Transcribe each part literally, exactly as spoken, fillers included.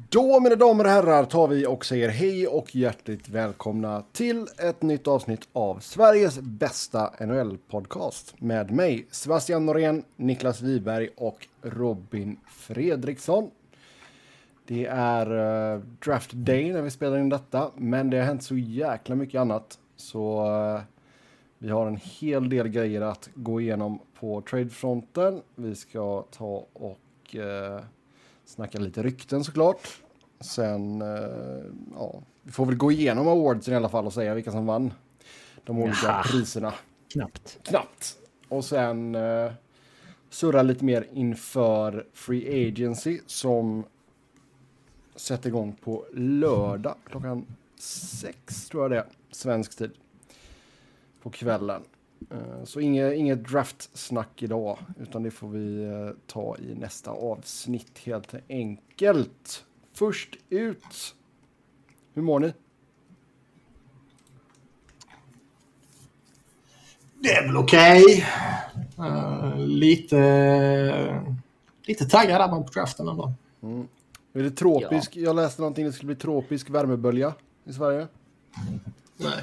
Då, mina damer och herrar, tar vi och säger hej och hjärtligt välkomna till ett nytt avsnitt av Sveriges bästa N H L-podcast med mig, Sebastian Norén, Niklas Wiberg och Robin Fredriksson. Det är uh, draft day när vi spelar in detta, men det har hänt så jäkla mycket annat. Så uh, vi har en hel del grejer att gå igenom på tradefronten. Vi ska ta och uh, snacka lite rykten såklart. Sen, uh, ja, vi får väl gå igenom awardsen i alla fall och säga vilka som vann de olika Jaha. priserna. Knappt. Knappt. Och sen uh, surra lite mer inför Free Agency som sätter igång på lördag klockan sex tror jag det är, svensk tid på kvällen. Så inget, inget draftsnack idag, utan det får vi ta i nästa avsnitt helt enkelt. Först ut, hur mår ni? Det är väl okej. Okay. Uh, lite, lite taggad där på draften ändå. Mm. Är det tropisk? Ja. Jag läste någonting, det skulle bli tropisk värmebölja i Sverige. Nej.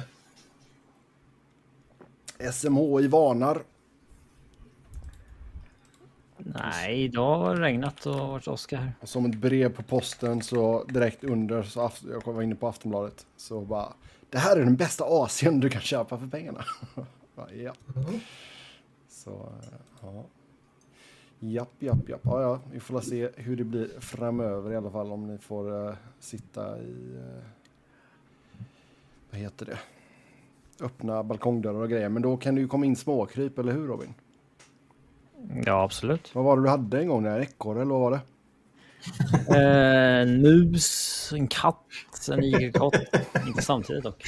S M H I varnar. Nej, idag har det regnat och varit åska här. Och som ett brev på posten så direkt under, så jag var inne på Aftonbladet, så bara, det här är den bästa Asien du kan köpa för pengarna. ja. Mm. Så, ja. Japp, japp, japp. Ja, ja, vi får se hur det blir framöver i alla fall, om ni får uh, sitta i, uh, vad heter det? Öppna balkongdörrar och grejer. Men då kan det ju komma in småkryp, eller hur Robin? Ja, absolut. Vad var det du hade en gång? En ekorre, eller vad var det? En mus, en katt, en igelkott. Inte samtidigt dock.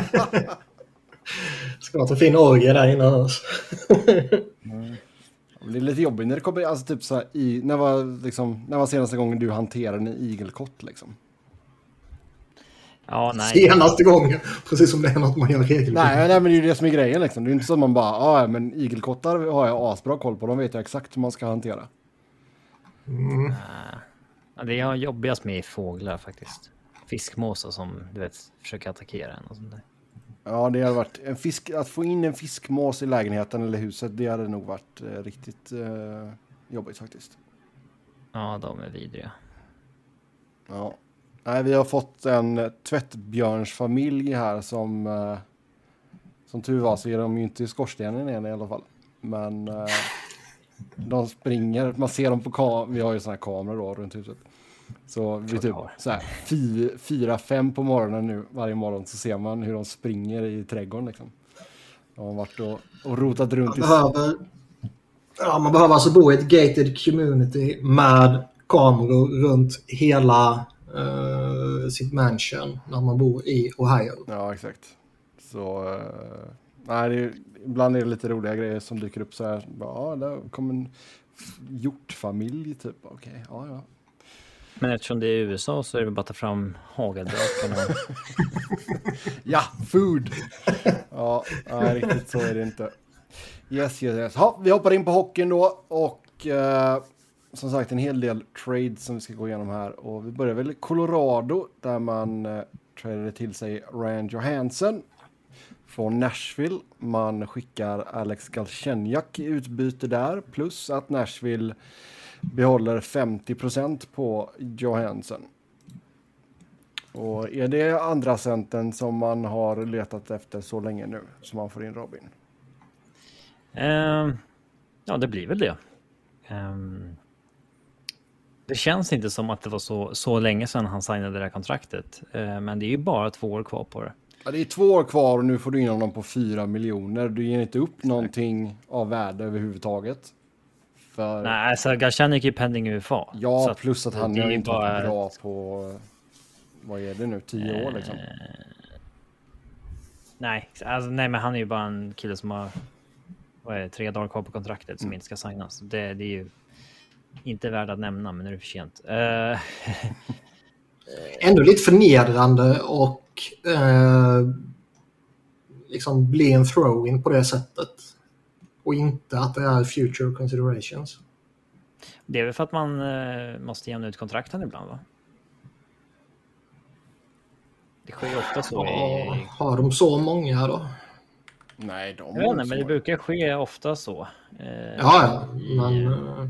Ska man ta fin orgie där innan? mm. Det är lite jobbigt när det kommer, alltså typ så här, i, när var liksom, när var senaste gången du hanterade en igelkott liksom? Ja, nej. Senaste gången, precis som det är något man gör regelbundet. Nej, nej, men det är ju det som är grejen liksom. Det är inte så att man bara, ja men igelkottar har jag asbra koll på, de vet jag exakt hur man ska hantera. Mm. Ja, det är jobbigast med fåglar faktiskt. Fiskmåsar som, du vet, försöker attackera en och sånt där. Ja, det har varit en fisk, att få in en fiskmås i lägenheten eller huset, det hade nog varit eh, riktigt eh, jobbigt faktiskt. Ja, de är vidriga. Ja. Nej, vi har fått en tvättbjörnsfamilj här som eh, som tur var så är de ju inte i skorstenen än i alla fall. Men eh, de springer, man ser dem på kam- vi har ju såna här kameror då runt huset. Så vi typ så här fy, fyra, fem på morgonen nu, varje morgon så ser man hur de springer i trädgården liksom. De har varit och, och rotat runt. Man behöver, ja, man behöver alltså bo i ett gated community med kameror runt hela uh, sitt mansion när man bor i Ohio. Ja, exakt. Så uh, nej, det är, ibland är det lite roliga grejer som dyker upp så här. Ja, där kom en hjortfamilj typ. Okej, okay, ja, ja. Men eftersom det är i U S A så är det bara att ta fram hageldraken och... ja, food! Ja, nej, riktigt så är det inte. Yes, yes, yes. Ha, vi hoppar in på hockeyn då. Och eh, som sagt en hel del trades som vi ska gå igenom här. Och vi börjar väl i Colorado där man eh, tradade till sig Ryan Johansson från Nashville. Man skickar Alex Galchenyuk i utbyte där. Plus att Nashville behåller femtio procent på Johansson. Och är det andra centern som man har letat efter så länge nu som man får in Robin? Uh, ja, det blir väl det. Um, det känns inte som att det var så, så länge sedan han signade det här kontraktet. Uh, men det är ju bara två år kvar på det. Ja, det är två år kvar och nu får du in honom på fyra miljoner. Du ger inte upp Exakt. någonting av värde överhuvudtaget. För... Nej, alltså Galchenyuk är pending U F A. Ja, så plus att han är inte bara... bra på, vad är det nu, tio eh... år liksom. Nej, alltså, nej, men han är ju bara en kille som har vad är det, tre dagar kvar på kontraktet som mm. inte ska signas. Det, det är ju inte värd att nämna, men nu är det för sent. Uh... Ändå lite förnedrande och uh, liksom bli en throw-in på det sättet. Och inte att det är future considerations. Det är väl för att man uh, måste jämna ut kontrakten ibland, va? Det sker ju ofta så. Ja, I... har de så många då? Nej, de Jag vet inte, men det brukar ske ofta så. Eh, ja, ja, men... i... Uh...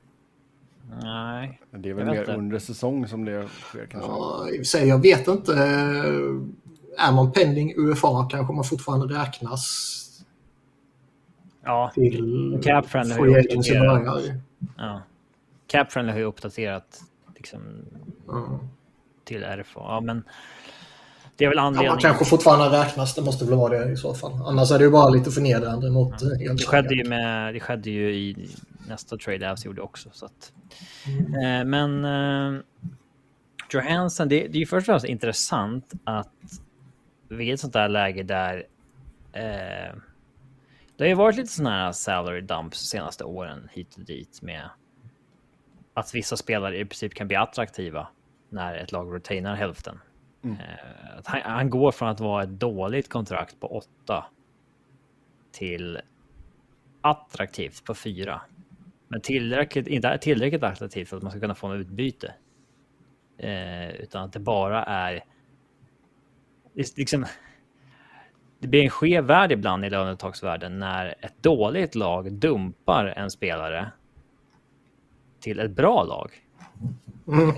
Nej. Det är väl mer under säsong som det sker kanske. Ja, i och för sig, jag vet inte. Är man pending U F A kanske man fortfarande räknas ja. till Cap-friendly free agency börjar. Ja. Cap-friendly har ju uppdaterat liksom, mm. till R F A. Ja, men det är väl anledningen. Ja, man kanske fortfarande räknas, det måste väl vara det i så fall. Annars är det ju bara lite förnedrande mot... Ja. Det, skedde ju med, det skedde ju i nästa trade Avs gjorde också. Så att, mm. eh, men eh, Johansson, det, det är ju först och främst intressant att vid ett sånt där läge där eh, det har ju varit lite sådana här salary dumps de senaste åren hit och dit med att vissa spelare i princip kan bli attraktiva när ett lag retainar hälften. Mm. Eh, han, han går från att vara ett dåligt kontrakt på åtta till attraktivt på fyra. Men tillräckligt, inte tillräckligt attraktivt för att man ska kunna få en utbyte. Eh, utan att det bara är liksom, det blir en skev värld ibland i lönetagsvärlden när ett dåligt lag dumpar en spelare till ett bra lag. Mm.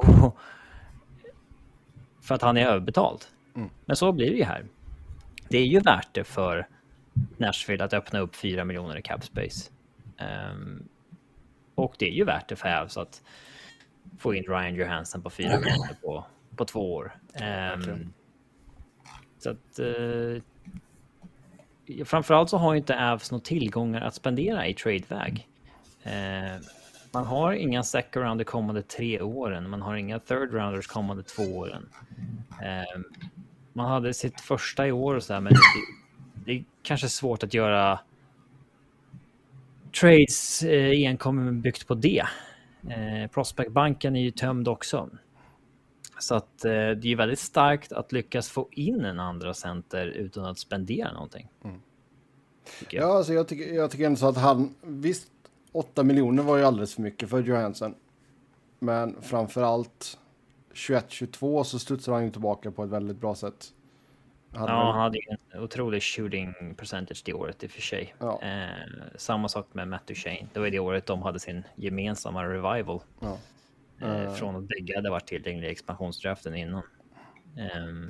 För att han är överbetald. Mm. Men så blir det ju här. Det är ju värt det för Nashville att öppna upp fyra miljoner i cap space. Um, och det är ju värt det för Avs att få in Ryan Johansson på fyra miljoner på, på två år. Um, okay. Så att uh, framförallt så har ju inte Avs några tillgångar att spendera i tradeväg. Uh, man har inga second round de kommande tre åren. Man har inga third rounders kommande två åren. Uh, man hade sitt första i år och så här, men det, det är kanske svårt att göra trades eh, enkom byggt på det. Eh, Prospectbanken är ju tömd också. Så att eh, det är väldigt starkt att lyckas få in en andra center utan att spendera någonting. Mm. Ja, alltså jag tycker, jag tycker ändå så att han, visst åtta miljoner var ju alldeles för mycket för Johansson. Men framförallt tjugoett tjugotvå så studsar han ju tillbaka på ett väldigt bra sätt. Hade ja, väl... han hade en otrolig shooting percentage det året i och för sig. Ja. Eh, samma sak med Matt Duchene. Det var det året de hade sin gemensamma revival. Ja. Eh, uh... Från att bägge hade varit tillgängliga i expansionsdraften innan. Eh,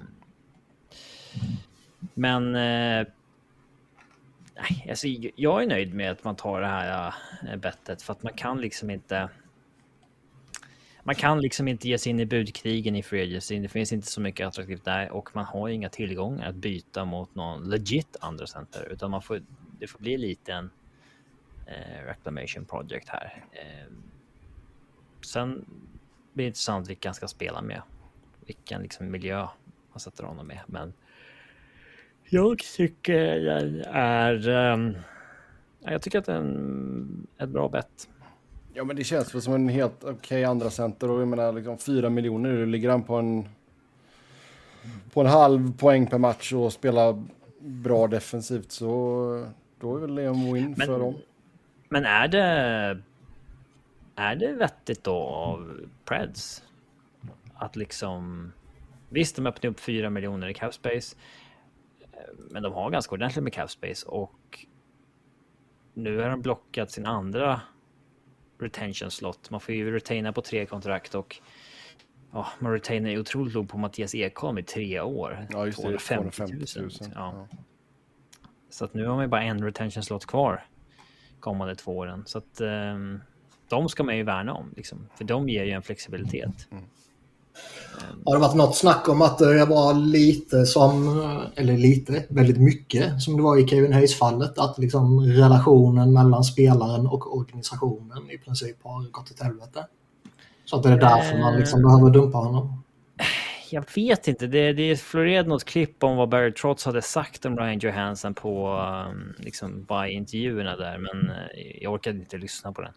men eh, nej, alltså, jag är nöjd med att man tar det här äh, bettet för att man kan liksom inte man kan liksom inte ge sig in i budkrigen i free agency. Det finns inte så mycket attraktivt där och man har inga tillgångar att byta mot någon legit andra center utan man får, det får bli lite en eh, reclamation project här. Eh, sen blir det intressant vilka han ska spela med. Vilken liksom miljö man sätter honom med. Men jag tycker det är um, jag tycker att det är en, ett bra bett. Ja, men det känns väl som en helt okej okay andra center och jag menar liksom fyra miljoner, du ligger han på en på en halv poäng per match och spelar bra defensivt så då är väl det en win men, för dem. Men är det är det vettigt då av Preds att liksom visst de öppnar upp fyra miljoner i cap space men de har ganska ordentligt med cap space och nu har de blockat sin andra retention slot. Man får ju retaina på tre kontrakt och ja, man retainar ju otroligt låg på Mattias Ekholm i tre år. Ja, just det, tvåhundrafemtio tusen. Ja. Ja. Så att nu har man bara en retention slot kvar kommande två åren. Så att um, de ska man ju värna om liksom, för de ger ju en flexibilitet. Mm. Har det varit något snack om att det var lite som, eller lite, väldigt mycket som det var i Kevin Hayes-fallet, att liksom relationen mellan spelaren och organisationen i princip har gått till helvete? Så att det är därför man liksom behöver dumpa honom? Jag vet inte, det, det florerade något klipp om vad Barry Trotz hade sagt om Ryan Johansson på liksom, bara intervjuerna där, men jag orkade inte lyssna på den.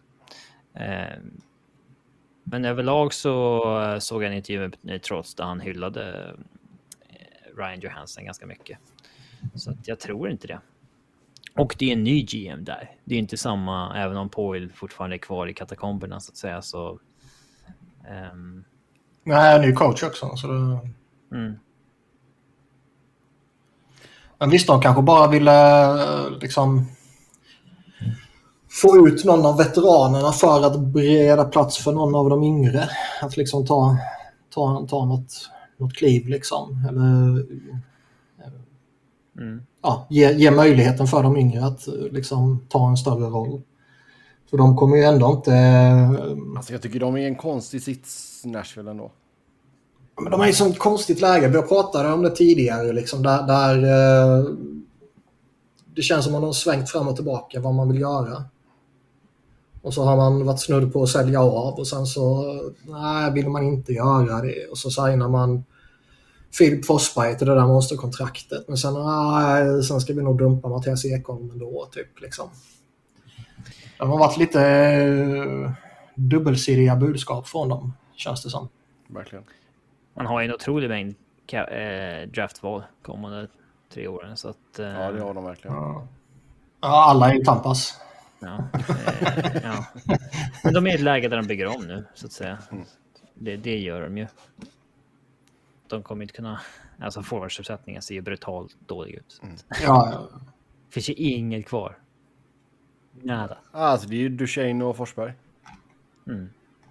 Men överlag så såg jag en intervju med Trotz där han hyllade Ryan Johansson ganska mycket. Så att jag tror inte det. Och det är en ny G M där. Det är inte samma, även om Poil fortfarande är kvar i katakomberna så att säga. Så, um... Nej, ny coach också. Så det... mm. Men visst, de kanske bara ville liksom få ut någon av veteranerna för att bereda plats för någon av de yngre. Att liksom ta, ta, ta något, något kliv liksom. Eller mm. ja, ge, ge möjligheten för de yngre att liksom ta en större roll. För de kommer ju ändå inte... Alltså jag tycker de är en konstig sits, Nashville ändå. Men de är i sånt konstigt läge. Vi har pratat om det tidigare. Liksom, där, där det känns som att de har svängt fram och tillbaka vad man vill göra. Och så har man varit snudd på att sälja av. Och sen så nej, vill man inte göra det. Och så signar man Filip Forsberg till det där monsterkontraktet. Men sen, nej, sen ska vi nog dumpa Mattias Ekholm ändå. Typ, liksom. Det har varit lite uh, dubbelsidiga budskap från dem, känns det som. Verkligen. Man har ju en otrolig mängd äh, draftval kommande tre åren. Så att, äh, ja, det har de verkligen. Ja, ja alla är ju Tampas. Ja, äh, ja. Men de är i ett läge där de bygger om nu, så att säga. Mm. Det, det gör de ju. De kommer inte kunna... Alltså forwardsuppsättningen ser ju brutalt dålig ut. Mm. Ja, ja. Det finns ju inget kvar. Nada. Alltså det är ju Duchene och Forsberg. Mm.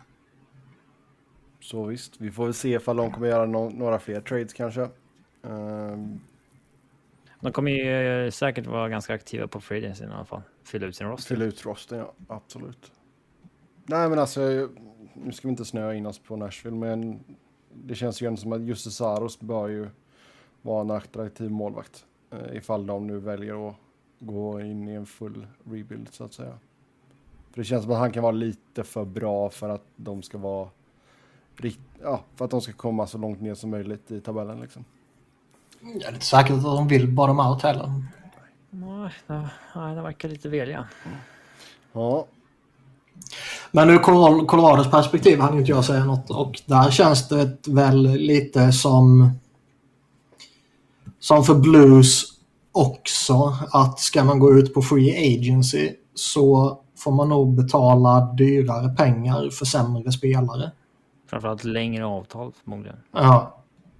Så visst, vi får väl se ifall de kommer göra no- några fler trades kanske. Um... De kommer ju säkert vara ganska aktiva på free agency i alla fall. Fylla ut sin roster. Fylla ut roster, ja. Absolut. Nej men alltså, nu ska vi inte snöa in oss på Nashville, men det känns ju ändå som att Jussi Saros bör ju vara en attraktiv målvakt. Uh, ifall de nu väljer att gå in i en full rebuild så att säga. För det känns som att han kan vara lite för bra för att de ska vara rikt- ja, för att de ska komma så långt ner som möjligt i tabellen liksom. Jag är inte säker att de vill bottom out heller. Nej, det, nej, det verkar lite veliga. Ja. Men ur Colorados perspektiv hann inte jag säga något. Och där känns det väl lite som som för Blues också, att ska man gå ut på free agency så får man nog betala dyrare pengar för sämre spelare. Framförallt längre avtal förmodligen. Ja.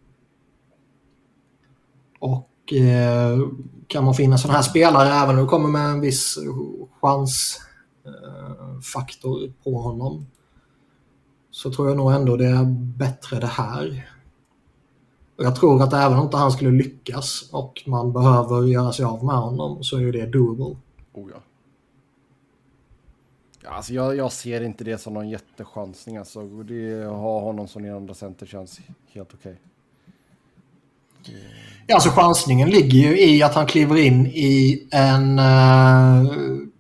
Och eh, kan man finna sådana här spelare även om det kommer med en viss chansfaktor eh, på honom, så tror jag nog ändå det är bättre det här. Och jag tror att även om inte han skulle lyckas och man behöver göra sig av med honom, så är ju det doable. Oh ja. Ja, alltså jag, jag ser inte det som någon jättechansning. Alltså. Det, att ha honom som en andra center känns helt okej. Okay. Mm. Ja, alltså chansningen ligger ju i att han kliver in i en uh,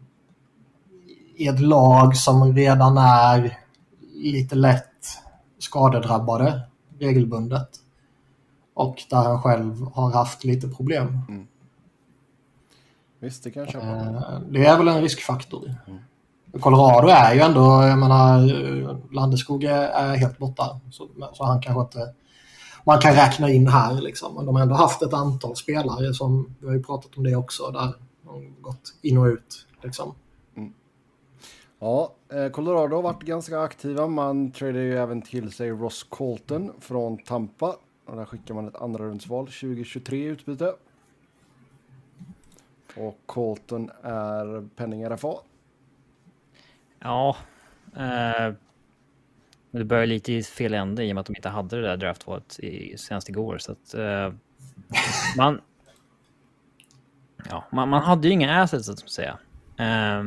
i ett lag som redan är lite lätt skadedrabbade regelbundet. Och där han själv har haft lite problem. Mm. Visst, det kan jag köpa. Uh, det är väl en riskfaktor. Mm. Colorado är ju ändå, jag menar, Landeskog är helt borta. Så, så han kanske inte... Man kan räkna in här liksom. Men de har ändå haft ett antal spelare som, vi har ju pratat om det också, där de gått in och ut liksom. Mm. Ja, Colorado har varit ganska aktiva. Man tradade ju även till sig Ross Colton från Tampa. Och där skickar man ett andra rundsval tjugo tjugotre utbyte. Och Colton är penning R F A. Ja, eh, det börjar lite i fel ände i och med att de inte hade det där draftvalet i, senast igår. Så att eh, man, ja, man, man hade ju inga assets att säga. Eh,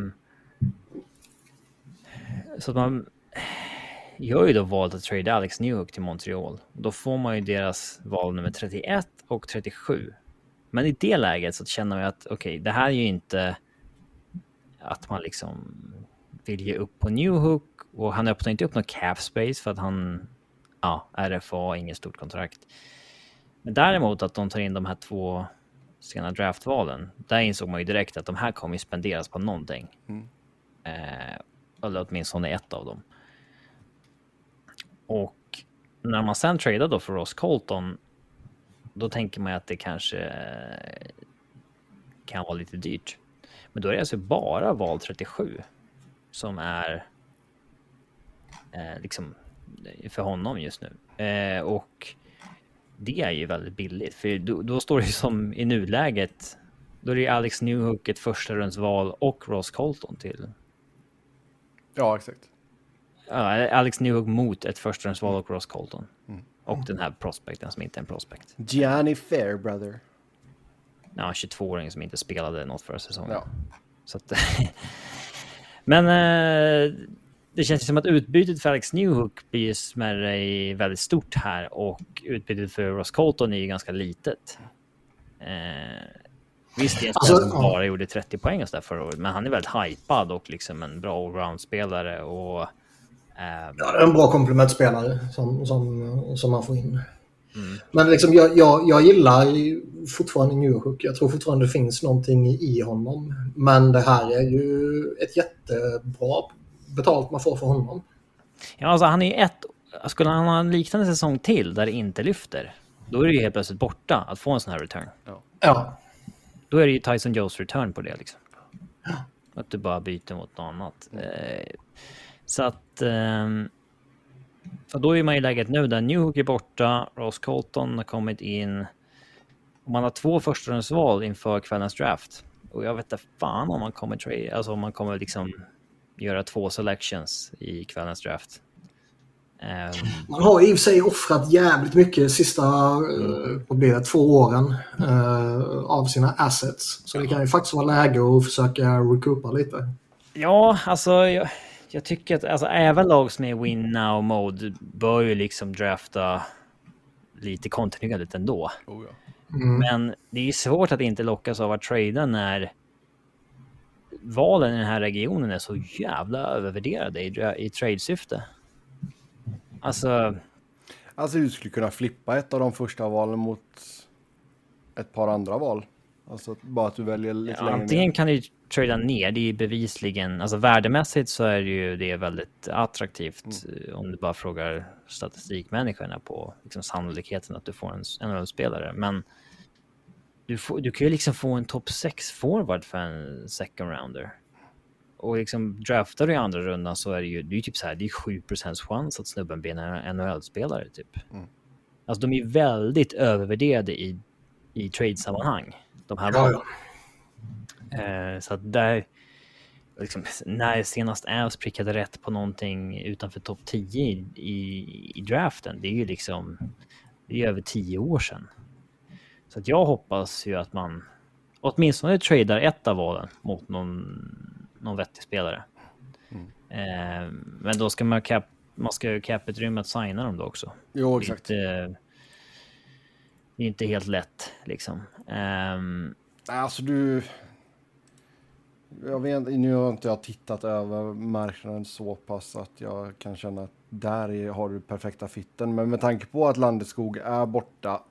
så att man gör ju då valt att trade Alex Newhook till Montreal. Då får man ju deras val nummer trettioett och trettiosju. Men i det läget så känner man att okej, okay, det här är ju inte att man liksom vill ge upp på Newhook, och han öppnar inte upp någon cap space för att han, ja, R F A, inget stort kontrakt. Men däremot att de tar in de här två sena draftvalen, där insåg man ju direkt att de här kommer ju spenderas på någonting. Mm. Eh, eller åtminstone ett av dem. Och när man sen tradar då för Ross Colton, då tänker man att det kanske kan vara lite dyrt. Men då är det alltså bara val trettiosju som är eh, liksom för honom just nu. Eh, och det är ju väldigt billigt. För då, då står det som i nuläget, då är det Alex Newhook ett första rundsval och Ross Colton till. Ja, exakt. Ja, Alex Newhook mot ett första rundsval och Ross Colton. Mm. Och den här prospekten som inte är en prospect. Gianni Fairbrother. Ja, tjugotvååring som inte spelade något förra säsongen. Ja. Så att, men eh, det känns som att utbytet för Alex Newhook blir smärre väldigt stort här och utbytet för Ross Colton är ju ganska litet. Eh, visst, det är en spelare alltså, som bara gjorde trettio poäng och så där förra året, men han är väldigt hypad och liksom en bra allround-spelare och eh, ja, en bra komplementspelare som, som, som man får in. Mm. Men liksom, jag, jag, jag gillar fortfarande Newhook. Jag tror fortfarande det finns någonting i honom. Men det här är ju ett jättebra betalt man får för honom. Ja, alltså han är ett... Skulle han ha en liknande säsong till där det inte lyfter, då är det ju helt plötsligt borta att få en sån här return. Ja. Ja. Då är det ju Tyson Jones return på det liksom. Ja. Att du bara byter mot något annat. Eh, så att... Eh, så då är man i läget nu där Newhook är borta, Ross Colton har kommit in. Och man har två förstahundsval inför kvällens draft. Och jag vet inte fan om man kommer trade, alltså om man kommer liksom göra två selections i kvällens draft. Um, Man har i och för sig offrat jävligt mycket sista mm. vad blir det, två åren uh, av sina assets. Så det kan ju faktiskt vara läge att försöka recoupa lite. Ja, alltså jag, jag tycker att alltså, även lag som är win now mode bör ju liksom drafta lite kontinuerligt ändå. Oh, ja. Mm. Men det är svårt att inte lockas av att trada när valen i den här regionen är så jävla övervärderade i, i trade-syfte. Alltså... Alltså du skulle kunna flippa ett av de första valen mot ett par andra val. Alltså bara att du väljer lite ja, längre antingen ner. kan du trada ner, det är bevisligen... Alltså värdemässigt så är det ju det är väldigt attraktivt mm. om du bara frågar statistikmänniskorna på liksom, sannolikheten att du får en N H L-spelare. Men du, får, du kan ju liksom få en topp sex forward för en second rounder. Och liksom draftar du i andra rundan så är det ju, det är ju typ så här, det är sju procent chans att snubben blir en N H L-spelare typ. Mm. Alltså de är väldigt övervärderade i, i trade-sammanhang. De här valen. Eh, så att där liksom, när senast Avs prickade rätt på någonting utanför topp tio i, i, i draften, det är ju liksom det är över tio år sedan. Så att jag hoppas ju att man åtminstone tradar ett av valen mot någon, någon vettig spelare. Mm. Eh, men då ska man cap, man ska cap ett rum att signa dem då också. Jo, exakt. Det är inte, det är inte helt lätt liksom. Um, alltså du... Jag vet, nu har inte jag tittat över marknaden så pass att jag kan känna att där är, har du perfekta fitten. Men med tanke på att Landeskog är borta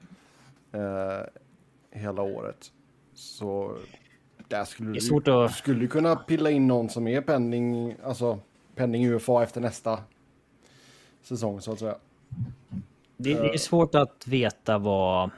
eh, hela året så där skulle du, svårt att... skulle du kunna pilla in någon som är penning, alltså penning U F A efter nästa säsong så att säga. Det, det är svårt att veta vad...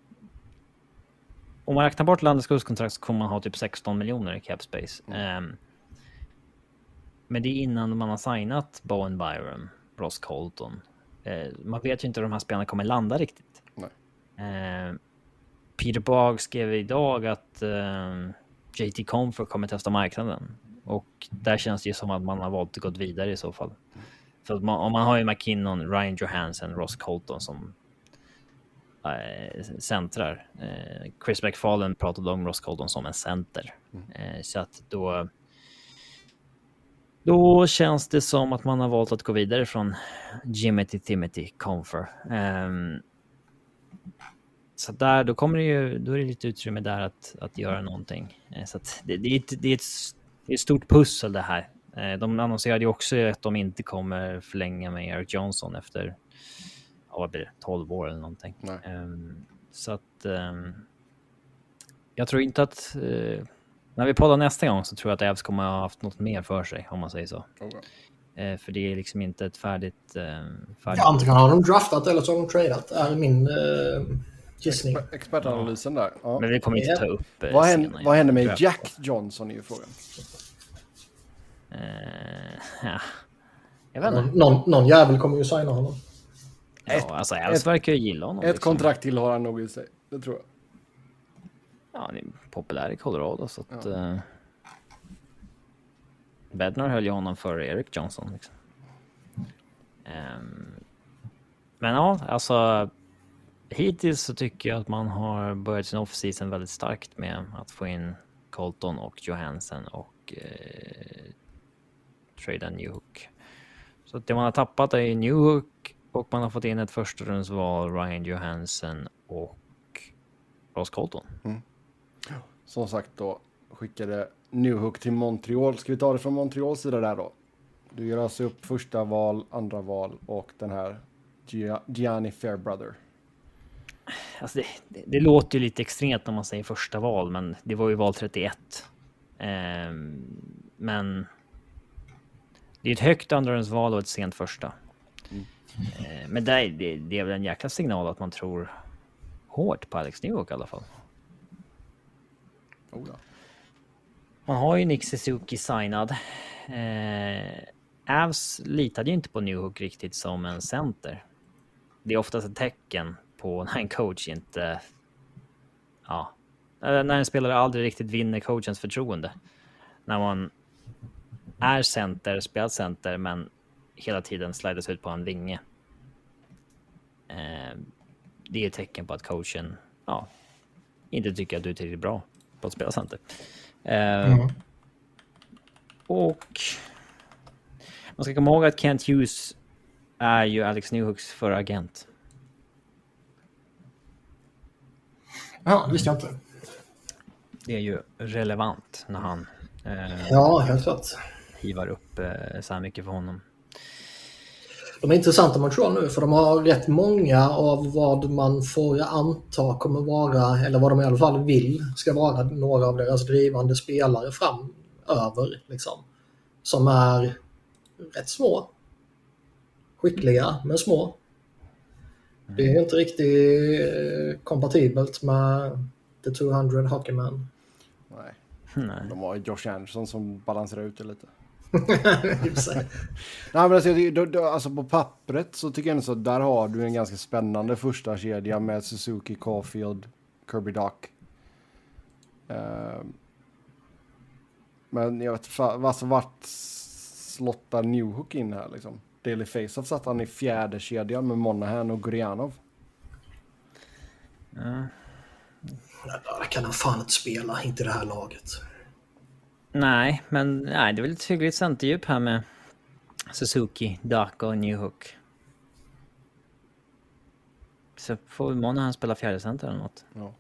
Om man räknar bort Landeskogs kontrakt så kommer man ha typ sexton miljoner i cap space. Mm. Um, men det är innan man har signat Bowen Byram, Ross Colton. Uh, man vet ju inte hur de här spelarna kommer landa riktigt. Nej. Uh, Peter Bogg skrev idag att uh, J T Compher kommer testa marknaden. Och där känns det ju som att man har valt att gå vidare i så fall. Mm. För att man, om man har ju McKinnon, Ryan Johansson, Ross Colton som äh, centrar. Äh, Chris McFarland pratade om Ross Colton som en center. Mm. Äh, så att då då känns det som att man har valt att gå vidare från Jimmy till Timothy Compher. Ähm, så där, då kommer det ju, då är det lite utrymme där att, att göra någonting. Äh, så att det, det, är ett, det, är ett, det är ett stort pussel det här. De annonserade ju också att de inte kommer förlänga med Erik Johnson efter ja, vad blir det, tolv år eller någonting. Um, så att um, jag tror inte att uh, när vi poddar nästa gång så tror jag att Avs kommer ha haft något mer för sig om man säger så. Okay. Uh, för det är liksom inte ett färdigt... Uh, färdigt... Ja, antingen har de draftat eller så har de tradat är min uh, gissning. Exper- expertanalysen där. Ja. Men vi kommer inte ta upp... Uh, vad, händer, vad händer med draft. Jack Johnson är ju frågan. Uh, ja. Jag vet inte. Någon, någon jävel kommer ju signa honom. Ja, ett, alltså Elves verkar ju gilla honom. Ett liksom. kontrakt till har han nog i sig, det tror jag. Ja, han är populär i Colorado, så att... Ja. Uh, Bednar höll ju honom före Eric Johnson. Liksom. Um, men ja, alltså... Hittills så tycker jag att man har börjat sin off-season väldigt starkt med att få in Colton och Johansson och eh, trada Newhook. Så att det man har tappat är Newhook och man har fått in ett första rundsval, Ryan Johansson och Ross Colton. Mm. Som sagt då, skickade Newhook till Montreal. Ska vi ta det från Montreals sida där då? Du gör alltså upp första val, andra val och den här Gia- Gianni Fairbrother. Alltså det, det, det låter ju lite extremt när man säger första val, men det var ju val trettioett. Um, men det är ett högt andrahandsval och ett sent första. Mm. Uh, men det, det, det är väl en jäkla signal att man tror hårt på Alex Newhook i alla fall. Oh ja. Man har ju Nick Suzuki signad. Uh, Avs litade ju inte på Newhook riktigt som en center. Det är oftast ett tecken på när en coach inte... Ja. När en spelare aldrig riktigt vinner coachens förtroende. När man är center, spelar center, men hela tiden slidas ut på en vinge. Eh, det är ett tecken på att coachen ja, inte tycker att du är tillräckligt bra på att spela center. Eh, mm. Och man ska komma ihåg att Kent Hughes är ju Alex Newhooks förra agent. Ja, det visste jag inte. Det är ju relevant när han eh, ja, helt klart. hivar upp eh, så här mycket för honom. De är intressanta Montreal nu för de har rätt många av vad man får anta kommer vara, eller vad de i alla fall vill ska vara några av deras drivande spelare framöver liksom. Som är rätt små. Skickliga, men små. Det är inte riktigt kompatibelt med The tvåhundra Hockeyman. Nej. Nej. De har Josh Anderson som balanserar ut det lite. Nej, men alltså, då, då, alltså på pappret så tycker jag ändå så att där har du en ganska spännande första kedja med Suzuki, Caulfield, Kirby Dach. Uh, men jag vet fan, alltså vart slottar Newhook in här liksom? Daily Faceoff satt han i fjärde kedjan med Monahan och Gurianov. Ja. Där kan han fan inte spela, inte det här laget. Nej, men nej, det är väl ett hyggligt centerdjup här med Suzuki, Dach och Newhook. Så får Monahan spela fjärde center eller något. Ja.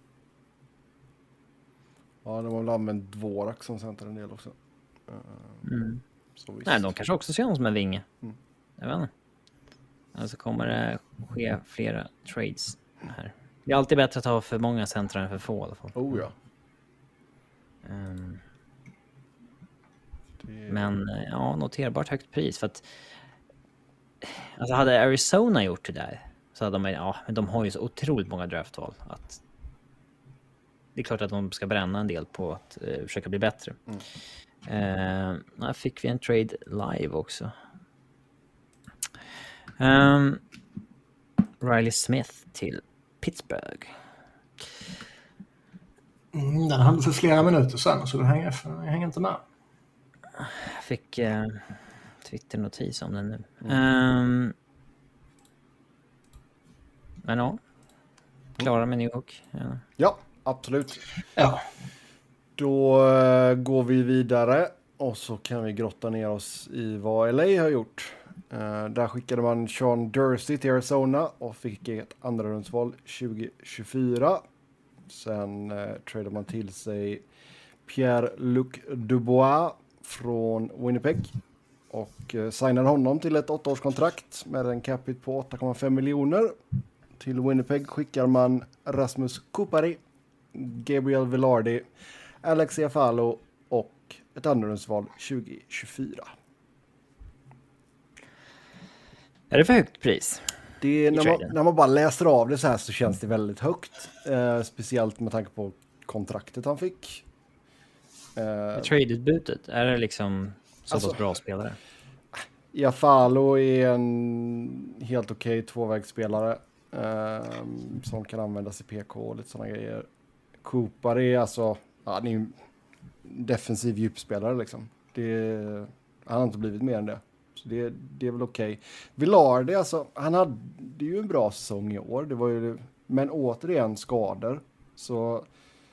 Ja, de har väl använt Dvorak som center en del också. Uh, mm. så nej, de kanske också ser honom som en vinge. Mm. Jag vet inte. Alltså kommer det ske flera trades här. Det är alltid bättre att ha för många centrar än för få i alla fall. Oh ja. Um, det... Men ja, noterbart högt pris för att alltså hade Arizona gjort det där så hade de, ja, men de har ju så otroligt många draftval att det är klart att de ska bränna en del på att uh, försöka bli bättre. Mm. Uh, här fick vi en trade live också. Um, Riley Smith till Pittsburgh. Mm, den hade för flera minuter sedan så den hänger, jag hänger inte med. Jag fick uh, Twitter-notis om den nu. Mm. Um, men ja. Klara med Newhook. Ja. ja, absolut. Ja. Då uh, går vi vidare och så kan vi grotta ner oss i vad L A har gjort. Uh, där skickade man Sean Dursley till Arizona och fick ett andra rundsval tjugo tjugofyra. Sen uh, tradade man till sig Pierre-Luc Dubois från Winnipeg och uh, signade honom till ett åttaårskontrakt med en capita på åtta komma fem miljoner. Till Winnipeg skickar man Rasmus Kupari, Gabriel Vilardi, Alex Iafallo och ett andra rundsval tjugo tjugofyra. Är det för högt pris? Det är, när, man, när man bara läser av det så här så känns det väldigt högt. Eh, speciellt med tanke på kontraktet han fick. Eh, Trade-utbudet, är det liksom så alltså, pass bra spelare? Iafalo är en helt okej okay tvåvägsspelare eh, som kan användas i P K och lite sådana grejer. Cooper är alltså ja, det är en defensiv djupspelare liksom. Det, han har inte blivit mer än det. Så det, det är väl okej. Okay. Villardi, alltså, han hade det är ju en bra säsong i år. Det var ju, men återigen skador. Så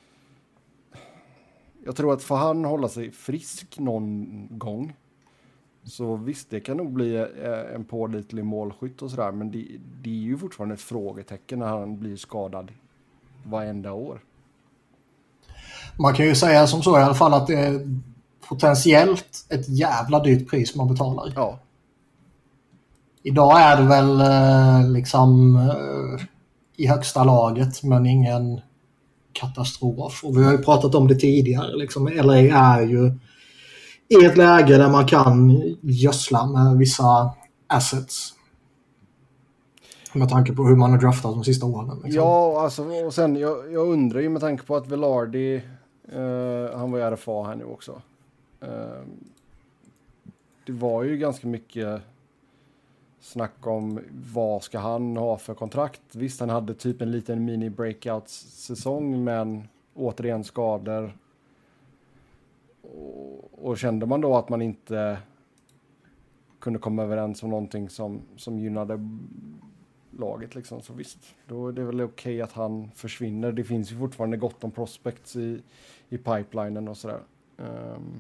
jag tror att för han hålla sig frisk någon gång, så visst, det kan nog bli en pålitlig målskytt och sådär. Men det, det är ju fortfarande ett frågetecken när han blir skadad varenda år. Man kan ju säga som så i alla fall att det är potentiellt ett jävla dyrt pris man betalar. Ja. Idag är det väl eh, liksom eh, i högsta laget, men ingen katastrof. Och vi har ju pratat om det tidigare. Liksom, L A är ju i ett läge där man kan gödsla med vissa assets. Med tanke på hur man har draftat de sista åren. Liksom. Ja, alltså, och sen jag, jag undrar ju med tanke på att Villardi, eh, han var i R F A här nu också. Eh, det var ju ganska mycket snack om vad ska han ha för kontrakt. Visst, han hade typ en liten mini-breakout-säsong, men återigen skador. Och, och kände man då att man inte kunde komma överens om någonting som, som gynnade laget liksom, så visst, då är det väl okej okay att han försvinner. Det finns ju fortfarande gott om prospects i, i pipelinen och sådär. Um,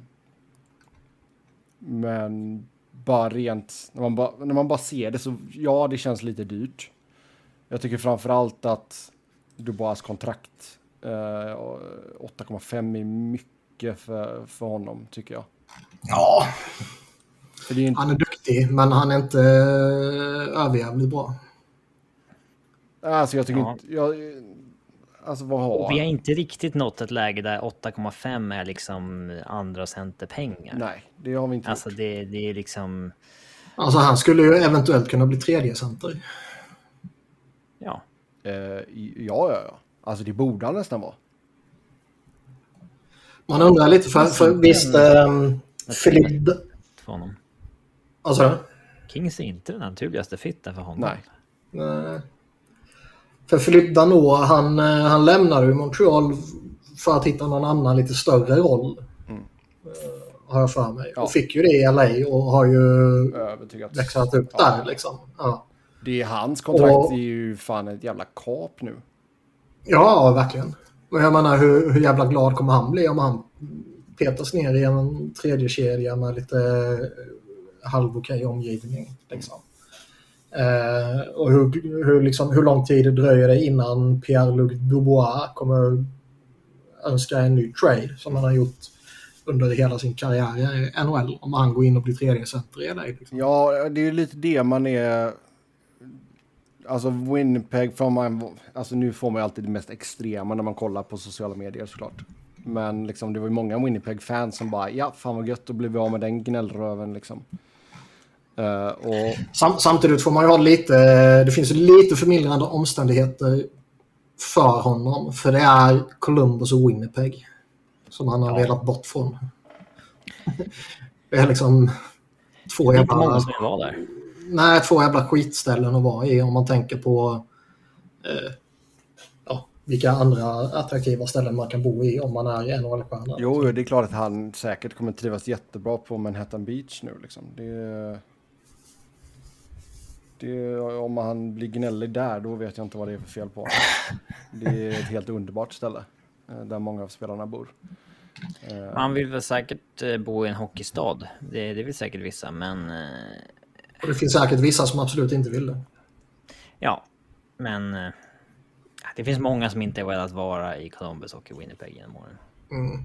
men bara rent, när man bara, när man bara ser det så, ja, det känns lite dyrt. Jag tycker framförallt att Dubois kontrakt uh, åtta komma fem är mycket för, för honom, tycker jag. Ja, för det är inte... han är duktig, men han är inte uh, överjävligt bra. Alltså jag tycker ja. inte, jag, alltså vad har och vi har inte riktigt nått ett läge där åtta komma fem är liksom andra centerpengar. Nej, det har vi inte Alltså gjort. det, det är liksom... Alltså han skulle ju eventuellt kunna bli tredje center. Ja. Uh, ja, ja, ja. Alltså det borde han nästan vara. Man undrar lite, för, för visst... Um, Filip... För honom. Alltså? Kings är inte den naturligaste fitten för honom. Nej. Nej. För Philippe Danault, han, han lämnade ju Montreal för att hitta någon annan lite större roll. Mm. Har jag för mig. Ja. Och fick ju det i L A och har ju växlat upp ja. där liksom. Ja. Det är hans kontrakt och, är ju fan ett jävla kap nu. Ja, verkligen. Och jag menar, hur, hur jävla glad kommer han bli om han petas ner i en tredje kedja med lite halvokej omgivning liksom. Uh, och hur, hur, liksom, hur lång tid det dröjer det innan Pierre-Luc Dubois kommer önska en ny trade som han har gjort under hela sin karriär i N H L om han går in och blir tredje center i L A. Liksom. Ja, det är lite det man är... Alltså Winnipeg, från man, alltså nu får man alltid det mest extrema när man kollar på sociala medier såklart. Men liksom, det var ju många Winnipeg-fans som bara, ja fan vad gött, då blev vi av med den gnällröven liksom. Uh, och... Sam, samtidigt får man ju ha lite, det finns lite förmildrande omständigheter för honom, för det är Columbus och Winnipeg som han har ja. velat bort från. Det är liksom två det är jävla, inte många som var där. Nej, två jävla skitställen att vara i om man tänker på eh, ja, vilka andra attraktiva ställen man kan bo i om man är i N H L-stjärna. Jo, det är klart att han säkert kommer trivas jättebra på Manhattan Beach nu liksom. Det Det, om han blir gnällig där, då vet jag inte vad det är för fel på. Det är ett helt underbart ställe där många av spelarna bor. Man vill väl säkert bo i en hockeystad. Det, det vill säkert vissa, men... Och det finns säkert vissa som absolut inte vill det. Ja, men det finns många som inte är velat vara i Columbus och i Winnipeg genom åren. Mm.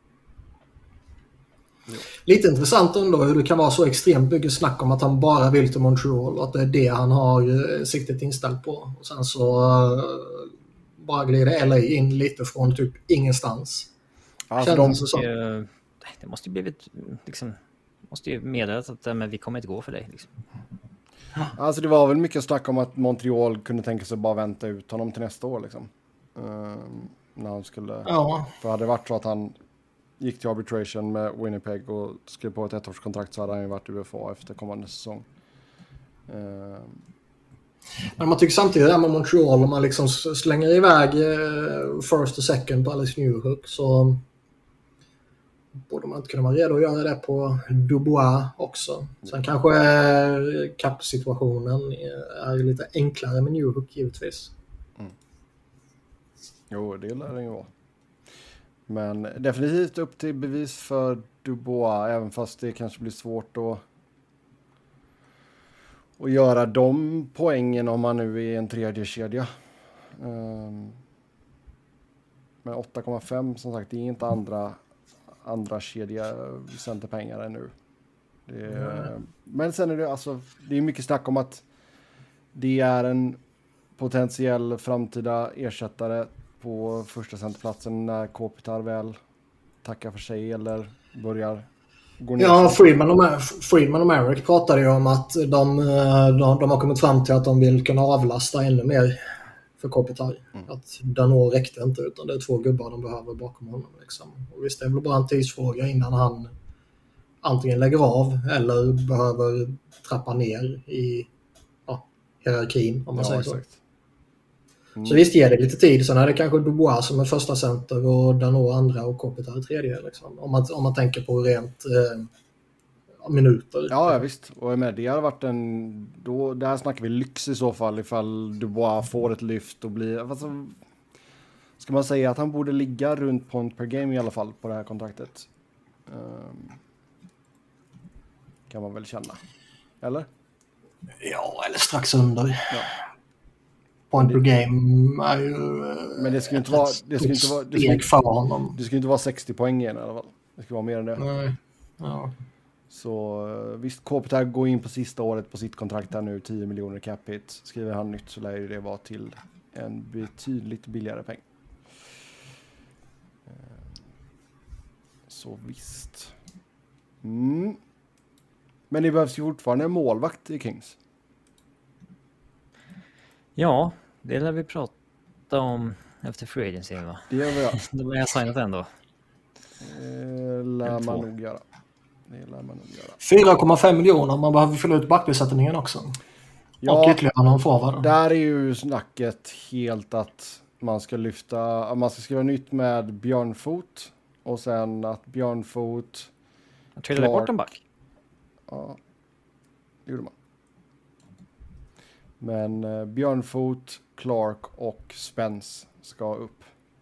Lite intressant ändå hur det kan vara så extremt mycket snack om att han bara vill till Montreal och att det är det han har siktet inställt på. Och sen så uh, bara glider L A in lite från typ ingenstans. Alltså de, så. Det, det måste ju blivit liksom, måste ju meddelat att men vi kommer inte gå för dig. Liksom. Alltså det var väl mycket snack om att Montreal kunde tänka sig bara vänta ut honom till nästa år liksom. Uh, när han skulle... Ja. För hade det varit så att han gick till arbitration med Winnipeg och skrev på ett ettårskontrakt så hade han ju varit U F A efter kommande säsong. Uh... Men man tycker samtidigt där med Montreal, om man liksom slänger iväg first och second på Alex Newhook, så borde man inte kunna vara redo att göra det på Dubois också. Sen kanske kappsituationen är lite enklare med Newhook givetvis. Mm. Jo, det lär det ju vara. Men definitivt upp till bevis för Dubois, även fast det kanske blir svårt att och göra de poängen om man nu är en tredje kedja. Um, men åtta komma fem som sagt, det är inte andra andra kedja centerpengar ännu. Det är, mm. Men sen är det alltså, det är mycket snack om att det är en potentiell framtida ersättare på första centerplatsen när Kopitar väl tackar för sig eller börjar gå ner. Ja, Friedman och, Friedman och Merrick pratade ju om att de, de, de har kommit fram till att de vill kunna avlasta ännu mer för Kopitar. Mm. Att Danault räckte inte, utan det är två gubbar de behöver bakom honom. Liksom. Och visst, det är väl bara en tidsfråga innan han antingen lägger av eller behöver trappa ner i ja, hierarkin, om man ja, säger så. Exakt. Mm. Så visst ger det lite tid. Sen är det kanske Dubois som är första center och Danault andra och Kopitar tredje. Liksom. Om, man, om man tänker på rent eh, minuter. Ja, ja, visst. Och med det har varit en... Då, där snackar vi lyx i så fall ifall Dubois får ett lyft och blir... Alltså, ska man säga att han borde ligga runt point per game i alla fall på det här kontraktet? Um, kan man väl känna. Eller? Ja, eller strax under. Ja. Point per det, game är ju... Men det ska ju inte vara... Det ska inte vara, det ska inte, det ska inte vara sextio poäng igen i alla fall. Det ska vara mer än det. Nej. Ja. Så visst, Kopitar går in på sista året på sitt kontrakt här nu, tio miljoner cap hit. Skriver han nytt så lär ju det vara till en betydligt billigare peng. Så visst. Mm. Men det behövs ju fortfarande en målvakt i Kings. Ja, det lär vi prata om efter free agency, va? Det gör vi, ja. Då har jag signat ändå. Det lär man nog göra. Det lär man nog göra. fyra komma fem miljoner, man behöver fylla ut backbesättningen också. Ja, och ytterligare någon forward. Där är ju snacket helt att man ska lyfta, man ska skriva nytt med Björnfot och sen att Björnfot... Jag trillade bort en back. Ja, det gjorde man. Men eh, Björnfot, Clark och Spence ska upp.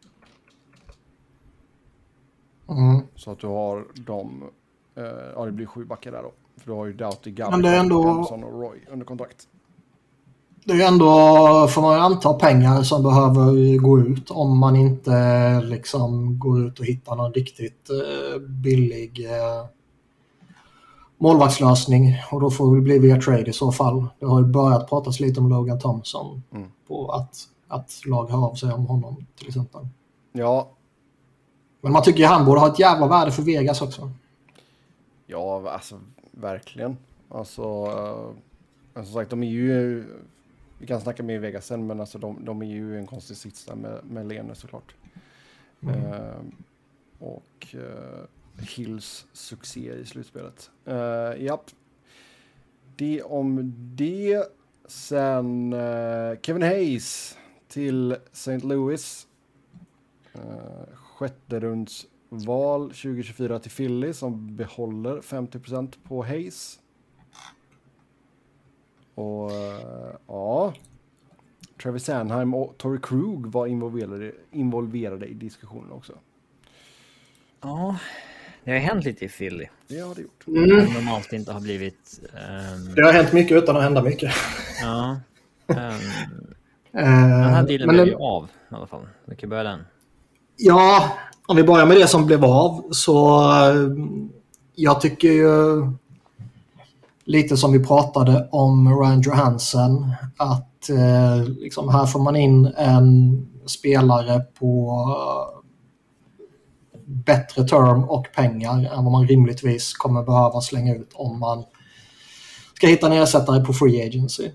Mm. Så att du har de... Eh, ja, det blir sju backar där då. För du har ju Doughty, Gavin, ändå... Anderson och Roy under kontrakt. Det är ändå, får man anta, pengar som behöver gå ut om man inte liksom går ut och hittar någon riktigt eh, billig eh, målvaktslösning. Och då får det bli via trade i så fall. Det har ju börjat pratas lite om Logan Thompson mm. på att, att lag hör av sig om honom till exempel. Ja. Men man tycker ju han borde ha ett jävla värde för Vegas också. Ja, alltså verkligen. Alltså, uh, som sagt, de är ju... Vi kan snacka med i Vegas sen, men alltså de, de är ju en konstig sits där med, med Lene såklart. Mm. Uh, och uh, Hills succé i slutspelet. Uh, japp. Det om det. Sen uh, Kevin Hayes till Saint Louis. Uh, sjätte runds val tjugo tjugofyra till Philly som behåller femtio procent på Hayes. Och ja, Travis Sanheim och Torrey Krug var involverade, involverade i diskussionen också. Ja, det har hänt lite i Philly. Det har det gjort. Mm. Det normalt inte har blivit... Um... Det har hänt mycket utan att hända mycket. Ja. Um... Den här dealen blev ju av i alla fall. Vi kan börja den. Ja, om vi börjar med det som blev av så jag tycker ju lite som vi pratade om Ryan Johansson att eh, liksom här får man in en spelare på bättre term och pengar än vad man rimligtvis kommer behöva slänga ut om man ska hitta en ersättare på free agency.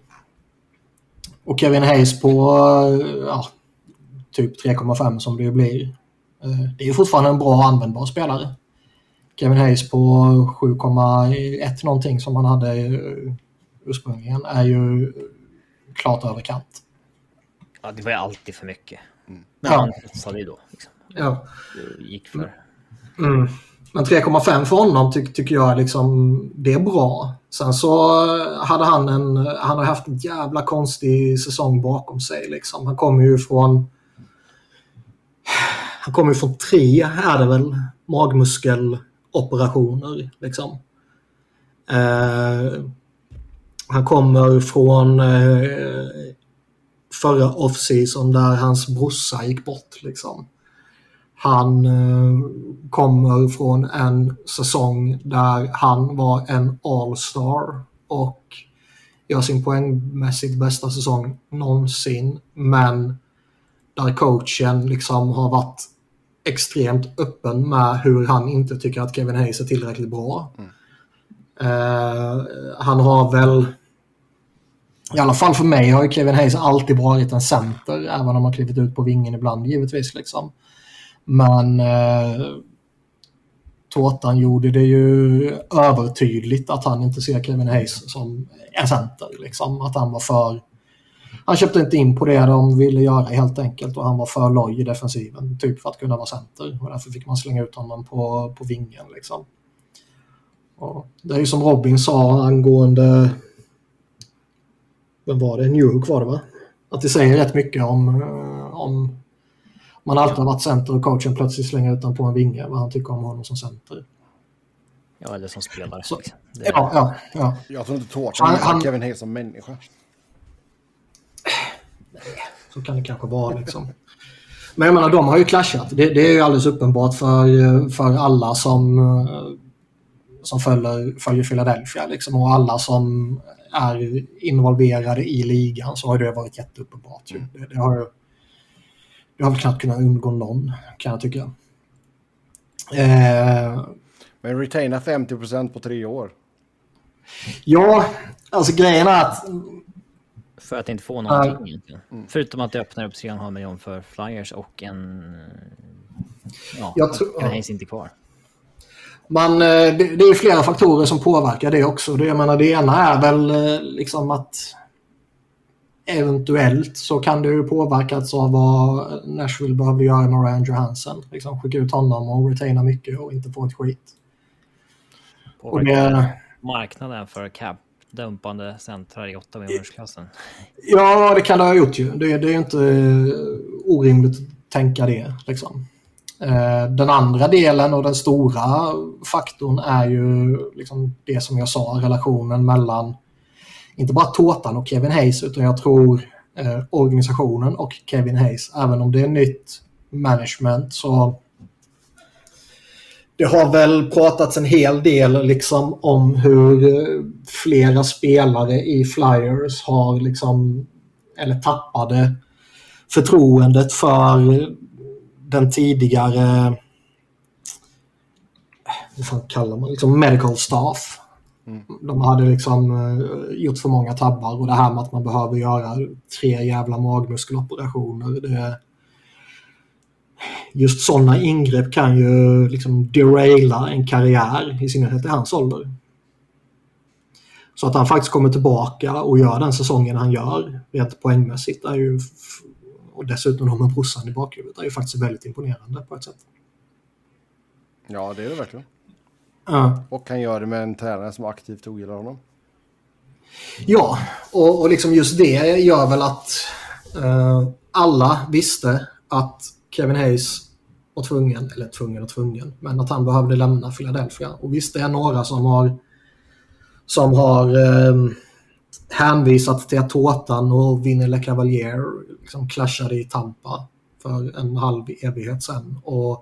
Och Kevin Hayes på ja, typ tre komma fem som det blir. Det är ju fortfarande en bra och användbar spelare. Kevin Hayes på sju komma ett någonting som han hade ursprungligen är ju klart överkant. Ja, det var ju alltid för mycket. Mm. Men ja. han satsade ju då. Liksom. Ja. Det gick för. Mm. Men tre komma fem för honom ty- tycker jag liksom, det är bra. Sen så hade han en han har haft en jävla konstig säsong bakom sig liksom. Han kommer ju från han kommer ju från tre är det väl magmuskeloperationer liksom. Eh, han kommer från eh, förra off-season där hans brorsa gick bort liksom. Han eh, kommer från en säsong där han var en all-star och gör sin poängmässigt bästa säsong någonsin, men där coachen liksom har varit extremt öppen med hur han inte tycker att Kevin Hayes är tillräckligt bra. Mm. Eh, han har väl i alla fall för mig har ju Kevin Hayes alltid varit en center, även om han klivit ut på vingen ibland givetvis liksom. Men eh, Tårtan gjorde det ju övertydligt att han inte ser Kevin Hayes som en center liksom. Att han var för han köpte inte in på det de ville göra helt enkelt, och han var för loj i defensiven typ för att kunna vara center, och därför fick man slänga ut honom på, på vingen liksom. Och det är ju som Robin sa angående vem var det? Newhook var det va? Att det säger rätt mycket om om man alltid har varit center och coachen plötsligt slänger ut den på en vinge, vad han tycker om honom som center. Ja, eller som spelare. Så, är... ja, ja, ja. Jag tror inte Tårtan han... Kevin Hayes som människa. Så kan det kanske vara liksom. Men jag menar, de har ju clashat. Det, det är ju alldeles uppenbart för, för alla som som följer, följer Philadelphia liksom, och alla som är involverade i ligan, så har det varit jätteuppenbart. Mm. Det, det har det har väl knappt kunnat undgå någon, kan jag tycka. Eh, Men retaina femtio procent på tre år. Ja, alltså grejen är att för att inte få någonting uh, egentligen. Mm. Förutom att det öppnar upp tre komma fem miljoner för Flyers och en ja, jag tror, en Hayes inte kvar. Men det, det är flera faktorer som påverkar det också. Det, jag menar, det ena är väl liksom att eventuellt så kan det ju påverkas av vad Nashville behöver göra med Ryan Johansson. Liksom skicka ut honom och retaina mycket och inte få ett skit. Och det... Marknaden för cap dumpande centrar i åtta miljonersklassen. Ja, det kan det ha gjort ju. Det, det är ju inte orimligt att tänka det liksom. Den andra delen och den stora faktorn är ju liksom det som jag sa, relationen mellan inte bara Tårtan och Kevin Hayes, utan jag tror eh, organisationen och Kevin Hayes. Även om det är nytt management, så det har väl pratats en hel del liksom om hur flera spelare i Flyers har liksom, eller tappade förtroendet för den tidigare, vad fan kallar man, liksom medical staff. Mm. De hade liksom uh, gjort för många tabbar, och det här med att man behöver göra tre jävla magmuskeloperationer, det, just sådana ingrepp kan ju liksom deraila en karriär, i synnerhet i hans ålder. Så att han faktiskt kommer tillbaka och gör den säsongen han gör rätt poängmässigt är ju, och dessutom har man brorsan i bakhuvudet, är ju faktiskt väldigt imponerande på ett sätt. Ja, det är det verkligen. Uh. Och han gör det med en tränare som aktivt ogillar honom. Ja, och, och liksom just det gör väl att uh, alla visste att Kevin Hayes var tvungen, eller tvungen och tvungen, men att han behövde lämna Philadelphia. Och visst, det är några som har som har uh, hänvisat till att Tårtan och Vinny LeCavalier liksom clashade i Tampa för en halv evighet sedan. Och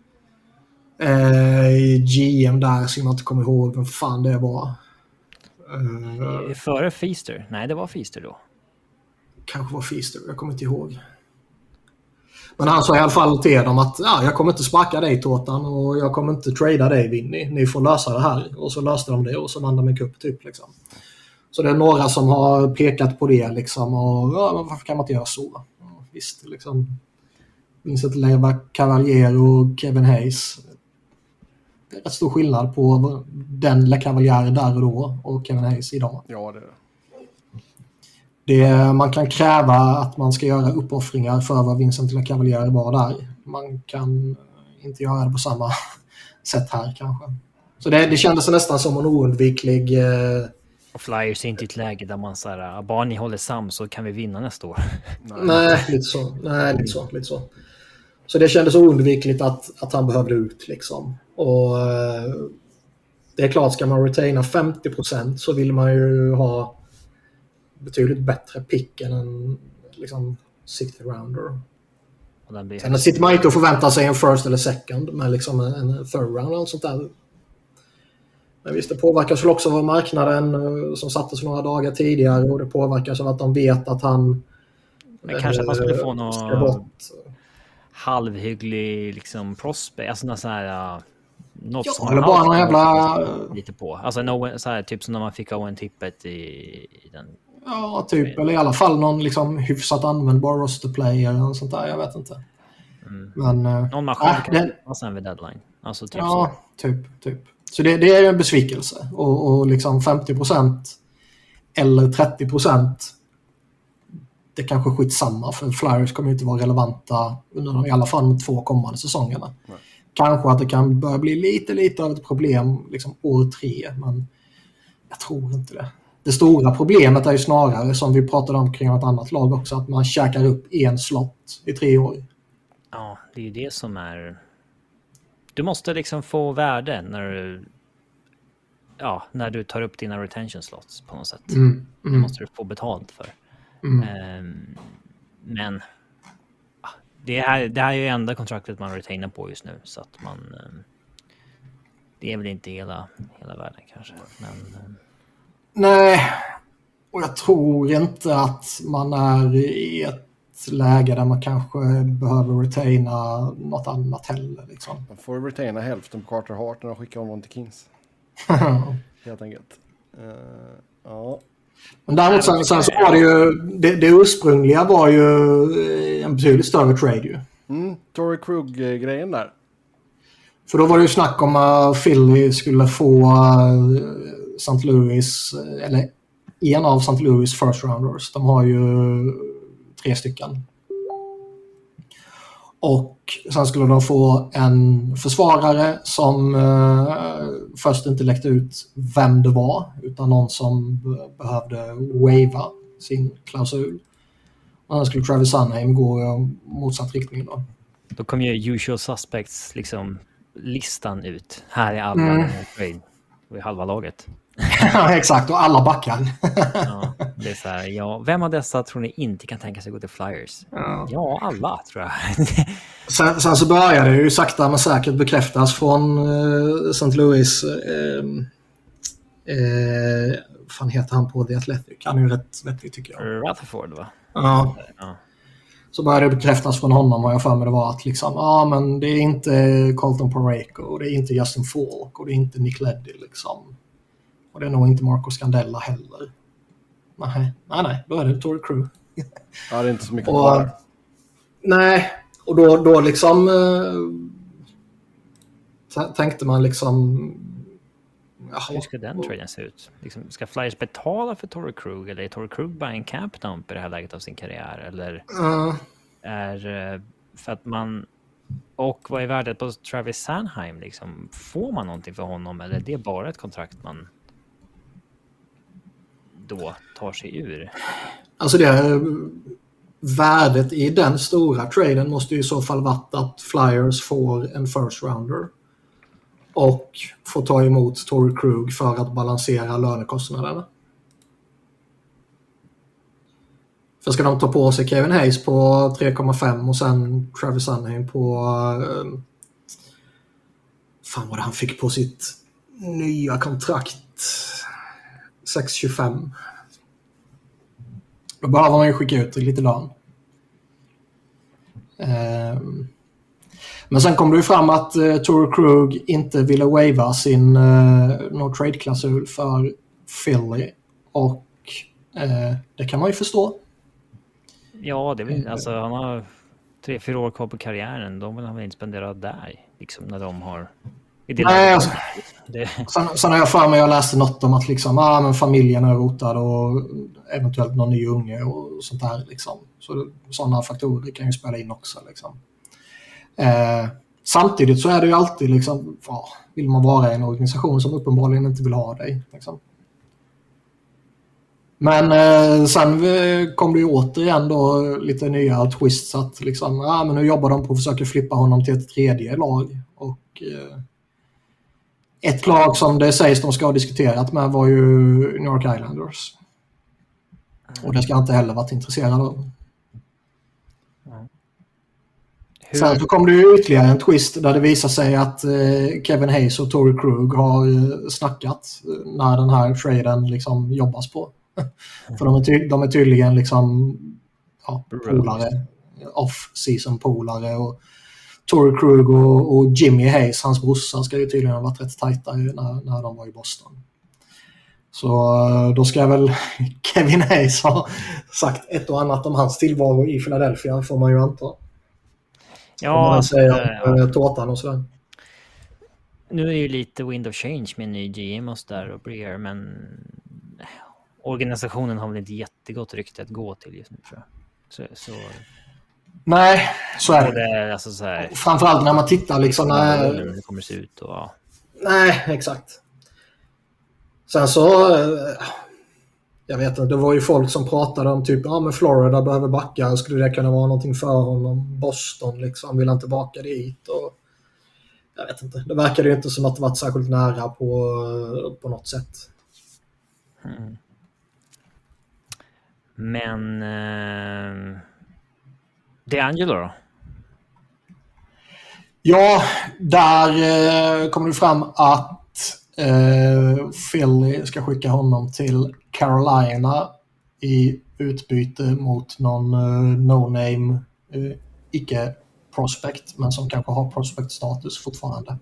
Eh, G M där som jag inte kommer ihåg vem fan det var. Eh, Före Feaster? Nej, det var Feaster då. Kanske var Feaster, jag kommer inte ihåg. Men han sa i alla fall till dem att ja, jag kommer inte sparka dig Tårtan, och jag kommer inte trada dig Vinny. Ni får lösa det här. Och så löste de det, och så vann de en cup typ liksom. Så det är några som har pekat på det liksom, och ja, men varför kan man inte göra så? Ja, visst liksom. Vincent Leva Cavalier och Kevin Hayes. Det är rätt stor skillnad på den Le Cavalier där och då och Kevin Hayes idag. Ja, det är det. Det, man kan kräva att man ska göra uppoffringar för vad Vincent Le Cavalier var där. Man kan inte göra det på samma sätt här kanske. Så det, det kändes nästan som en oundviklig... Eh... Och Flyers är inte i ett läge där man säger bara ni håller sams så kan vi vinna nästa år. Nej, Nej lite så. Nej, lite så. Lite så. Så det kändes oundvikligt att, att han behövde ut liksom. Och eh, det är klart, ska man retaina femtio procent så vill man ju ha betydligt bättre pick än en liksom sixty rounder. Sen sitter man inte och förväntar sig en first eller second med liksom en, en third round eller sånt där. Men visst, det påverkas väl också av marknaden som sattes några dagar tidigare och det påverkas av att de vet att han men kanske att man skulle få någon halvhygglig liksom prospect, alltså någon så här något ja, som eller bara någon jävla lite på. Alltså no, så här, typ som när man fick Owen Tippett i, i den. Ja, typ. Eller i alla fall någon liksom hyfsat användbar roster player och sånt där. Jag vet inte. Mm. Men, någon maskin äh, kan det... sen vid deadline. Alltså typ ja, så. typ. typ. Så det, det är en besvikelse. Och, och liksom femtio procent eller trettio procent det kanske är skitsamma. För Flyers kommer inte vara relevanta under i alla fall de två kommande säsongerna. Nej. Kanske att det kan börja bli lite, lite av ett problem liksom år tre. Men jag tror inte det. Det stora problemet är ju snarare, som vi pratade om kring ett annat lag också, att man käkar upp en slott i tre år. Ja, det är ju det som är... Du måste liksom få värde när du, ja, när du tar upp dina retention slots på något sätt. Mm, mm. Det måste du få betalt för. Mm. Um, men det här, det här är ju enda kontraktet man retainar på just nu, så att man... Um, det är väl inte hela, hela världen kanske, men... Um, Nej, och jag tror inte att man är i ett läge där man kanske behöver retaina något annat heller. Liksom. Man får retaina hälften på Carter Hart när de skickar honom till Kings. Helt enkelt. Uh, ja. Men däremot sen, sen så var det ju, det, det ursprungliga var ju en betydligt större trade ju. Mm, Torrey Krug-grejen där. För då var det ju snack om att Philly skulle få Saint Louis, eller en av Saint Louis first rounders. De har ju tre stycken. Och sen skulle de få en försvarare som eh, först inte läckte ut vem det var, utan någon som b- behövde waiva sin klausul. Och sen skulle Travis Sunheim gå i motsatt riktning då. Då kom ju usual suspects liksom listan ut. Här är alla mm. trade. Och i halva laget. Ja, exakt, och alla backar. Ja, det är så här, ja, vem av dessa tror ni inte kan tänka sig gå till Flyers? Ja, ja alla tror jag. sen, sen så började det ju sakta men säkert bekräftas från uh, Saint Louis. Uh, uh, fan heter han på The Athletic? Han är ju rätt vettig tycker jag. Rutherford va? Ja. ja. Så började det bekräftas från honom, vad jag för mig det var att liksom, ja men det är inte Colton Parayko och det är inte Justin Falk och det är inte Nick Leddy liksom. Och det är nog inte Marco Scandella heller. Nej, nej, nej. Då är det Torrey Krug. Ja, det är inte så mycket kvar. Nej, och då, då liksom äh, tänkte man liksom... Jaha. Hur ska den traden se ut? Liksom, ska Flyers betala för Torrey Krug? Eller är Torrey Krug bara en cap dump i det här läget av sin karriär? Eller uh. är för att man... Och vad är värdet på Travis Sanheim? Liksom? Får man någonting för honom? Eller är det bara ett kontrakt man... då tar sig ur? Alltså det värdet i den stora traden måste ju i så fall varit att Flyers får en first rounder och får ta emot Torrey Krug för att balansera lönekostnaderna. För ska de ta på sig Kevin Hayes på tre komma fem och sen Travis Sunheim på um, fan vad han fick på sitt nya kontrakt sex tjugofem. Då behöver man ju skicka ut lite lön. Um, men sen kom det ju fram att uh, Torrey Krug inte ville waiva sin uh, no trade-klausul för Philly och uh, det kan man ju förstå. Ja, det vill, alltså han har tre, fyra år kvar på karriären. De vill han väl inte spendera där, liksom, när de har... Nej, alltså, det... sen, sen har jag för mig, jag läste något om att liksom, ah, men familjen är rotad och eventuellt någon ny unge och sånt där. Liksom. Så sådana faktorer kan ju spela in också. Liksom. Eh, samtidigt så är det ju alltid, liksom, ah, vill man vara i en organisation som uppenbarligen inte vill ha dig. Liksom. Men eh, sen kom det ju återigen då lite nya twists att liksom, ah, men nu jobbar de på att försöka flippa honom till ett tredje lag. Och eh, ett lag som det sägs de ska ha diskuterat med var ju New York Islanders. Och det ska jag inte heller varit intresserad av. Mm. Sen så kom det ju ytterligare en twist där det visar sig att eh, Kevin Hayes och Torrey Krug har eh, snackat när den här traden liksom jobbas på. Mm. För de är, ty- de är tydligen liksom ja, polare, off-season polare, och Torrey Krug och, och Jimmy Hayes, hans brorsa, ska ju tydligen ha varit rätt tajta när, när de var i Boston. Så då ska väl Kevin Hayes ha sagt ett och annat om hans tillvaro i Philadelphia, får man ju anta. Ja, man säger ja. Tårtan och sådär. Nu är det ju lite wind of change med en ny G M och där och Breer, men organisationen har väl inte jättegott rykte att gå till just nu, tror jag. Så, så... Nej, så är det. det alltså, så här... Framförallt när man tittar liksom när det kommer se ut och ja. Nej, exakt. Sen så jag vet inte, det var ju folk som pratade om typ, ja men Florida behöver backa, skulle det kunna vara någonting för honom? Boston liksom, vill han tillbaka dit? Och jag vet inte, det verkade ju inte som att det var särskilt nära på, på något sätt. Mm. Men eh... DeAngelo då? Ja, där eh, kommer det fram att eh, Philly ska skicka honom till Carolina i utbyte mot någon eh, no-name eh, icke-prospect, men som kanske har prospect-status fortfarande.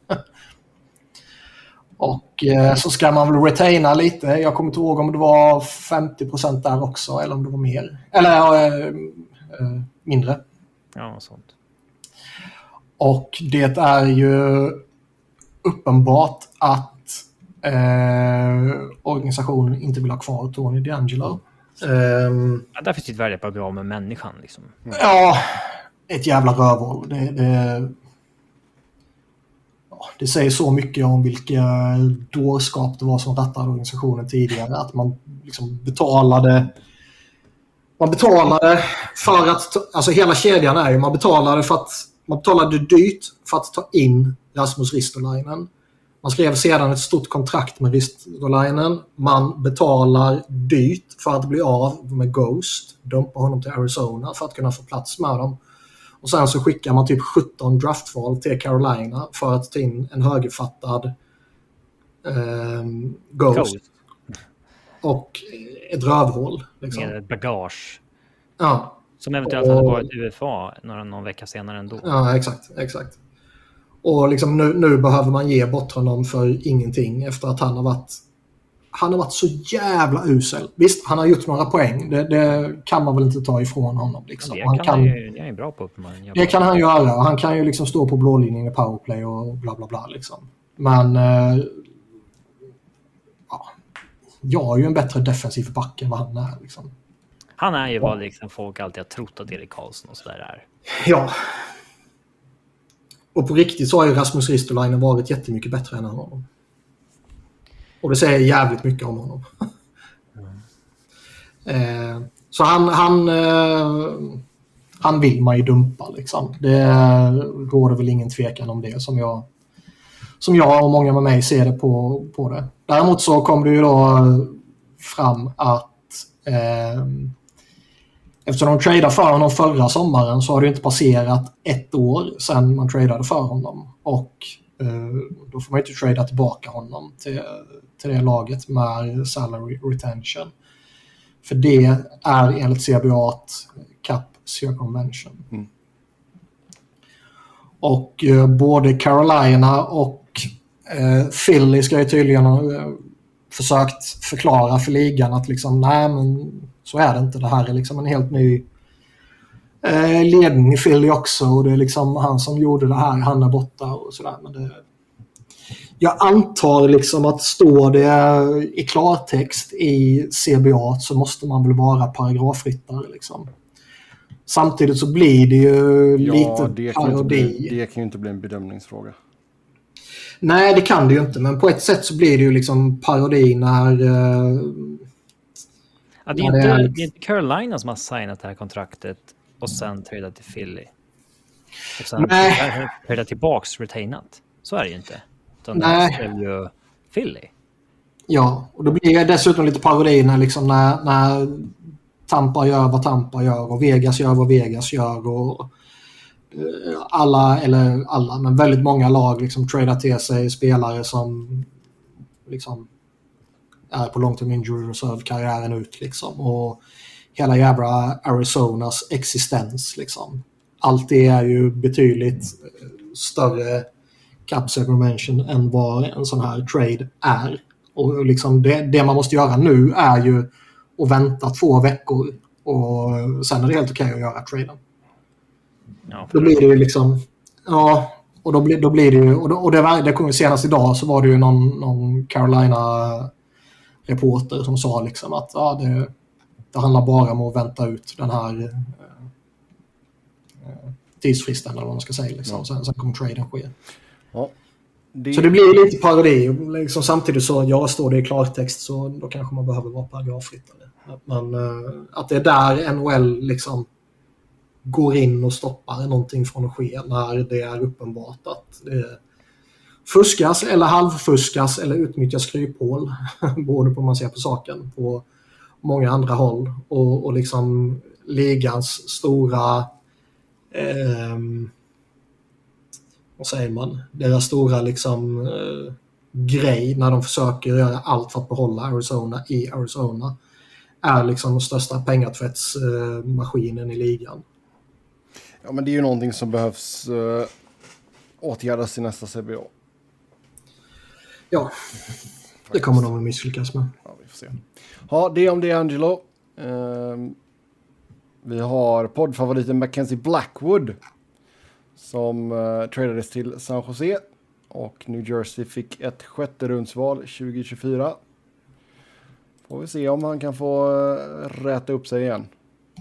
Och eh, så ska man väl retaina lite. Jag kommer inte ihåg om det var femtio procent där också, eller om det var mer. Eller eh, eh, mindre. Ja, sånt. Och det är ju uppenbart att eh, organisationen inte vill ha kvar Tony DeAngelo. Um, ja, där finns det ett värde på att bli av med människan. Liksom. Mm. Ja, ett jävla rövhål. Det, det, ja, det säger så mycket om vilka dårskap det var som rattade organisationen tidigare. Att man liksom betalade... Man betalade för att, alltså hela kedjan är ju, man betalade för att, man betalade dyrt för att ta in Rasmus Ristolainen. Man skrev sedan ett stort kontrakt med Ristolainen. Man betalar dyrt för att bli av med Ghost, dumpa honom till Arizona för att kunna få plats med dem. Och sen så skickar man typ sjutton draftval till Carolina för att ta in en högerfattad eh, Ghost. Ghost. Och ett rövhål. Liksom. Med bagage. Ja. Som eventuellt och, hade varit U F A några, någon vecka senare ändå. Ja, exakt. exakt. Och liksom nu, nu behöver man ge bort honom för ingenting efter att han har varit han har varit så jävla usel. Visst, han har gjort några poäng. Det, det kan man väl inte ta ifrån honom. Liksom. Det han kan kan, han ju, det är bra på. Man det kan han göra. Han kan ju liksom stå på blålinjen i powerplay och bla bla bla. Liksom. Men eh, ja, jag är ju en bättre defensiv back än vad han är. Liksom. Han är ju vad liksom folk alltid har trott att Erik Karlsson och sådär är. Ja. Och på riktigt så har ju Rasmus Ristolainen varit jättemycket bättre än honom. Och det säger jävligt mycket om honom. Mm. eh, så han han, eh, han vill man ju dumpa liksom. Det råder väl ingen tvekan om det som jag som jag och många med mig ser det på, på det. Däremot så kom det ju då fram att eh, eftersom de tradade för honom förra sommaren så har det inte passerat ett år sedan man tradade för honom. Och eh, då får man inte trada tillbaka honom till, till det laget med salary retention. För det är enligt C B A cap circumvention. Mm. Och eh, både Carolina och eh, Philly ska ju tydligen ha eh, försökt förklara för ligan att liksom, nej men så är det inte. Det här är liksom en helt ny eh, ledning i Philly också, och det är liksom han som gjorde det här, han är borta och sådär. Men det, jag antar liksom att står det i klartext i C B A så måste man väl vara paragrafryttare liksom. Samtidigt så blir det ju ja, lite det kan, inte bli, det kan ju inte bli en bedömningsfråga. Nej, det kan det ju inte, men på ett sätt så blir det ju liksom parodi när... Uh, ja, det, är inte, det, är... det är inte Carolina som har signat det här kontraktet och sen tradat till Philly. Och sen tradat tillbaks retainat. Så är det ju inte. Utan Nej. Det är ju Philly. Ja, och då blir det dessutom lite parodi när, liksom när, när Tampa gör vad Tampa gör och Vegas gör vad Vegas gör och alla, eller alla, men väldigt många lag liksom tradar till sig spelare som liksom är på long term injury reserve karriären ut liksom, och hela jävla Arizonas existens liksom. Allt det är ju betydligt större cap circumvention än vad en sån här trade är, och liksom det, det man måste göra nu är ju att vänta två veckor och sen är det helt okej att göra traden. Ja, då blir det ju liksom ja, och då blir, då blir det ju och, då, och det, var, det kom ju senast idag, så var det ju någon, någon Carolina-reporter som sa liksom att ja, det, det handlar bara om att vänta ut den här eh, tidsfristen eller vad man ska säga liksom. Ja. sen, sen kommer traden ske. Ja. Det... Så det blir lite parodi liksom, samtidigt så jag står det i klartext, så då kanske man behöver vara paragrafryttare. Men uh, att det är där N H L liksom går in och stoppar någonting från att ske när det är uppenbart att det fuskas eller halvfuskas eller utnyttjas kryphål både på man ser på saken på många andra håll, och, och liksom ligans stora eh, vad säger man, deras stora liksom eh, grej när de försöker göra allt för att behålla Arizona i Arizona är liksom den största pengatvättsmaskinen eh, i ligan. Ja, men det är ju någonting som behövs uh, åtgärdas i nästa C B A. Ja, det kommer de att misslyckas med. Ja, vi får se. Ja, det om det, Angelo. Uh, vi har poddfavoriten Mackenzie Blackwood som uh, tradades till San Jose, och New Jersey fick ett sjätte rundsval tjugo tjugofyra. Får vi se om han kan få uh, räta upp sig igen.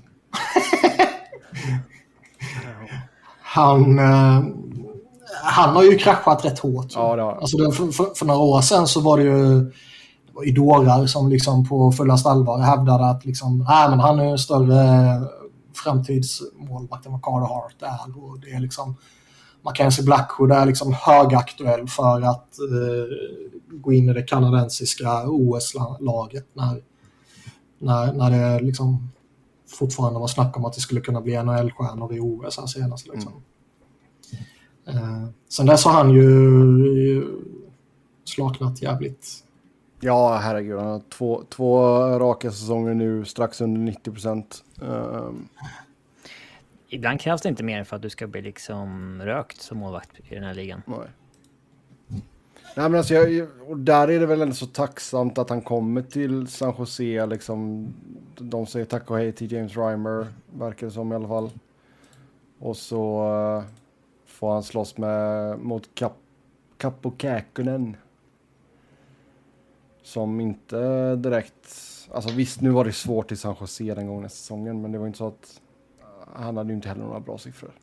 Han, eh, han har ju kraschat rätt hårt. Ja, det har. Alltså det, för, för, för några år sedan så var det ju det var idorer som liksom på fullast allvar hävdade att liksom, nej, men han är en större framtidsmålvakt än vad Carter Hart är. Och det är liksom, Mackenzie Blackwood är liksom högaktuell för att eh, gå in i det kanadensiska O S-laget när, när, när det liksom fortfarande var snack om att det skulle kunna bli N H L-stjärnor i O S här senast. Liksom. Mm. Eh, sen dess har han ju, ju slaknat jävligt. Ja, herregud. Han har två, två raka säsonger nu, strax under nittio procent. Um. Ibland krävs det inte mer för att du ska bli liksom rökt som målvakt i den här ligan. Nej. Nej, men alltså jag, och där är det väl ändå så tacksamt att han kommer till San Jose liksom. De säger tack och hej till James Reimer, verkar det som i alla fall. Och så uh, får han slåss med mot Kap, Kaapo Kähkönen, som inte direkt, alltså visst, nu var det svårt i San Jose den gången i säsongen, men det var inte så att uh, han hade ju inte heller några bra siffror.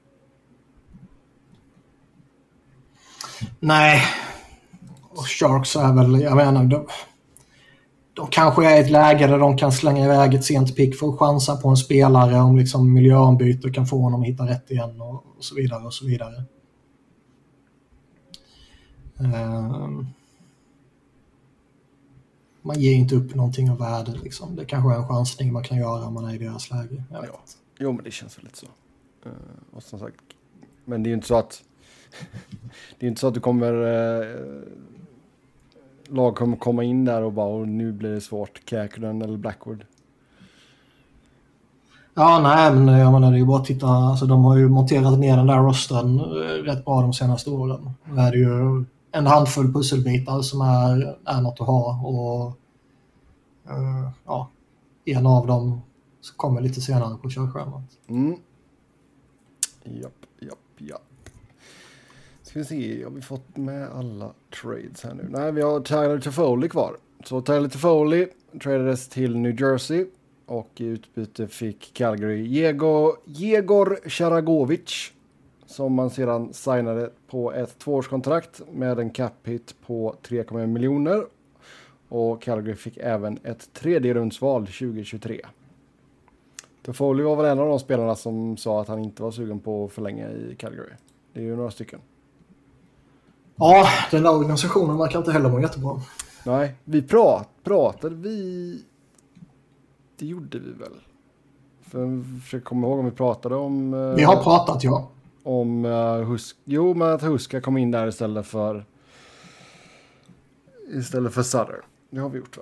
Nej. Och Sharks är väl, jag menar, de, de kanske är i ett läge där de kan slänga iväg ett sent pick för att chansa på en spelare om liksom miljöombyte och kan få honom att hitta rätt igen och, och så vidare och så vidare. Um, man ger inte upp någonting av värde liksom. Det kanske är en chansning man kan göra om man är i deras läge. Jag vet. Ja. Jo, men det känns väl lite så. Uh, och som sagt, men det är ju inte så att det är inte så att du kommer uh, lag kommer komma in där och bara och nu blir det svårt, Kähkönen eller Blackwood. Ja, nej, men jag menar, det är ju bara att titta, alltså de har ju monterat ner den där rosten rätt bra de senaste åren. Det är ju en handfull pusselbitar som är, är något att ha, och uh, ja, en av dem kommer lite senare på körschemat. Mm. Japp, japp, japp. Ska vi se, har vi fått med alla trades här nu? Nej, vi har Tyler Toffoli kvar. Så Tyler Toffoli tradades till New Jersey och i utbyte fick Calgary Jego, Jegor Charagovic som man sedan signade på ett tvåårskontrakt med en cap hit på tre komma en miljoner. Och Calgary fick även ett tredje rundsval tjugo tjugotre. Toffoli var väl en av de spelarna som sa att han inte var sugen på att förlänga i Calgary. Det är ju några stycken. Ja, den där organisationen verkar inte heller vara jättebra. Nej, vi prat, pratade vi... Det gjorde vi väl. För jag försöker komma ihåg om vi pratade om... Vi har pratat, ja. Om uh, Husk... Jo, men att Huska kom in där istället för... Istället för Sutter. Det har vi gjort, va?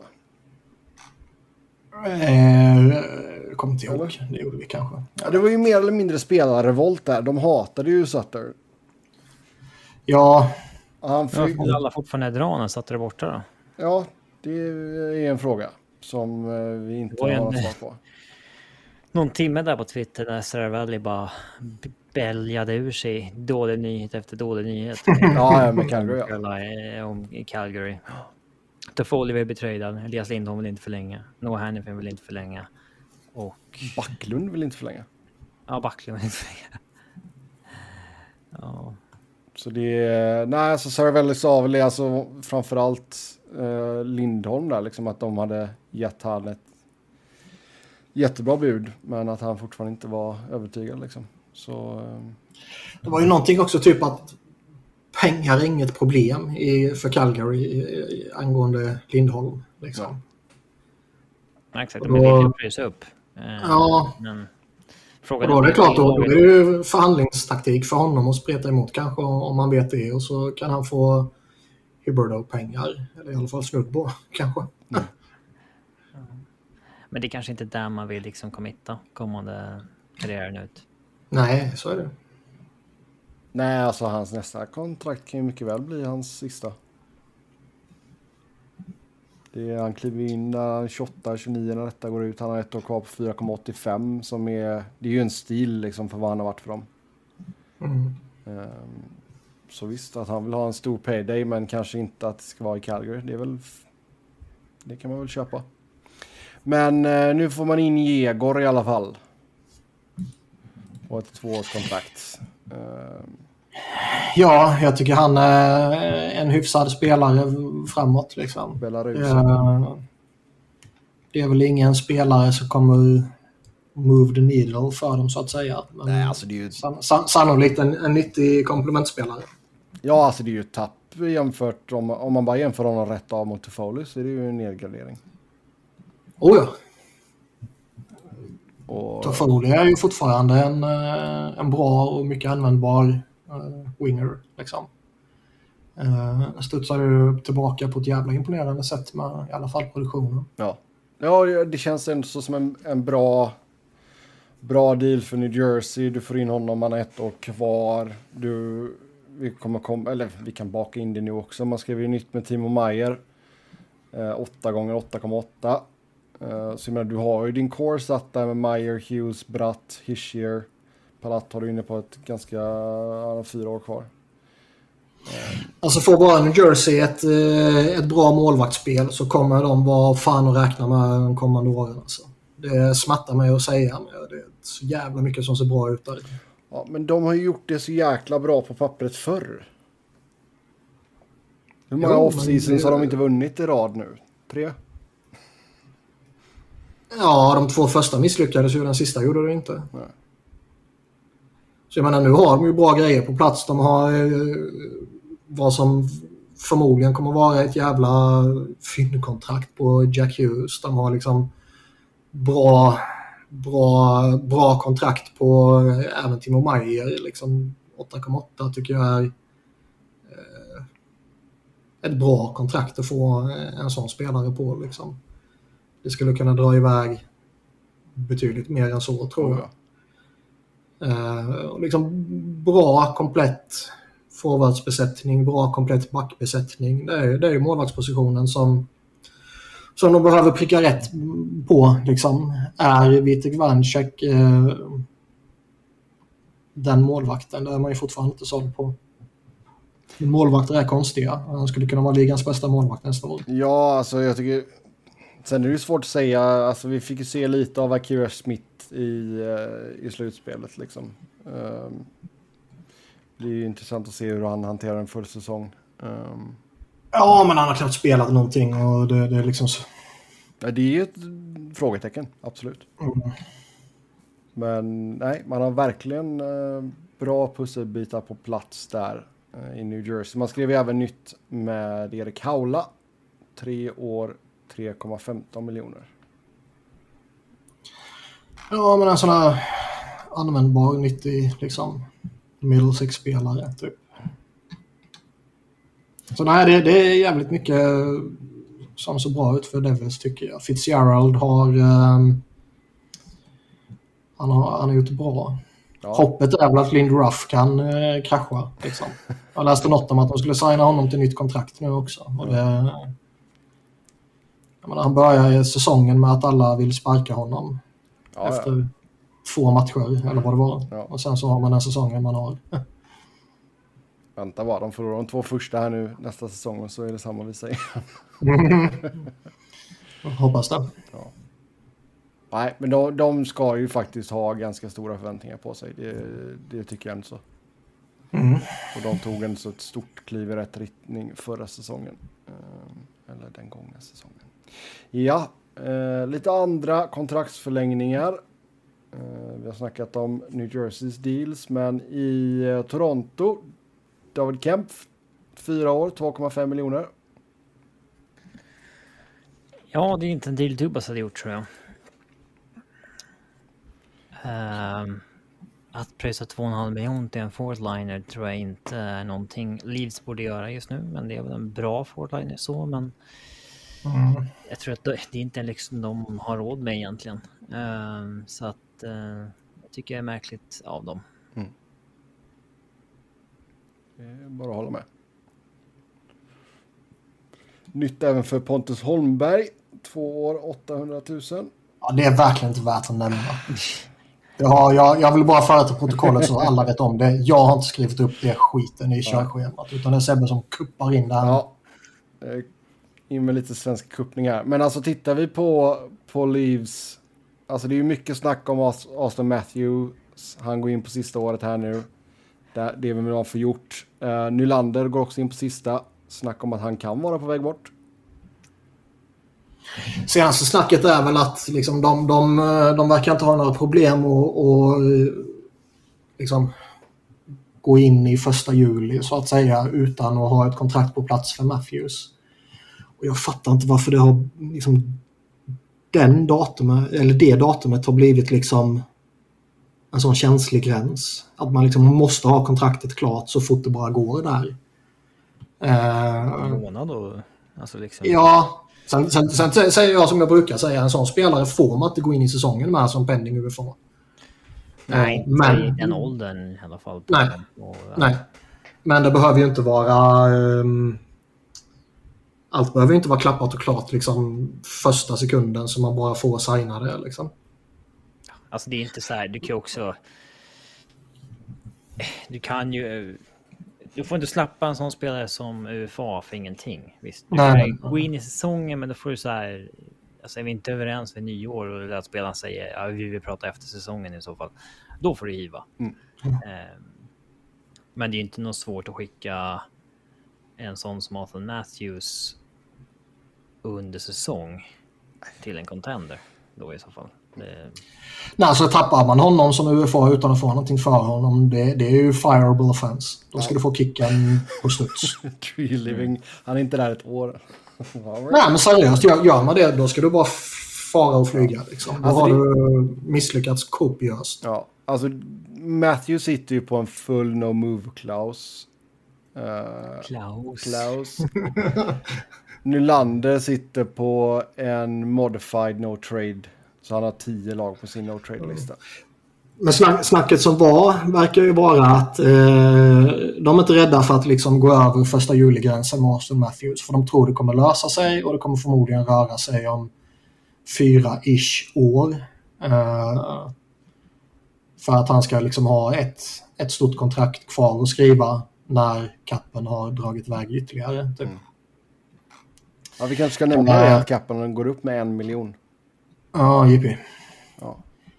Eh, jag kommer inte ihåg. Det gjorde vi kanske. Ja, det var ju mer eller mindre spelarrevolt där. De hatade ju Sutter. Ja. Han fick... Ja, alla fortfarande dra när Sutter är borta då? Ja, det är en fråga som vi inte har en... något svar på. Någon timme där på Twitter där Sarah Valley bara bälgade ur sig dålig nyhet efter dålig nyhet. Ja, med Calgary. Ja. Om Calgary. Toffoli vill bli tradad. Elias Lindholm vill inte förlänga. Noah Hanifin vill inte förlänga. Och... Backlund vill inte förlänga. Ja, Backlund vill inte förlänga. Ja. Så det är... Nej, alltså Sarah Valley sa väl alltså framförallt eh, Lindholm där. Liksom att de hade gett han ett jättebra bud. Men att han fortfarande inte var övertygad liksom. Så... Eh... Det var ju någonting också typ att pengar är inget problem i, för Calgary i, angående Lindholm. Liksom. Ja, exakt. De vill ju prisa upp. Eh, ja. Men frågan och då är det klart, då, då är det ju förhandlingstaktik för honom att spreta emot kanske om man vet det. Och så kan han få Huberdeau-pengar. Eller i alla fall snudd på, kanske. Mm. Men det är kanske inte där man vill liksom committa kommande karriären ut. Nej, så är det. Nej, alltså hans nästa kontrakt kan ju mycket väl bli hans sista. Det är, han kliver in tjugoåtta tjugonio när detta går ut. Han har ett år kvar på fyra komma åttiofem som är... Det är ju en stil liksom för vad han har varit för dem. Mm. Um, så visst att han vill ha en stor payday men kanske inte att det ska vara i Calgary. Det är väl... Det kan man väl köpa. Men uh, nu får man in Jegor i alla fall. Och ett tvåårskontrakt. Um, Ja, jag tycker han är en hyfsad spelare framåt. Liksom. Belarus. Det är väl ingen spelare som kommer move the needle för dem så att säga. Men nej, alltså det är ju... san- san- sannolikt en, en nyttig komplementspelare. Ja, alltså det är ju ett tapp jämfört om, om man bara jämför honom rätt av mot Toffoli så är det ju en nedgradering. Oh ja. Och... Toffoli är ju fortfarande en, en bra och mycket användbar Uh, winger liksom. Uh, studsar ju tillbaka på ett jävla imponerande sätt med i alla fall produktionen. Ja, ja det känns ändå så som en, en bra bra deal för New Jersey. Du får in honom, man har ett år kvar. Du, vi kommer komma, eller vi kan baka in det nu också. Man skrev ju nytt med Timo Meier. Uh, åtta gånger åtta komma åtta. Uh, så jag menar, du har ju din core satt där med Meier, Hughes, Bratt, Hischier. Palat har du inne på ett ganska uh, fyra år kvar. Um. Alltså får bara New Jersey ett, ett bra målvaktsspel så kommer de vara fan att räkna med de kommande åren. Alltså. Det smärtar mig att säga, men det är så jävla mycket som ser bra ut där. Ja, men de har ju gjort det så jäkla bra på pappret förr. Hur många off-seasons det... har de inte vunnit i rad nu? Tre? Ja, de två första misslyckades ju, den sista gjorde det inte. Nej. Så jag menar, nu har de ju bra grejer på plats. De har eh, vad som förmodligen kommer vara ett jävla fyndkontrakt på Jack Hughes. De har liksom bra, bra, bra kontrakt på eh, även Timo Meier. Liksom åtta komma åtta tycker jag är eh, ett bra kontrakt att få en sån spelare på. Liksom. Det skulle kunna dra iväg betydligt mer än så, tror jag. Uh, liksom bra komplett forwardsbesättning, bra komplett backbesättning. Det är, det är ju målvaktspositionen som som de behöver pricka rätt på liksom. Är Vitek Vanecek uh, den målvakten. Det är man ju fortfarande inte såld på. Målvakter är konstiga. Han skulle kunna vara ligans bästa målvakt nästa år. Ja, alltså jag tycker... Sen är det ju svårt att säga. Alltså vi fick ju se lite av Akira Smith i, i slutspelet liksom. Um, det är ju intressant att se hur han hanterar en full säsong. Um, ja, men han har knappt spelat någonting och det, det är liksom så... Ja, det är ju ett frågetecken, absolut. Mm. Men nej, man har verkligen uh, bra pusselbitar på plats där uh, i New Jersey. Man skrev ju även nytt med Erik Haula. Tre år, tre komma femton miljoner. Ja, men en sån här användbar, nyttig liksom middle six-spelare typ. Så nej, det, det är jävligt mycket som ser bra ut för Devils tycker jag. Fitzgerald har um, han har, han har gjort det bra. Ja. Hoppet är väl att Lind Ruff kan uh, krascha liksom. Jag läste något om att de skulle signa honom till nytt kontrakt nu också. Och det, jag menar, han börjar säsongen med att alla vill sparka honom. Ja, efter ja. två matcher eller vad det var. Ja. Och sen så har man den säsongen man har. Vänta bara, de förlorar de två första här nu nästa säsong och så är det samma vi säger. Hoppas det. Ja. Nej, men de, de ska ju faktiskt ha ganska stora förväntningar på sig. Det, det tycker jag inte så. Mm. Och de tog en så ett stort kliv i rätt riktning förra säsongen. Eller den gångna säsongen. Ja, eh, lite andra kontraktsförlängningar. Eh, vi har snackat om New Jerseys deals, men i eh, Toronto, David Kempf, fyra år, två komma fem miljoner. Ja, det är inte en deal Dubas hade gjort, tror jag. Uh, att pröjsa två komma fem miljoner till en forwardliner tror jag inte är någonting Leafs borde göra just nu, men det är väl en bra forwardliner så, men mm. jag tror att det, det är inte liksom de har råd med egentligen. Uh, så att uh, jag tycker det är märkligt av dem. Mm. Det är bara att hålla med. Nytt även för Pontus Holmberg, två år, åttahundratusen. Ja, det är verkligen inte värt att nämna. Det har, jag, jag vill bara föra till protokollet så alla vet om det. Jag har inte skrivit upp det skiten i körschemat, utan det är Sebbe som kuppar in det här. Ja, in med lite svensk kuppning här. Men alltså tittar vi på, på Leafs, alltså det är ju mycket snack om Auston Matthews. Han går in på sista året här nu. Det, det är väl man får gjort. Uh, Nylander går också in på sista. Snack om att han kan vara på väg bort. Senaste snacket är väl att liksom, de, de, de verkar inte ha några problem att och, liksom, gå in i första juli så att säga utan att ha ett kontrakt på plats för Matthews. Och jag fattar inte varför det har liksom, den datumet, eller det datumet har blivit liksom en sån känslig gräns. Att man liksom måste ha kontraktet klart så fort det bara går där. En månad då? Alltså liksom... Ja, sen, sen, sen säger jag som jag brukar säga, en sån spelare får man inte gå in i säsongen med som pending U F A. Nej, men i den åldern i alla fall. Nej, och, ja. nej. Men det behöver ju inte vara... Um, allt behöver ju inte vara klappat och klart liksom första sekunden som man bara får signa det liksom. Alltså det är inte så här, du kan också... Du kan ju... Du får inte slappa en sån spelare som U F A för ingenting. Visst, du kan gå in i säsongen, men då får du så här... Alltså är vi inte överens vid nyår och att spelaren säger ja, vi vill prata efter säsongen i så fall. Då får du hiva. Mm. Eh, men det är inte något svårt att skicka en sån som Auston Matthews under säsong till en contender då i så fall. Det... Nej, så tappar man honom som U F A utan att få någonting för honom. Det, det är ju fireable offense. Då ska ja. du få kicken på studs. Tree living. Han är inte där ett år. Nej, men seriöst. Gör, gör man det, då ska du bara fara och flyga. Liksom. Då alltså har det... du misslyckats kopiöst. Ja, alltså Matthew sitter ju på en full no move clause. Uh, Klaus. Klaus. Nylander sitter på en modified no trade. Så han har tio lag på sin no trade-lista. Men snack, snacket som var verkar ju vara att eh, de är inte rädda för att liksom gå över första juli-gränsen med Auston Matthews. För de tror det kommer lösa sig och det kommer förmodligen röra sig om fyra-ish år. Eh, För att han ska liksom ha ett, ett stort kontrakt kvar att skriva när kappen har dragit iväg ytterligare. Typ. Mm. Ja, vi kanske ska nämna det, att kappen går upp med en miljon. Ja, jippie. Ja.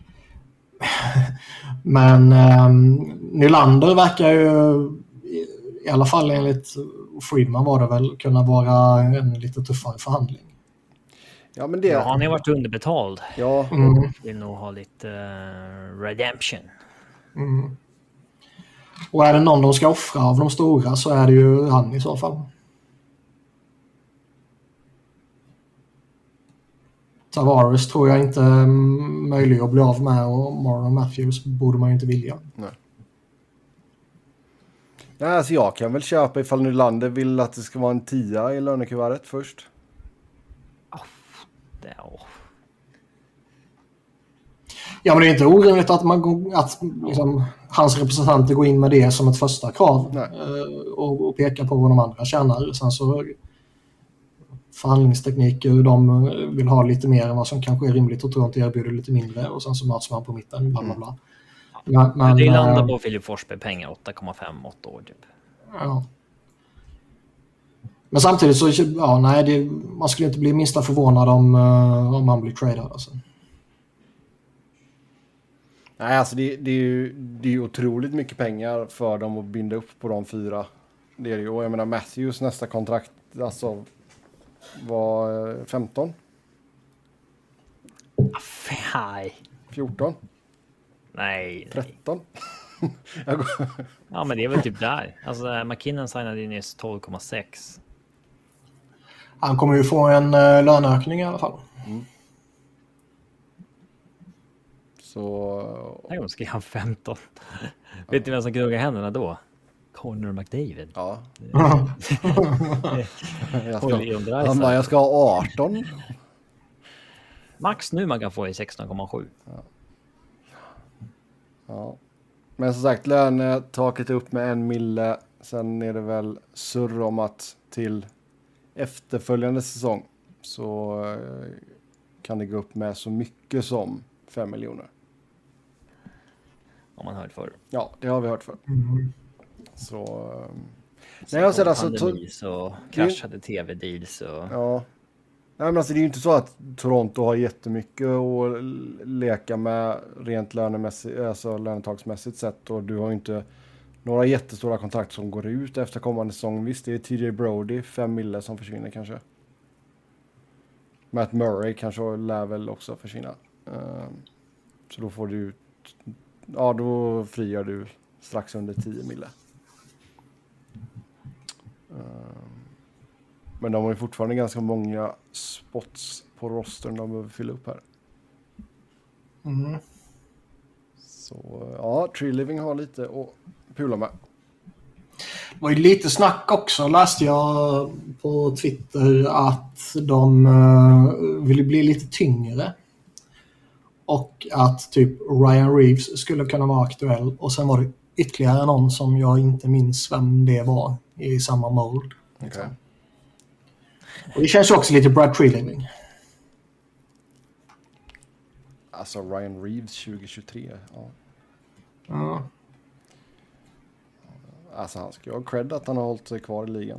Men eh, Nylander verkar ju, i alla fall enligt Friedman var det väl, kunna vara en lite tuffare förhandling. Ja, men det... Ja, han har varit underbetald. Ja. Mm. Vill nog ha lite uh, redemption. Mm. Och är det någon de ska offra av de stora så är det ju han i så fall. Tavares tror jag inte är möjlig att bli av med, och Marlon Matthews borde man ju inte vilja. Nej. Ja, alltså jag kan väl köpa ifall Nylander vill att det ska vara en tia i lönekuvertet först. Oh, det, oh. Ja, men det är inte orimligt att, man, att liksom, hans representanter går in med det som ett första krav och, och pekar på vad de andra tjänar. Sen så förhandlingstekniker, de vill ha lite mer än vad som kanske är rimligt och tror inte erbjuder lite mindre, och sen så möts man på mitten, bla bla bla. Men, men, det landar äh, på Filip Forsberg pengar, åtta komma fem, åtta år typ. Ja. Men samtidigt så, ja nej, det, man skulle inte bli minsta förvånad om, uh, om man blir tradad alltså. Nej, alltså det, det är ju det är otroligt mycket pengar för dem att binda upp på de fyra. Det är det ju. Och jag menar Matthews nästa kontrakt alltså var femton. Nej. fjorton. Nej. tretton. Ja, men det är väl typ där. Alltså McKinnon signade ju nyss tolv komma sex. Han kommer ju få en uh, löneökning i alla fall. Mm. Så... Jag kommer skriva femton. Ja. Vet ni vem som gnuggar händerna då? Connor McDavid. Ja. jag, ska, han bara, jag ska ha arton. Max nu man kan få i sexton komma sju. Ja. Ja. Men som sagt, lönetaket upp med en mille. Sen är det väl surr om att till efterföljande säsong så kan det gå upp med så mycket som fem miljoner. Om man hört förr. Ja, det har vi hört förr. Mm. Så... Så nej, jag ser alltså pandemi, så kraschade tv-deals och... Ja. Nej, men alltså det är ju inte så att Toronto har jättemycket att leka med rent lönemässigt, alltså lönetagsmässigt sett, och du har ju inte några jättestora kontrakt som går ut efter kommande säsong. Visst, det är T J Brody, fem mille som försvinner kanske. Matt Murray kanske lär väl också försvinna. Så då får du, ja då frigör du strax under tio mille. Men de har ju fortfarande ganska många spots på rostern de behöver fylla upp här. Mm. Så ja, Tree Living har lite att pula med. Det var ju lite snack också, läste jag på Twitter, att de uh, ville bli lite tyngre. Och att typ Ryan Reeves skulle kunna vara aktuell. Och sen var det ytterligare någon som jag inte minns vem det var i samma mold. Liksom. Okay. Och det känns också lite Brad Tree Living. Alltså Ryan Reeves tjugo tjugotre, ja. Ja. Alltså han ska ju ha cred att han har hållit sig kvar i ligan.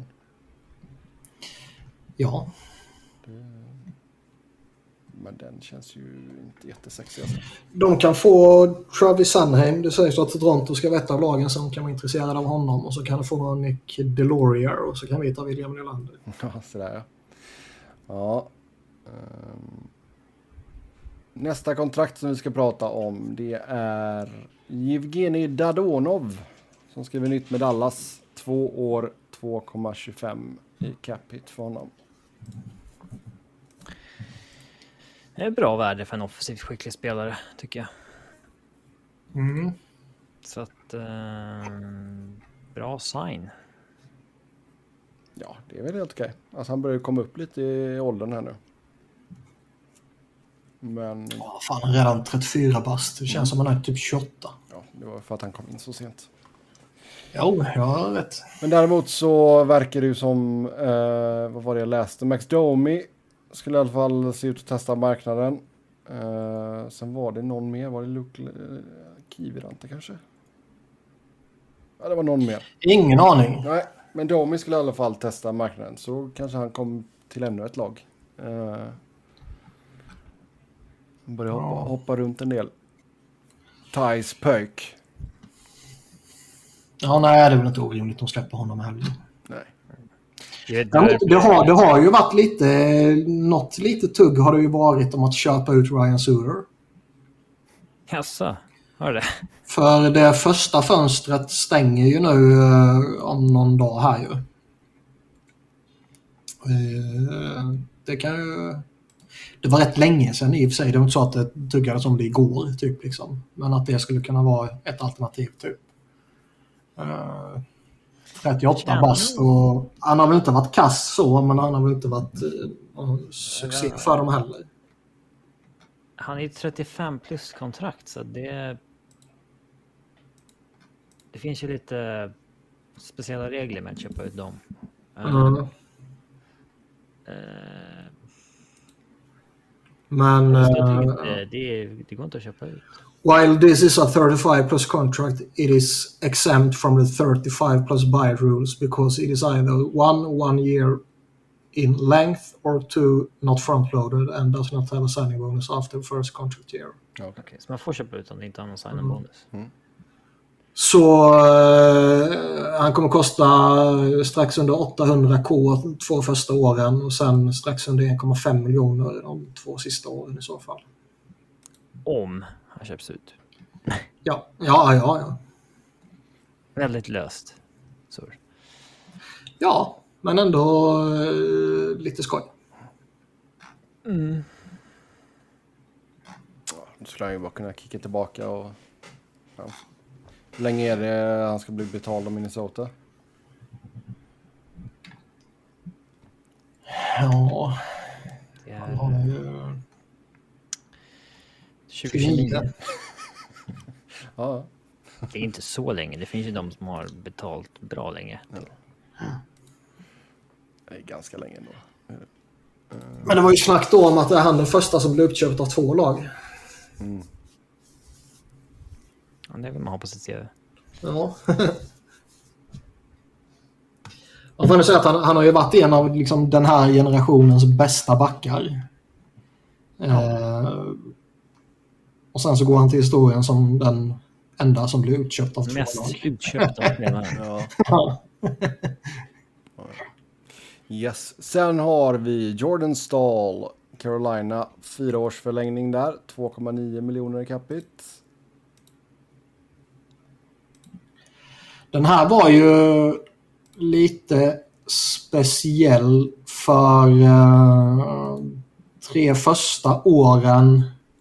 Ja. Det... Men den känns ju inte jättesexig alltså. De kan få Travis Sunheim. Det sägs att Toronto ska veta av lagen som kan vara intresserade av honom. Och så kan det få Nick Delorier. Och så kan vi ta William Nylander. Ja, sådär ja. Ja. Um... Nästa kontrakt som vi ska prata om, det är Evgenij Dadonov som skriver nytt med Dallas. Två år, två komma tjugofem i cap hit för honom. Det är bra värde för en offensivt skicklig spelare, tycker jag. Mm. Så att, eh, bra sign. Ja, det är väl helt okej. Alltså han börjar komma upp lite i åldern här nu. Men... Ja, fan, redan trettiofyra bast. Det känns mm. som han är typ tjugoåtta. Ja, det var för att han kom in så sent. Jo, jag har rätt. Men däremot så verkar det ju som, eh, vad var det jag läste? Max Domi skulle i alla fall se ut att testa marknaden. Eh, sen var det någon mer, var det Luke Kiviranta kanske? Ja, det var någon mer. Ingen aning. Nej, men Domi skulle i alla fall testa marknaden. Så kanske han kom till ännu ett lag. Uh, börjar hoppa, Ja. hoppa runt en del. Thijs Pöjk. Ja, nej, det är väl inte orimligt att släppa honom heller. Nej. Det, är Däremot, där- det, har, det har ju varit lite, något lite tugg har det ju varit om att köpa ut Ryan Suter. Jaså, har du det? För det första fönstret stänger ju nu eh, om någon dag här ju. Eh, det kan ju... Det var rätt länge sedan i och för sig. Det var inte så att det tuggades om det igår typ liksom. Men att det skulle kunna vara ett alternativ typ. Eh, trettioåtta Känner- bast och han har väl inte varit kass så, men han har väl inte varit eh, succé för dem heller. Han är ju trettiofem plus kontrakt så det... Det finns ju lite speciella regler med att köpa ut dem. Mm. Eh, Men så jag tycker eh, inte, det, är- det går inte att köpa ut. while this is a thirty-five plus contract, it is exempt from the thirty-five plus buy rules because it is either one one year in length or two not front-loaded and does not have a signing bonus after the first contract year. Okej, så man får köpa ut om det inte har någon sign Mm. bonus. Så eh, han kommer kosta strax under åttahundra k två första åren och sen strax under en komma fem miljoner de två sista åren i så fall. Om han köps ut. Ja, ja, ja. Ja, Väldigt löst. Så. ja men ändå eh, lite skoj. Mm. Ja, då skulle han ju bara kunna kicka tillbaka och... Ja. Hur länge är det han ska bli betald av Minnesota? Ja, Det han har är ju... tjugo tjugonio. Ja, Det är inte så länge. Det finns ju de som har betalt bra länge. det är ganska länge ändå. Men det var ju snack då om att det är han den första som blev uppköpt av två lag. Mm. Ja, det vill man ha på sitt C V. Ja. Man får säga att han, han har ju varit en av liksom, den här generationens bästa backar. Eh, och sen så går han till historien som den enda som blev utköpt av två Mest lag. utköpt av spelaren. Ja. Ja. Yes. Sen har vi Jordan Stahl, Carolina, fyra års förlängning där, två komma nio miljoner i capita. Den här var ju lite speciell för uh, tre första åren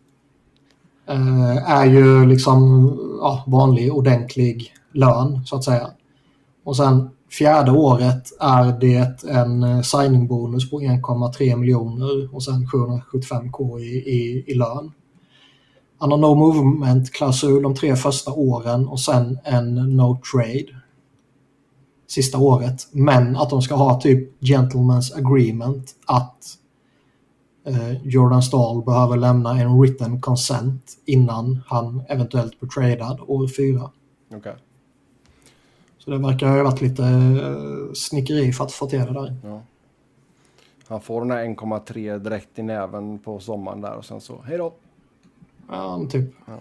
uh, är ju liksom ja, vanlig ordentlig lön så att säga. Och sen fjärde året är det en signingbonus på en komma tre miljoner och sen sjuhundrasjuttiofem k i, i, i lön. Han har no movement-klausul de tre första åren och sen en no trade sista året. Men att de ska ha typ gentleman's agreement att eh, Jordan Stahl behöver lämna en written consent innan han eventuellt blir tradad år fyra. Okej. Okay. Så det verkar ha varit lite eh, snickeri för att få till det där. Ja. Han får den här en komma tre direkt i näven på sommaren där och sen så, hej då. Ja, typ. Ja.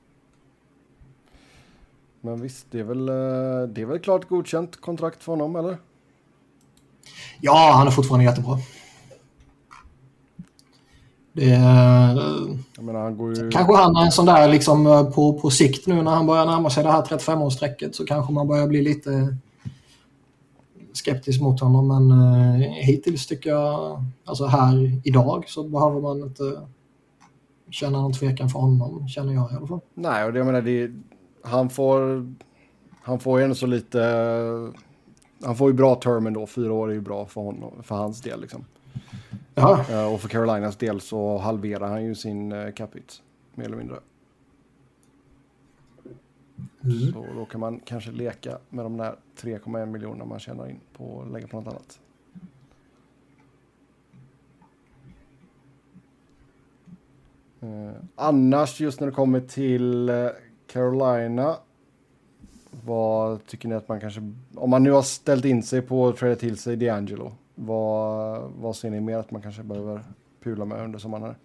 Men visst, det är väl det är väl klart godkänt kontrakt för honom, eller? Ja, han är fortfarande jättebra. Det är, Jag menar, han går ju... kanske han är en sån där liksom på, på sikt nu när han börjar närma sig det här trettiofem-årssträcket så kanske man börjar bli lite skeptisk mot honom. Men uh, hittills tycker jag, alltså här idag så behöver man inte känna någon tvekan för honom, känner jag i alla fall. Nej, och det, jag menar, det, han får han får ju ändå så lite, han får ju bra term ändå, fyra år är ju bra för honom, för hans del liksom. Ja. Uh, och för Carolinas del så halverar han ju sin uh, capita, mer eller mindre. Mm. Så då kan man kanske leka med de där tre komma en miljoner man tjänar in på att lägga på något annat. Uh, annars just när det kommer till uh, Carolina. Vad tycker ni att man kanske... Om man nu har ställt in sig på att träda till sig D'Angelo. Vad, vad ser ni mer att man kanske behöver pula med under sommaren här?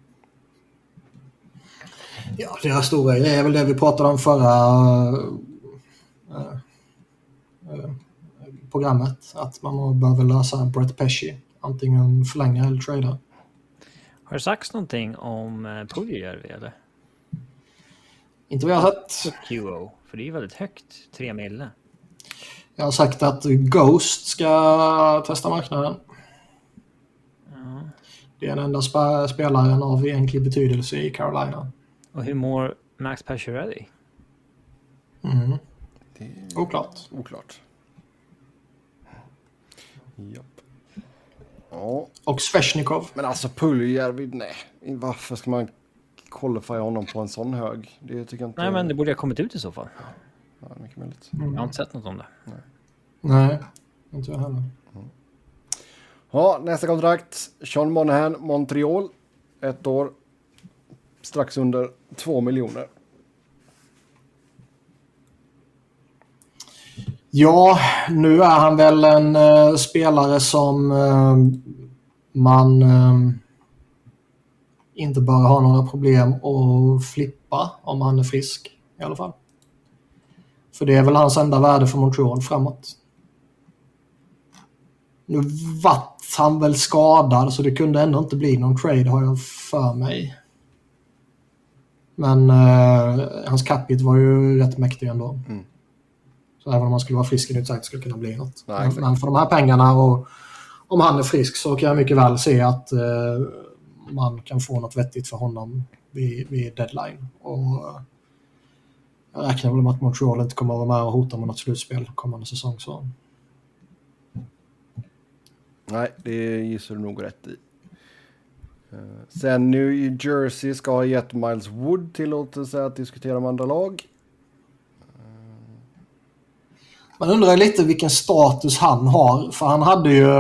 Ja, deras stora grej är väl det vi pratade om förra äh, äh, programmet. Att man behöver lösa Brett Pesci. Antingen förlänga eller trada. Har det sagts någonting om Puljujärvi eller? Inte vad jag har sett. Q O, för det är väldigt högt. Tre mille. Jag har sagt att Ghost ska testa marknaden. Ja. Det är den enda sp- spelaren av egentlig betydelse i Carolina. Och hur mår Max Pacioretty? Mm. Det är Oklart. Oklart. Japp. Ja. Och Sveshnikov. Men alltså Puljujärvi, nej. Varför ska man qualifya honom på en sån hög? Det tycker jag inte... Nej, men det borde ha kommit ut i så fall. Ja, mycket möjligt. Mm. Jag har inte sett något om det. Nej. Nej, inte jag heller. Mm. Ja, nästa kontrakt. Sean Monahan, Montreal. Ett år. Strax under två miljoner. Ja, nu är han väl en uh, spelare som uh, man uh, inte bara har några problem att flippa om han är frisk i alla fall. För det är väl hans enda värde för Montreal framåt. Nu vart han väl skadad så det kunde ändå inte bli någon trade har jag för mig. Men uh, hans capita var ju rätt mäktig ändå. Mm. Så även om man skulle vara frisk i sagt skulle det kunna bli något. Nej, men för de här pengarna och om han är frisk så kan jag mycket väl se att uh, man kan få något vettigt för honom vid, vid deadline. Och uh, jag räknar väl med att Montreal inte kommer att vara med och hota med något slutspel kommande säsong. Så. Nej, det gissar du nog rätt i. Uh, sen New Jersey ska ha gett Miles Wood tillåtelse att diskutera med andra lag. Man undrar lite vilken status han har. För han hade ju...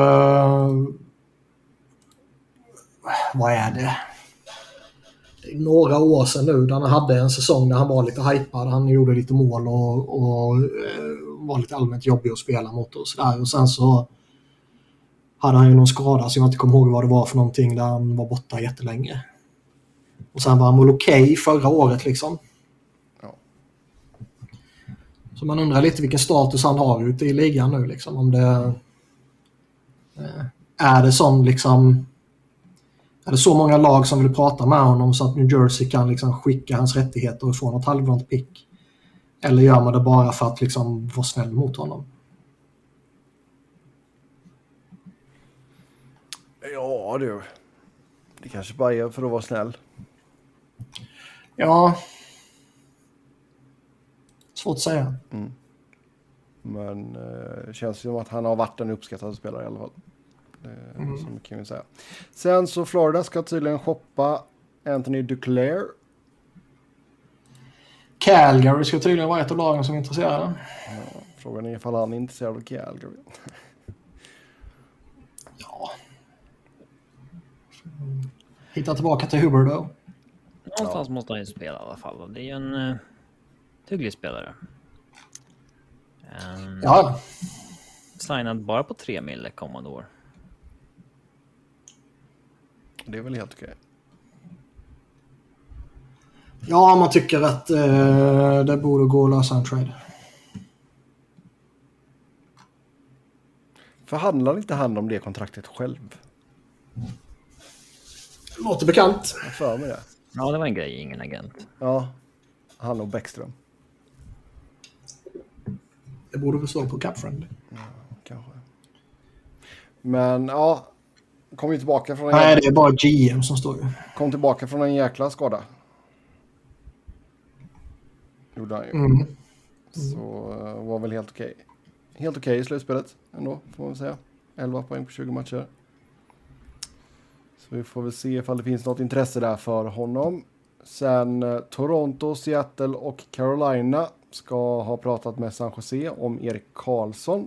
Vad är det? Det är några år sedan nu där han hade en säsong där han var lite hypad. Han gjorde lite mål och, och var lite allmänt jobbig att spela mot och sådär. Och sen så hade han ju någon skada så jag inte kommer ihåg vad det var för någonting där han var borta jättelänge. Och sen var han väl okej okay förra året liksom. Så man undrar lite vilken status han har ute i ligan nu liksom. Om det eh, är det som liksom är det så många lag som vill prata med honom så att New Jersey kan liksom skicka hans rättigheter och få något halvbrant pick. Eller gör man det bara för att liksom vara snäll mot honom? Ja du. Det kanske bara är för att vara snäll. Ja. Svårt att säga. Mm. Men det eh, känns som att han har varit en uppskattad spelare i alla fall. Det, mm. Så mycket kan vi säga. Sen så Florida ska tydligen shoppa Anthony Duclair. Calgary ska tydligen vara ett av lagen som är intresserade. Ja, frågan är ifall han är intresserad av Calgary. Ja. Hitta tillbaka till Huber då. Någonstans ja. Måste han ju spela i alla fall. Det är ju en uh, hygglig spelare. Um, ja. Signad bara på tre mille kommande år. Det är väl helt okej. Ja, man tycker att uh, det borde gå att lösa en trade. Förhandlar inte han om det kontraktet själv? Låter bekant. Jag för mig det. Ja, det var en grej, ingen agent. Ja, han och Bäckström. Det borde väl stå på Capfriend. Ja, kanske. Men ja, kom ju tillbaka från en Nej, jäkla... det är bara G M som står ju. Kom tillbaka från en jäkla skada. Gjorde han ju. Mm. Mm. Så uh, var väl helt okej. Helt okej i slutspelet ändå, får man säga. elva poäng på tjugo matcher. Så vi får väl se ifall det finns något intresse där för honom. Sen uh, Toronto, Seattle och Carolina ska ha pratat med San Jose om Erik Karlsson.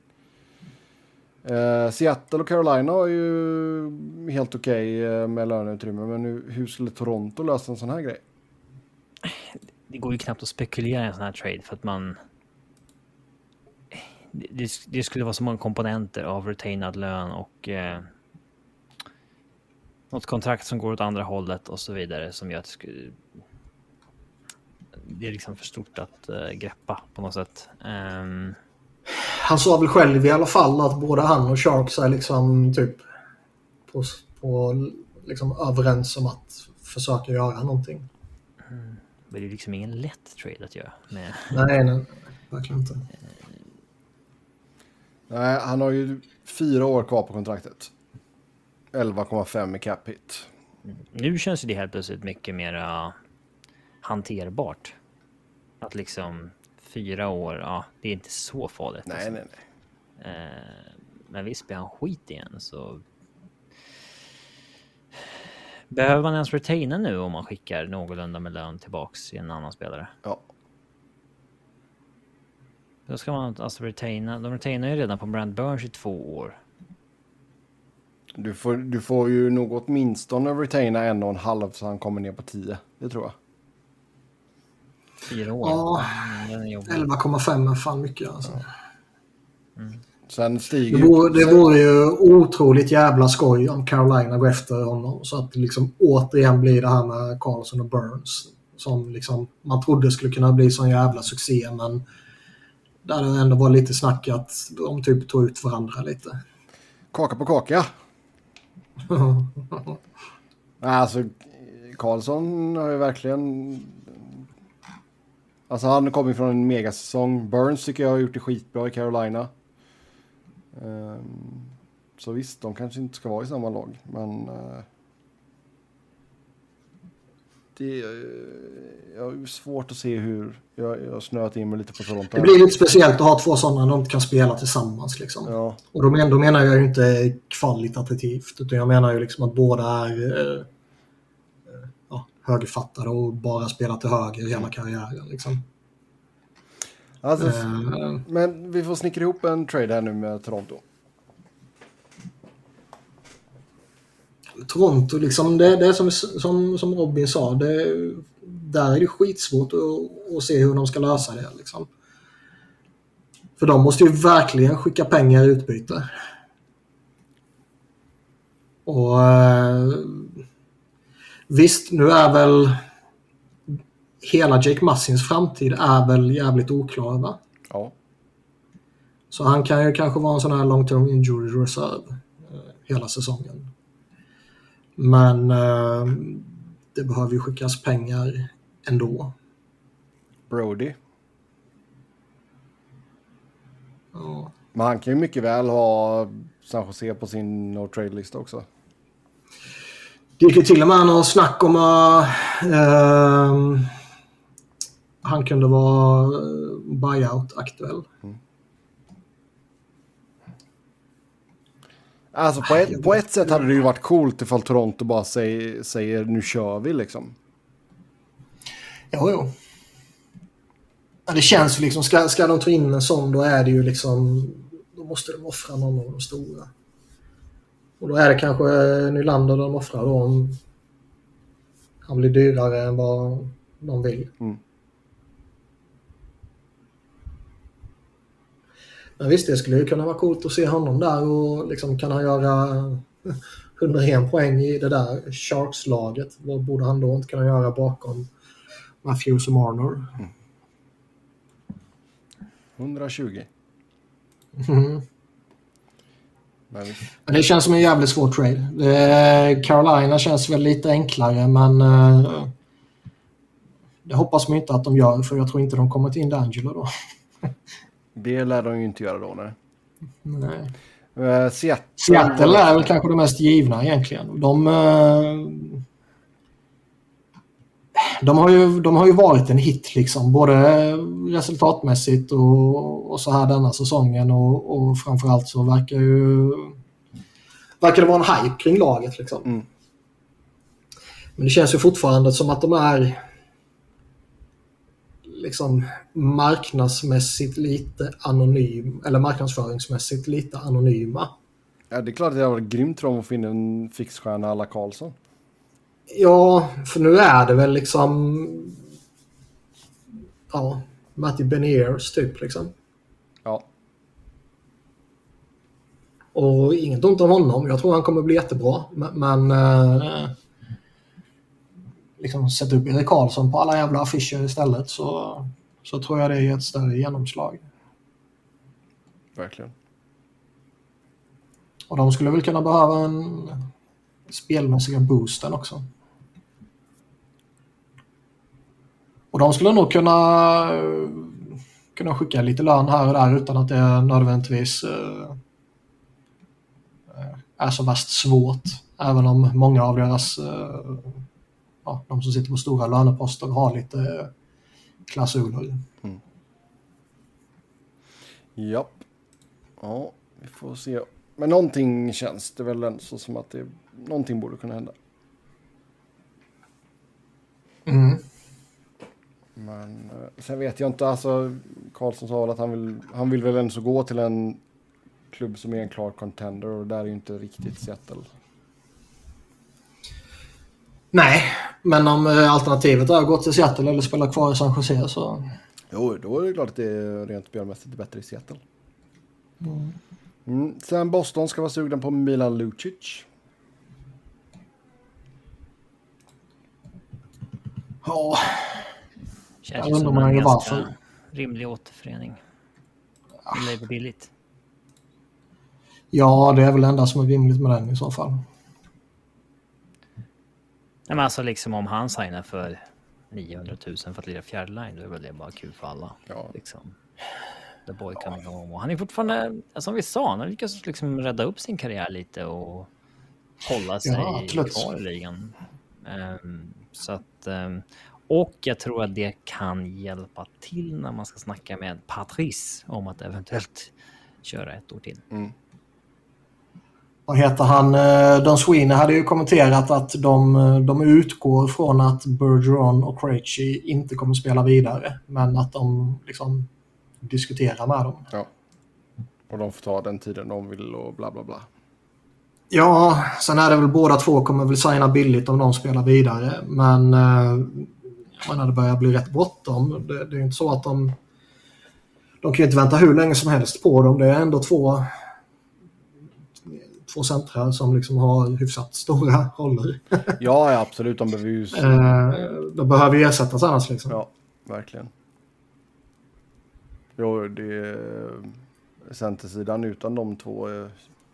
Uh, Seattle och Carolina är ju helt okej uh, med löneutrymme. Men nu, hur skulle Toronto lösa en sån här grej? det går ju knappt att spekulera i en sån här trade för att man det, det skulle vara så många komponenter av retainad lön och eh, något kontrakt som går åt andra hållet och så vidare som gör att det, skulle, det är liksom för stort att uh, greppa på något sätt. Um... Han sa väl själv i alla fall att både han och Sharks är liksom typ på, på liksom överens om att försöka göra någonting. Mm. Det är ju liksom ingen lätt trade att göra. Med... Nej, nej, verkligen inte. Nej, han har ju fyra år kvar på kontraktet. elva komma fem i cap hit. Nu känns det helt plötsligt mycket mer uh, hanterbart. Att liksom fyra år, ja, det är inte så farligt. Nej, alltså. nej, nej. Uh, men visst blir han skit igen så... Behöver man ens retaina nu om man skickar någorlunda med lön tillbaks i en annan spelare? Ja. Då ska man alltså retaina. De retainar ju redan på Brand Burns i två år. Du får, du får ju nog åtminstone retaina en och en halv så han kommer ner på tio. Det tror jag. Fyra år. Ja, elva komma fem är fan mycket alltså. Ja. Mm. Sen stiger det vore, det vore ju otroligt jävla skoj om Carolina går efter honom. Så att det liksom återigen blir det här med Karlsson och Burns. Som liksom man trodde skulle kunna bli sån jävla succé. Men där det ändå var lite snack att de typ tog ut varandra lite. Kaka på kaka. Alltså Karlsson har ju verkligen, alltså han kommer från en megasäsong. Burns tycker jag har gjort det skitbra i Carolina. Um, så visst, de kanske inte ska vara i samma lag, men uh, det uh, jag har svårt att se hur jag, jag har snöat in mig lite på Toronto. Det blir lite speciellt att ha två sådana de inte kan spela tillsammans liksom. Ja. Och då, men, då menar jag ju inte kvalitativt, utan jag menar ju liksom att båda är uh, ja, högerfattade och bara spelar till höger hela karriären liksom. Alltså, uh, men vi får snickra ihop en trade här nu med Toronto. Toronto liksom, det, det är som, som, som Robin sa, det, där är det skitsvårt att, att se hur de ska lösa det liksom. För de måste ju verkligen skicka pengar i utbyte. Och uh, visst, nu är väl hela Jake Mussins framtid är väl jävligt oklar, va? Ja. Så han kan ju kanske vara en sån här long term injury reserve eh, hela säsongen. Men eh, det behöver ju skickas pengar ändå. Brody. Ja. Men han kan ju mycket väl ha San Jose på sin no trade-lista också. Det gick ju till och med någon snack om att uh, han kunde vara buyout aktuell. Mm. Alltså på ett, på ett sätt hade det ju varit coolt ifall Toronto bara säger, säger nu kör vi liksom. Jo, jo. Ja, det känns ju liksom, ska, ska de ta in en sån, då är det ju liksom, då måste de offra någon av de stora. Och då är det kanske Nylander de offrar då, om han blir dyrare än vad de vill. Mm. Men visst, det skulle ju kunna vara coolt att se honom där och liksom kan han göra hundraen poäng i det där Sharks-laget. Vad borde han då inte kunna göra bakom Matthews och Marner? Mm. hundratjugo. Mm. Men det känns som en jävligt svår trade. Carolina känns väl lite enklare, men uh, det hoppas man inte att de gör, för jag tror inte de kommer till in D'Angelo då. Det lär de ju inte göra då, nej. Nej. Uh, Seattle, Seattle är väl kanske det mest givna egentligen. De, uh, de, har ju, de har ju varit en hit liksom, både resultatmässigt och, och så här denna säsongen, och, och framförallt så verkar ju verkar det vara en hype kring laget liksom. Mm. Men det känns ju fortfarande som att de är liksom marknadsmässigt lite anonym, eller marknadsföringsmässigt lite anonyma. Ja, det är klart att det har varit grymt för dem att finna en fixstjärna alla Karlsson. Ja, för nu är det väl liksom ja, Matty Beniers typ liksom. Ja. Och inget ont om honom. Jag tror han kommer bli jättebra. Men, men eh, liksom sätta upp Erik Karlsson på alla jävla affischer istället så, så tror jag det är ett större genomslag. Verkligen. Och de skulle väl kunna behöva en spelmässiga boosten också. Och de skulle nog kunna kunna skicka lite lön här och där utan att det nödvändigtvis uh, är så värst svårt. Även om många av deras uh, ja, de som sitter på stora löneposter har lite uh, klausuler. Mm. Japp. Ja, vi får se. Men någonting känns det väl ändå så som att det, någonting borde kunna hända. Mm. Men sen vet jag inte, alltså Karlsson sa väl att han vill, han vill väl ändå gå till en klubb som är en klar contender och där är ju inte riktigt Seattle. Nej, men om alternativet är att gå till Seattle eller spela kvar i San Jose så... Jo, då är det klart att det är rent spelmässigt bättre i Seattle. Mm. Mm. Sen Boston ska vara sugen på Milan Lucic. Ja... Känns Jag ju som undrar en ju ganska varför. rimlig återförening. Det är billigt. Ja, det är väl det enda som är rimligt med den i så fall. Nej, men alltså liksom om han signar för niohundratusen för att lira fjärde line, då är väl det bara kul för alla. Ja. Liksom. The boy coming ja. home. Och han är fortfarande, som vi sa, han har lyckats liksom rädda upp sin karriär lite och hålla sig Ja, kvar i ligan. Um, så att... Um, och jag tror att det kan hjälpa till när man ska snacka med Patrice om att eventuellt köra ett år till. Mm. Vad heter han? Don Sweeney hade ju kommenterat att de, de utgår från att Bergeron och Krejci inte kommer spela vidare. Men att de liksom diskuterar med dem. Ja. Och de får ta den tiden de vill och bla bla bla. Ja, sen är det väl båda två kommer väl signa billigt om de spelar vidare. Men jag menar, det börjar bli rätt bråttom. Det, det är inte så att de... De kan ju inte vänta hur länge som helst på dem. Det är ändå två... Två centrar som liksom har hyfsat stora roller. Ja, ja absolut. De behöver ju... eh, de behöver ju ersättas annars liksom. Ja, verkligen. Jo, det är centersidan utan de två. Är...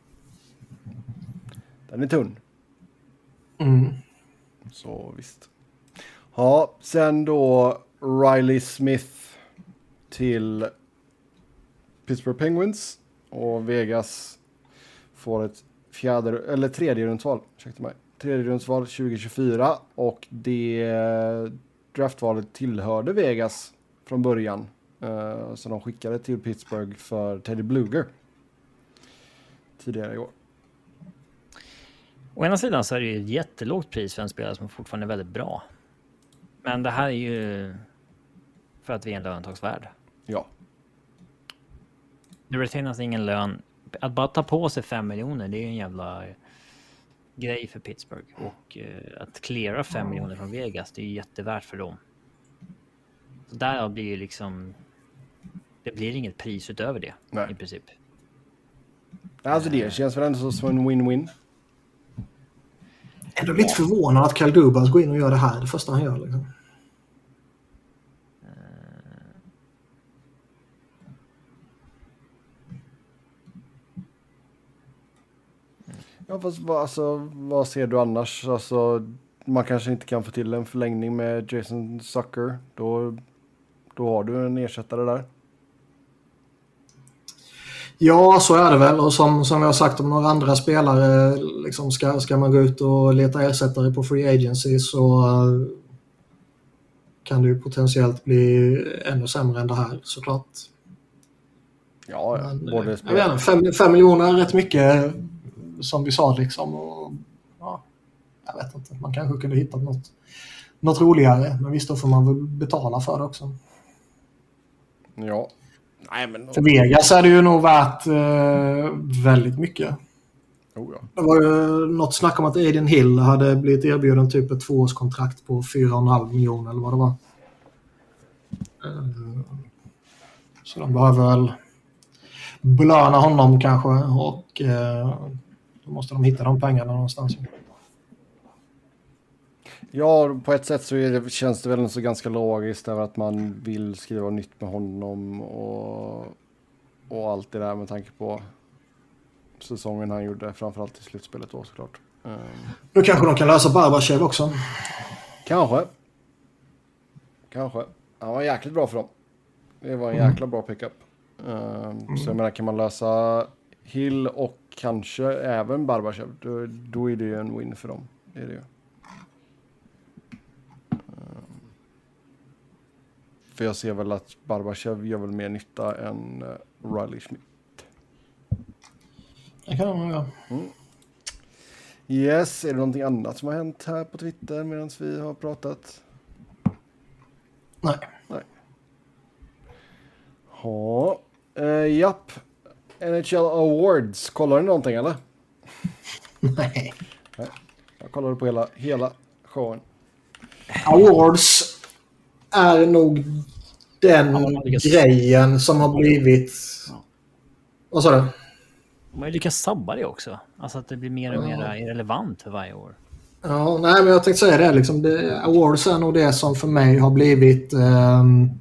Den är tunn. Mm. Så visst. Ja, sen då Riley Smith till Pittsburgh Penguins och Vegas får ett fjärde eller tredje rundsval, ursäkta mig. Tredje rundsval tjugo tjugofyra och det draftvalet tillhörde Vegas från början. Uh, så de skickade till Pittsburgh för Teddy Bluger tidigare i år. Å ena sidan så är det ju ett jättelågt pris för en spelare som fortfarande är väldigt bra. Men det här är ju för att vi är en löntagsvärd. Ja. Det retainas ingen lön. Att bara ta på sig fem miljoner, det är ju en jävla grej för Pittsburgh. Och uh, att cleara fem miljoner från Vegas, det är ju jättevärt för dem. Så där blir ju liksom... Det blir inget pris utöver det. Nej. I princip. Alltså det känns väl ändå som en win-win. Är du lite förvånad att Kyle Dubas går in och gör det här det första han gör liksom? Ja, fast vad, alltså, vad ser du annars? Alltså, man kanske inte kan få till en förlängning med Jason Zucker. Då, då har du en ersättare där. Ja, så är det väl. Och som, som jag har sagt om några andra spelare, liksom ska, ska man gå ut och leta ersättare på free agency så uh, kan det ju potentiellt bli ännu sämre än det här, såklart. Ja, ja. Men, både jag vet inte, fem, fem miljoner är rätt mycket, som vi sa liksom. Och, ja, jag vet inte, man kanske kunde hitta något, något roligare. Men visst, då får man väl betala för det också. Ja. Nej, men... För Vegas är det ju nog värt eh, väldigt mycket. Oh, ja. Det var ju något snack om att Aiden Hill hade blivit erbjuden typ ett tvåårskontrakt på fyra och en halv miljon eller vad det var. Så de behöver väl belöna honom kanske, och då måste de hitta de pengarna någonstans. Ja, på ett sätt så är det, känns det väl så ganska logiskt över att man vill skriva nytt med honom och, och allt det där med tanke på säsongen han gjorde, framförallt i slutspelet då såklart. Um, nu kanske de kan lösa Barbachev också. Kanske. Kanske. Han var jäkligt bra för dem. Det var en mm. jäkla bra pickup. Um, mm. Så jag menar, kan man lösa Hill och kanske även Barbachev, då, då är det ju en win för dem. Det är det ju. För jag ser väl att Barbachev gör väl mer nytta än uh, Riley Schmidt. Det kan man göra. Mm. Yes, är det någonting annat som har hänt här på Twitter medan vi har pratat? Nej. Nej. Ja, uh, japp. N H L Awards, kollar ni någonting eller? Nej. Nej. Jag kollade på hela, hela showen. Awards är nog den ja, grejen som har blivit... Ja. Vad sa du? Man har lyckats sabba det också. Alltså att det blir mer och mer ja. irrelevant för varje år. Ja, nej, men jag tänkte säga det. Liksom, det Awards är nog det som för mig har blivit um,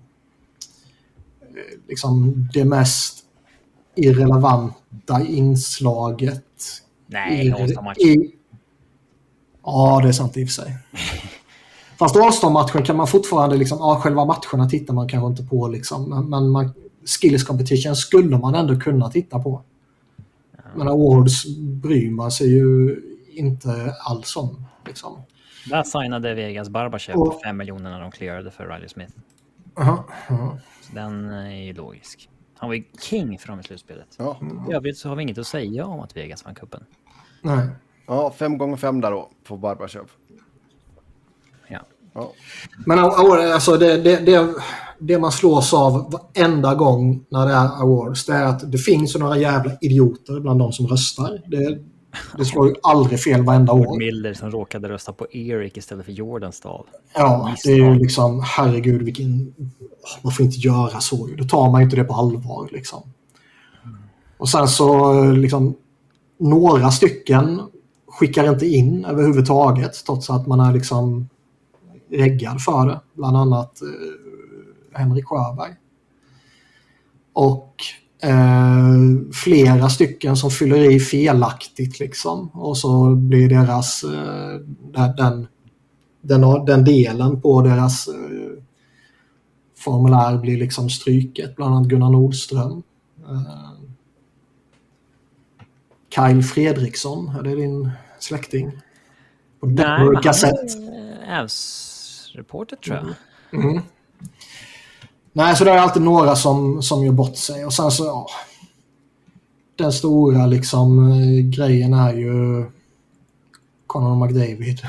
liksom det mest irrelevanta inslaget. Nej, i, i, Ja, det är sant i och för sig. Fast All-Star-matchen kan man fortfarande liksom, ja, själva matcherna tittar man kanske inte på liksom, men, men man, skills competition skulle man ändå kunna titta på. Ja. Men awards bryr man sig ju inte alls om liksom. Där signade Vegas Barbachev och... på fem miljoner när de clearade för Riley Smith. Uh-huh. Uh-huh. Så den är ju logisk. Han var ju king för dem i slutspelet. Ja. I övrigt så har vi inget att säga om att Vegas vann kuppen. Nej. Ja, fem gånger fem där då på Barbachev. Ja. Ja. Men alltså det, det, det, det man slås av varenda gång när det är awards, det är att det finns några jävla idioter bland de som röstar. Det, det slår ju aldrig fel varenda år. Miller som råkade rösta på Eric istället för Jordan Stahl. Ja, det är ju liksom, herregud vilken... Man får inte göra så. Då tar man ju inte det på allvar liksom. Och sen så liksom några stycken skickar inte in överhuvudtaget trots att man är liksom reggad för det. Bland annat eh, Henrik Sjöberg. Och eh, flera stycken som fyller i felaktigt liksom. Och så blir deras eh, den, den, den delen på deras eh, formulär blir liksom stryket. Bland annat Gunnar Nordström. Eh, Kyle Fredriksson, är det din släkting? På Nej, Gazette. Ävs-reporter tror jag. Mm. Mm. Nej, så det är alltid några som, som gör bort sig. Och sen så, ja, den stora liksom grejen är ju Connor McDavid.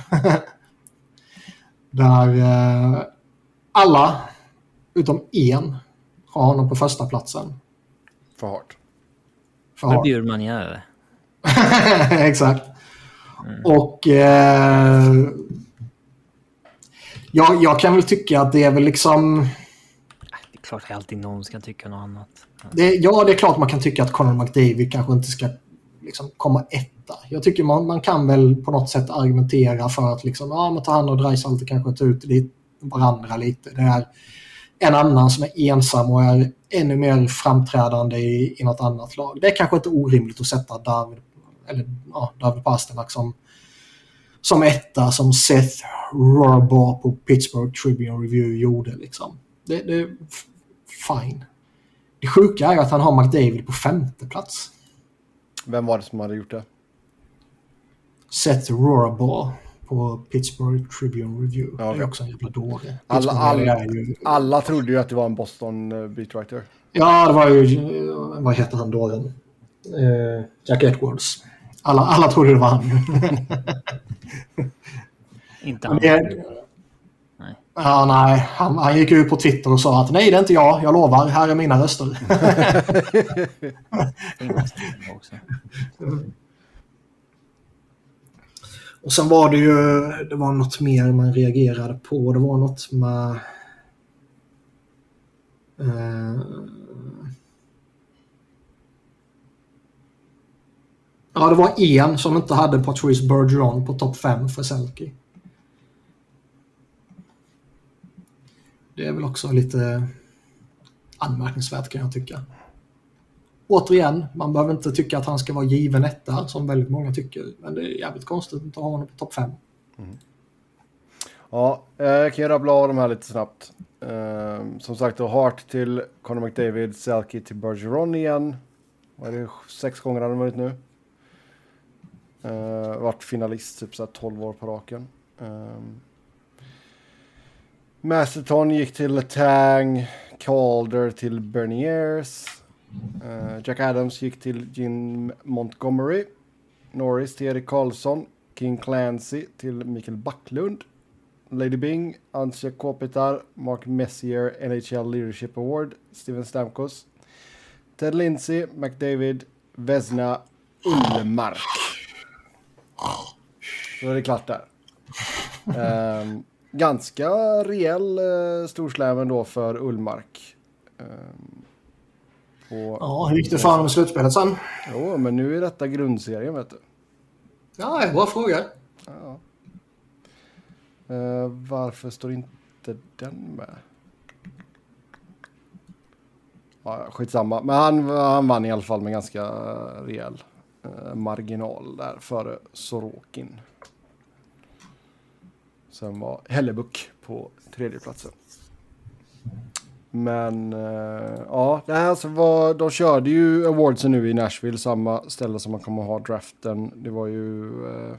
Där eh, alla utom en har honom på första platsen. För hårt. För hårt. Hur man gör det. Exakt. Mm. Och eh, jag, jag kan väl tycka att det är väl liksom... Det är klart att alltid någon ska tycka något annat. Ja. Det, ja, det är klart man kan tycka att Connor McDavid kanske inte ska liksom komma etta. Jag tycker man, man kan väl på något sätt argumentera för att liksom, ja, man tar hand och Dreisaitl kanske ta ut lite, varandra lite. Det är en annan som är ensam och är ännu mer framträdande i, i något annat lag. Det är kanske inte orimligt att sätta David, eller, ja, David Pasternak som, som etta, som Seth Rohrabaugh på Pittsburgh Tribune Review gjorde. Liksom. Det, det är fine. Det sjuka är att han har McDavid på femte plats. Vem var det som hade gjort det? Seth Rohrabaugh på Pittsburgh Tribune Review. Ja, okay. Det är också en jävla dåre. Alla, alla, ju... alla trodde ju att det var en Boston beatwriter. Ja, det var ju... Vad heter han dåren? Uh, Jack Edwards. Alla, alla trodde det var han. Inte han. Det... Nej. Ja, nej. Han, han gick ut på Twitter och sa att nej, det är inte jag. Jag lovar, här är mina röster. Och sen var det ju, det var något mer man reagerade på. Det var något med Uh, ja, det var en som inte hade Patrice Bergeron på topp fem för Selke. Det är väl också lite anmärkningsvärt kan jag tycka. Återigen, man behöver inte tycka att han ska vara given etta som väldigt många tycker. Men det är jävligt konstigt att inte ha honom på topp fem. Mm. Ja, jag kan rabbla av de här lite snabbt. Uh, som sagt, då Hart till Connor McDavid, Selke till Bergeron igen. Vad är det? Sex gånger har han varit nu. Uh, varit finalist typ så här tolv år på raken. Um, Masterton gick till Tang, Calder till Berniers. Uh, Jack Adams gick till Jim Montgomery. Norris till Erik Karlsson. King Clancy till Mikael Backlund. Lady Bing, Antje Kopitar, Mark Messier, N H L Leadership Award, Steven Stamkos, Ted Lindsay, McDavid, Vesna, Ullmark. Så är det klart där. Um, ganska rejäl uh, storsläven då för Ullmark. Um, på, ja, hur gick det för honom i slutspelet sen? Jo, men nu är detta grundserien, vet du. Ja, bra fråga. Ja. Uh, varför står inte den med? Ja, skitsamma. Men han, han vann i alla fall med ganska rejäl uh, marginal där före Sorokin. Sen var Hellebuck på tredje platsen. Men uh, ja, det här så var, de körde ju awardsen nu i Nashville, samma ställe som man kommer ha draften. Det var ju uh,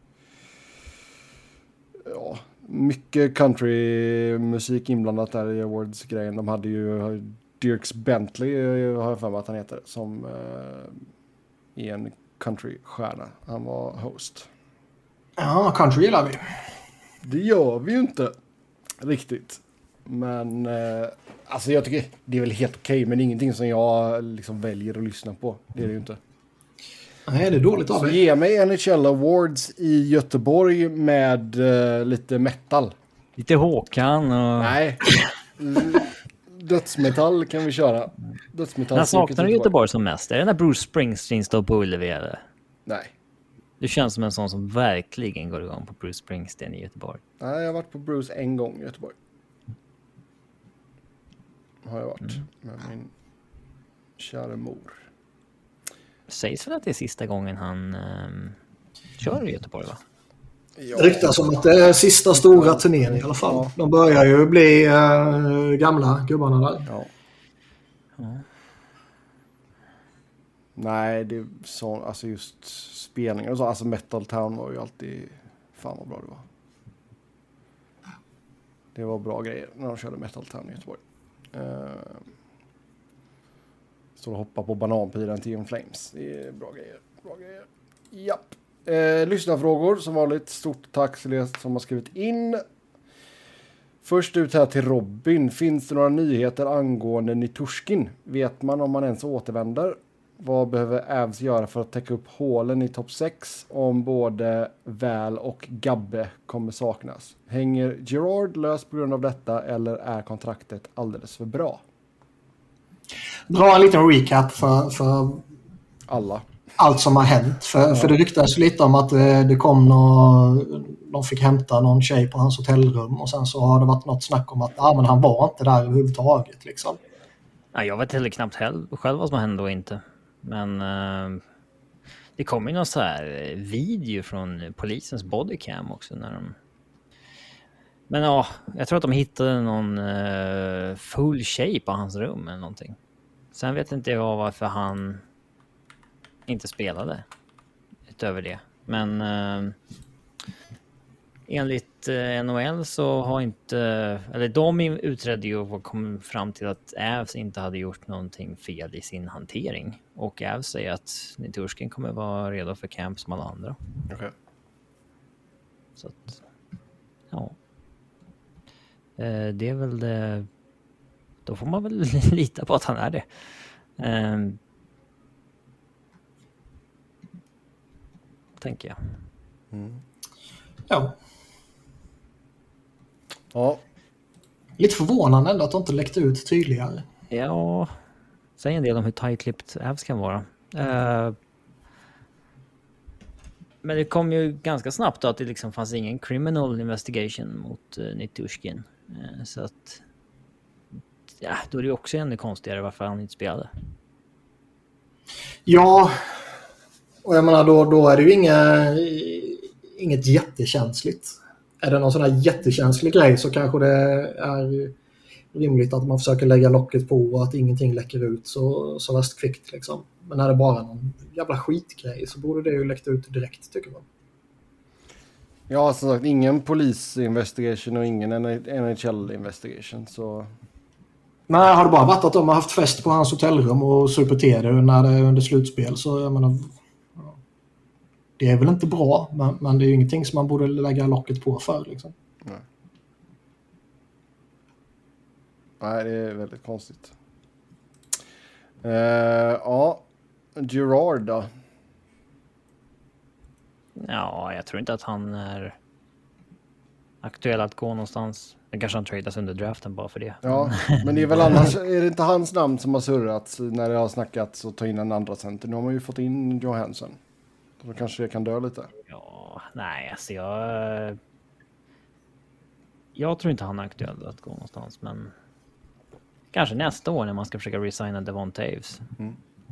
ja, mycket countrymusik inblandat där i awards-grejen. De hade ju Dierks Bentley, har jag för mig att han heter, som uh, är en countrystjärna. Han var host. Ja, country gillar vi. Det gör vi ju inte riktigt. Men uh, alltså jag tycker det är väl helt okej, men det är ingenting som jag liksom väljer att lyssna på. Det är det ju inte. Nej, det är dåligt av Så det. ge mig N H L Awards i Göteborg med uh, lite metal. Lite Håkan och... Nej. Dödsmetall kan vi köra. Dödsmetall. När saknar du Göteborg som mest? Är det när Bruce Springsteen står på Ullevi eller? Nej. Du känns som en sån som verkligen går igång på Bruce Springsteen i Göteborg. Nej, jag har varit på Bruce en gång i Göteborg. Har jag varit mm. med min kära mor. Det sägs väl att det är sista gången han um, kör i Göteborg, va? Ja. Det ryktas som att det är sista stora turnén i alla fall. Ja. De börjar ju bli äh, gamla gubbarna där. Ja. Ja. Nej, det är så, alltså just spelningar och så. Alltså Metal Town var ju alltid, fan vad bra det var. Det var bra grejer när de körde Metal Town i Göteborg. Uh, så hoppa på bananpiren till In Flames. Det är bra grejer. Bra grejer. Japp. Uh, lyssnarfrågor som vanligt. Stort tack till er som har skrivit in. Först ut här till Robin. Finns det några nyheter angående Niturskin? Vet man om man ens återvänder? Vad behöver Avs göra för att täcka upp hålen i topp sex om både Väl och Gabbe kommer saknas? Hänger Gerard lös på grund av detta eller är kontraktet alldeles för bra? Dra en liten recap för, för alla. Allt som har hänt. För, ja. för det ryktas lite om att det kom någon, de fick hämta någon tjej på hans hotellrum och sen så har det varit något snack om att ah, men han var inte där överhuvudtaget. Liksom. Ja, jag vet heller knappt själv, själv vad som hände och inte. Men uh, det kom ju någon så här video från polisens bodycam också när de... Men ja, jag tror att de hittade någon uh, full tjej på hans rum eller någonting. Sen vet inte jag varför han inte spelade utöver det. Men uh, enligt uh, N H L så har inte... Eller de utredde ju och kom fram till att Avs inte hade gjort någonting fel i sin hantering. Och Avs säger att Niturskin kommer vara redo för camp som alla andra. Okej. Okay. Så att... Ja. Uh, det är väl det... Då får man väl lita på att han är det. Uh, tänker jag. Mm. Ja. Ja. Lite förvånande ändå att de inte läckte ut tydligare. Ja, säg en del om hur tight-clipped Avs kan vara. Uh, men det kom ju ganska snabbt då att det liksom fanns ingen criminal investigation mot uh, Nichushkin. Uh, så att ja, då är det ju också ännu konstigare varför han inte spelade. Ja, och jag menar då, då är det ju inga, inget jättekänsligt. Är det någon sån här jättekänslig grej så kanske det är rimligt att man försöker lägga locket på och att ingenting läcker ut så, så värst kvickt liksom. Men är det bara någon jävla skitgrej så borde det ju läckt ut direkt tycker man. Ja, som sagt, ingen polisinvestigation och ingen N H L-investigation så... Nej, har det bara varit att de har haft fest på hans hotellrum och supit till det när det är under slutspel så jag menar... Det är väl inte bra, men, men det är ju ingenting som man borde lägga locket på för liksom. Nej. Nej, det är väldigt konstigt. Uh, ja, Gerard då? Ja, jag tror inte att han är aktuell att gå någonstans. Det kanske han tradas under draften bara för det. Ja, men det är väl annars, är det inte hans namn som har surrats när det har snackats och ta in en andra center? Nu har man ju fått in Johansson. Då kanske det kan dö lite. Ja, nej, alltså jag... Jag tror inte han är aktuell att gå någonstans, men... Kanske nästa år när man ska försöka resigna Devon Taves. Mm.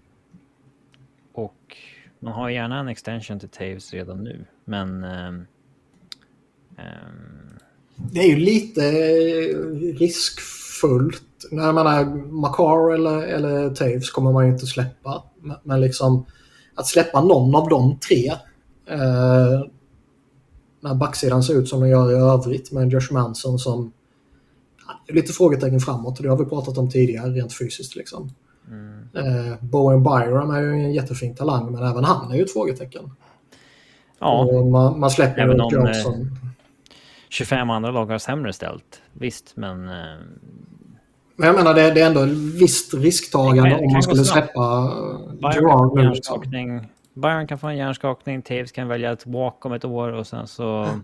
Och man har gärna en extension till Taves redan nu, men... Um, um... Det är ju lite riskfullt. När man är Makar eller, eller Taves kommer man ju inte släppa. Men liksom att släppa någon av de tre eh, när backsidan ser ut som den gör i övrigt med Josh Manson som ja, lite frågetecken framåt och det har vi pratat om tidigare rent fysiskt liksom. Mm. Eh, Bowen Byram är ju en jättefin talang men även han är ju ett frågetecken. Ja. Och man, man släpper även om Johnson. Eh, tjugofem andra lag har sämre ställt. Visst, men... Eh... Men jag menar, det, det är ändå en visst risktagande kan, om man skulle släppa Gerard nu. Hjärnskakning. Byron kan få en hjärnskakning. Taves kan välja ett walk om ett år och sen så... Mm.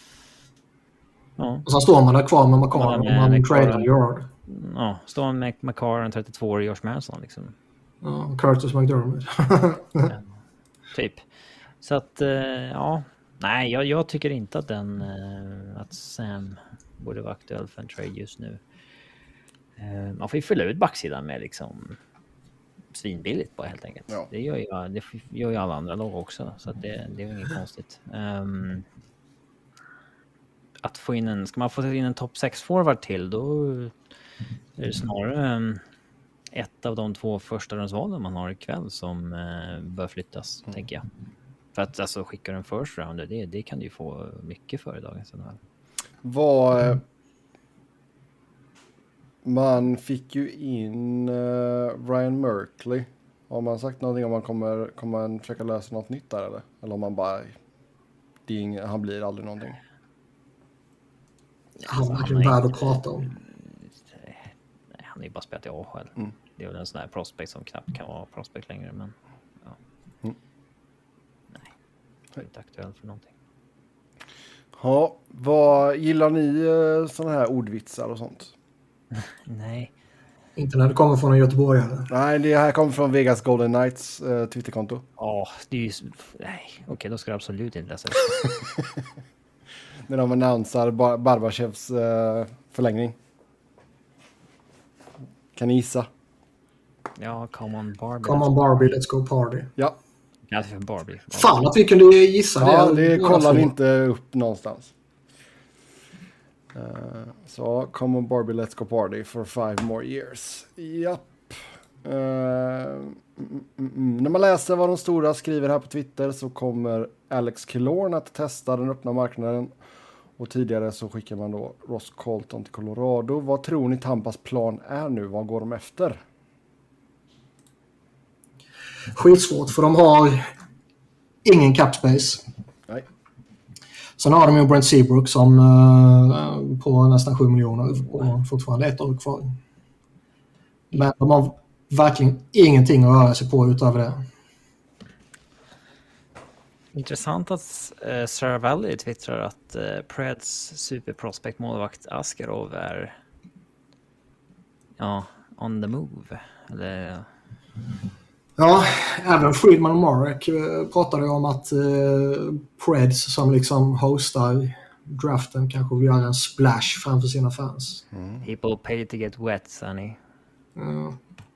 Ja. Och sen står man där kvar med Makar och man tradar Gerard. Ja, står man med Makar en trettiotvå-årig Josh Manson liksom. Ja, Curtis McDermott. Ja, typ. Så att, ja... Nej, jag, jag tycker inte att den uh, att Sam borde vara aktuell för en trade just nu. Uh, man får ju fylla ut backsidan med liksom svinbilligt bara helt enkelt. Ja. Det gör ju det gör ju alla andra lag också så att det, det är inget konstigt. Um, att få in en ska man få in en topp sex forward till då är det snarare um, ett av de två första rundsvalen man har ikväll som uh, bör flyttas mm. tänker jag. För att alltså skicka en first rounder, det, det kan du ju få mycket för i dagens N H L. Vad... Mm. Man fick ju in uh, Ryan Merkley. Har man sagt någonting om man kommer, kommer man försöka lösa något nytt där eller? Eller om man bara... Det är ingen, han blir aldrig någonting. Han är verkligen värd att prata om. Nej, han är ju bara spelat i A H L. Mm. Det är väl en sån här prospect som knappt kan vara prospect längre, men... Ja. Mm. Inte aktuell för någonting. Ja, vad gillar ni såna här ordvitsar och sånt? Nej. Inte när det kommer från en göteborgare. Nej, det här kommer från Vegas Golden Knights uh, Twitterkonto. Ja, oh, det är ju... Nej, okej, okay, då ska jag absolut inte läsa det. När de annonsar Bar- Barbachevs uh, förlängning. Kan ni gissa? Ja, come on Barbie. Come on Barbie, let's go party. Ja. Ja, för Barbie. Barbie. Fan att vi kunde gissa det. Ja, det kollar ni inte upp någonstans. Uh, så, so, come on Barbie, let's go party for five more years. Japp. Uh, mm, mm, mm. När man läser vad de stora skriver här på Twitter så kommer Alex Killorn att testa den öppna marknaden. Och tidigare så skickar man då Ross Colton till Colorado. Vad tror ni Tampas plan är nu? Vad går de efter? Skitsvårt för de har ingen cap space. Nej. Sen har de ju Brent Seabrook som uh, på nästan sju miljoner och fortfarande ett år kvar. Men de har verkligen ingenting att röra sig på utöver det. Intressant att uh, Sarah Valley twittrar att uh, Preds superprospect målvakt Askarov är ja, on the move. Eller... Ja, även Friedman och Marek pratade om att eh, Preds som liksom hostar draften kanske vill göra en splash framför sina fans. Mm. People pay to get wet, Sonny. Ja.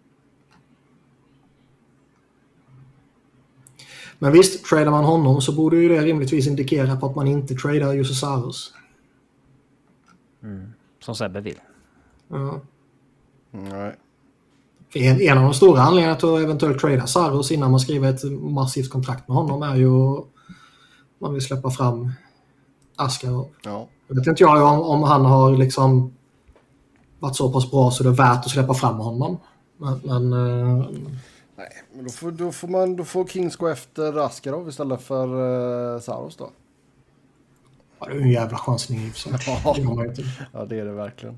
Men visst, tradar man honom så borde ju det rimligtvis indikera på att man inte tradar Juuse Saros. Mm. Som Sebbe vill. Ja. Nej. En, en av de stora anledningarna till att eventuellt trada Saros innan man skriver ett massivt kontrakt med honom är ju att man vill släppa fram Askarov. Ja. Jag vet inte jag om, om han har liksom varit så pass bra så det är värt att släppa fram honom. Men... men uh... Nej, men då får, då får man då får Kings gå efter Askarov istället för uh, Saros då. Ja, det är en jävla chansning i och för sig. Ja. Det Ja, det är det verkligen.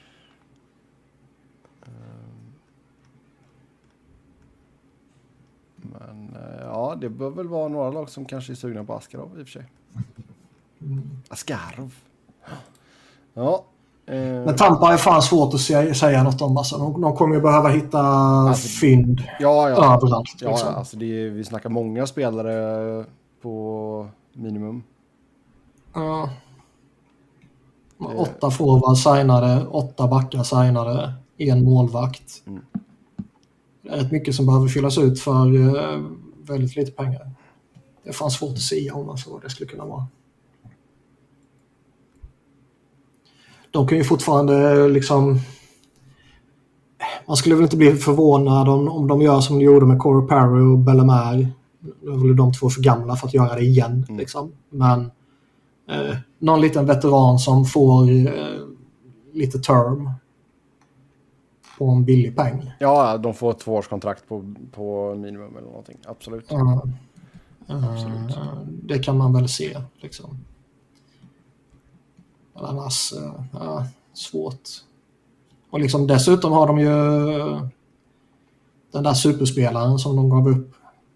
Men ja, det bör väl vara några lag som kanske är sugna på Askarov i och för sig. Mm. Askarov. Ja. Eh. Men Tampa är fan svårt att säga, säga något om. Alltså, de, de kommer ju behöva hitta alltså, fynd ja, ja. överallt. Ja, liksom. ja, alltså det är, vi snackar många spelare på minimum. Ja. Det... Åtta forward signade, åtta backar signade, en målvakt. Mm. Det är rätt mycket som behöver fyllas ut för uh, väldigt lite pengar. Det är fan svårt att säga om alltså, vad det skulle kunna vara. De kan ju fortfarande liksom... Man skulle väl inte bli förvånad om, om de gör som de gjorde med Corey Perry och Bellemare. Nu är väl de två för gamla för att göra det igen. Mm. Liksom. Men eh, någon liten veteran som får eh, lite term på en billig peng. Ja, de får ett tvåårskontrakt på, på minimum eller någonting. Absolut. Uh, uh, Absolut. Det kan man väl se liksom. Annars uh, svårt. Och liksom dessutom har de ju den där superspelaren som de gav upp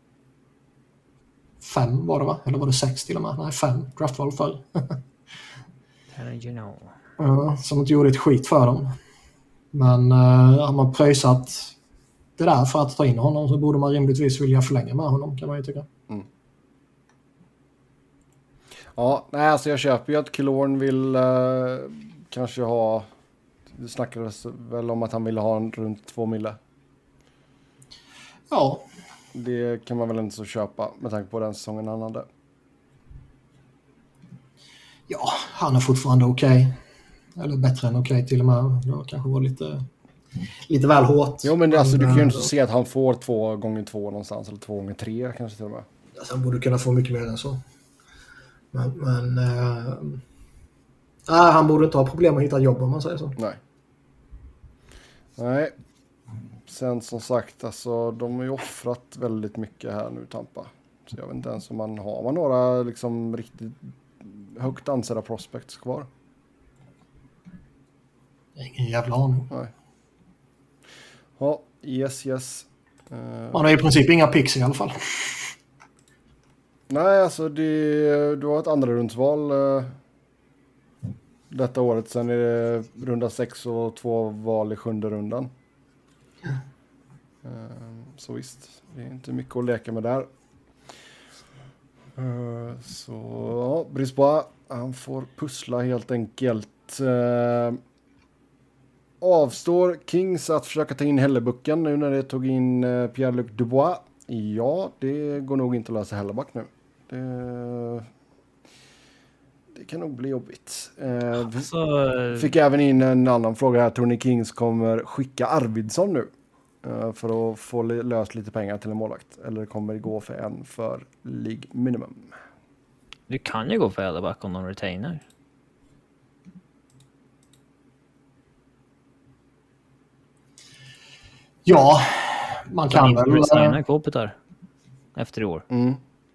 fem var det va? Eller var det sex till och med? Nej, fem draftval för. you know. uh, som inte gjorde ett skit för dem. Men uh, har man pröjsat det där för att ta in honom så borde man rimligtvis vilja förlänga med honom kan man ju tycka. Mm. Ja, nej alltså jag köper ju att Killorn vill uh, kanske ha, det snackades väl om att han ville ha en runt två mille. Ja. Det kan man väl inte så köpa med tanke på den säsongen han hade. Ja, han är fortfarande okej. Okay. Eller bättre än okej okay, till och med. Det kanske var lite, lite väl hårt. Jo, men det, alltså, du kan ju inte se att han får två gånger två någonstans. Eller två gånger tre kanske till och med. Alltså, han borde kunna få mycket mer än så. Men, men äh, äh, han borde inte ha problem att hitta jobb om man säger så. Nej. Nej. Sen som sagt, alltså, de har ju offrat väldigt mycket här nu Tampa. Så jag vet inte ens om man har man några liksom riktigt högt ansedda prospects kvar. Ingen jävla aning. Nej. Ja, yes, yes. Uh... Man har i princip inga picks i alla fall. Nej, alltså det, du har ett andra rundsval uh, detta året. Sen är det runda sex och två val i sjunde rundan. Ja. Uh, så visst, det är inte mycket att leka med där. Uh, så ja, Brisbois, han får pussla helt enkelt. Uh, avstår Kings att försöka ta in Hellebucken nu när det tog in uh, Pierre-Luc Dubois? Ja, det går nog inte att lösa Hellebuck nu. Det, det kan nog bli jobbigt. Uh, alltså, fick även in en annan fråga här. Tror ni Kings kommer skicka Arvidsson nu? För att få löst lite pengar till en målvakt. Eller kommer det gå för en för League minimum? Du kan ju gå för Hellebuck om de retainer. Ja, man kan väl... Du signa Kopitar efter i år. Mm.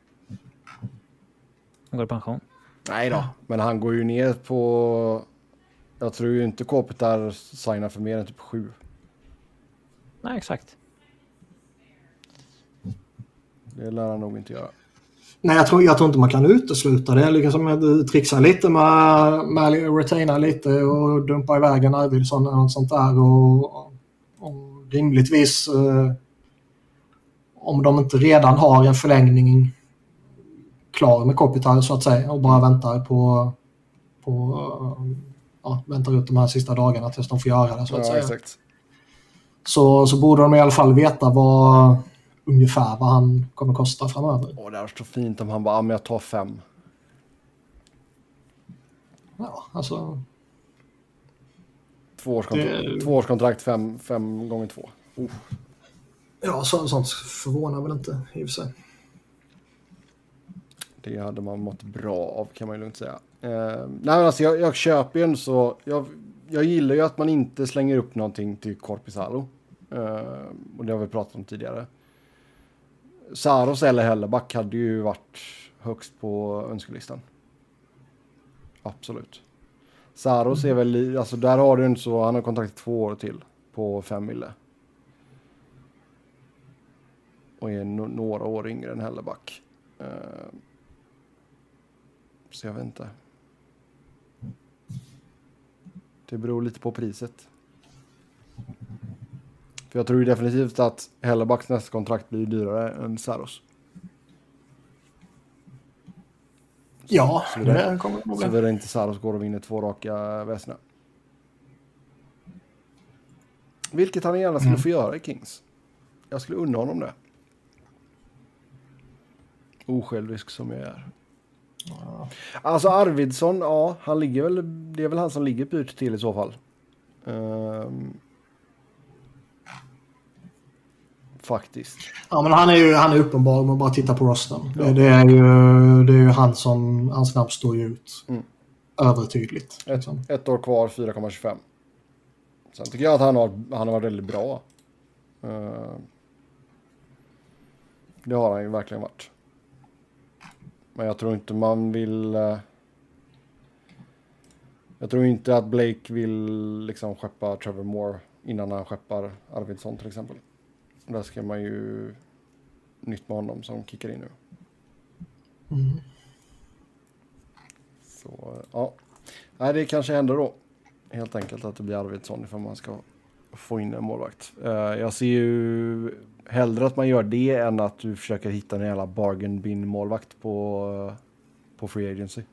Han går i pension. Nej då, men han går ju ner på... Jag tror ju inte Kopitar signar för mer än typ sju. Nej, exakt. Det lär han nog inte göra. Nej, jag tror, jag tror inte man kan utesluta det. Liksom att trixa lite med, med retaina lite och dumpa iväg en Arvidsson eller något sånt där och, Och rimligtvis eh, om de inte redan har en förlängning klar med Kopitar så att säga och bara väntar på, på ja, väntar ut de här sista dagarna tills de får göra det så att ja, säga. Exakt. Så, så borde de i alla fall veta vad ungefär vad han kommer kosta framöver. Åh, det är så fint om han bara, ja, men jag tar fem. Ja, alltså... Tvåårskontrakt, det... tvåårskontrakt fem, fem gånger två. Oh. Ja, så, sånt förvånar väl inte i och för sig. Det hade man mått bra av kan man ju lugnt säga. Eh, nej, alltså jag, jag köper ju en så... Jag, jag gillar ju att man inte slänger upp någonting till Korpisalo. Eh, och det har vi pratat om tidigare. Saros eller Helleback hade ju varit högst på önskelistan. Absolut. Saros är väl... Alltså där har du en så... Han har kontrakt två år till på fem mille. Och är no- några år yngre än Helleback. Eh, så jag vet inte. Det beror lite på priset. För jag tror ju definitivt att Hellebacks nästa kontrakt blir dyrare än Saros. Ja, så det, det kommer nog bli. Så det inte Saros går och vinner två raka väsna. Vilket han gärna skulle mm. få göra i Kings. Jag skulle unna honom det. Osjälvisk som jag är. Ja. Alltså Arvidsson, ja, han ligger väl, det är väl han som ligger pyrt till i så fall. Um, faktiskt. Ja, men han är ju han är uppenbar om man bara tittar på rosten. Ja. Det, det är ju det är ju han som hans namn står ju ut. Mm. Övertydligt. Liksom. Ett, ett år kvar, fyra komma tjugofem. Sen tycker jag att han har han har varit väldigt bra. Uh, det har han ju verkligen varit. Men jag tror inte man vill... Uh, jag tror inte att Blake vill liksom skeppa Trevor Moore innan han skeppar Arvidsson till exempel. Där ska man ju nytt med honom som kickar in nu. Mm. Så, ja. Nej, det kanske händer då. Helt enkelt att det blir Arvidsson ifall man ska få in en målvakt. Uh, jag ser ju hellre att man gör det än att du försöker hitta en jävla bargain bin målvakt på, på free agency.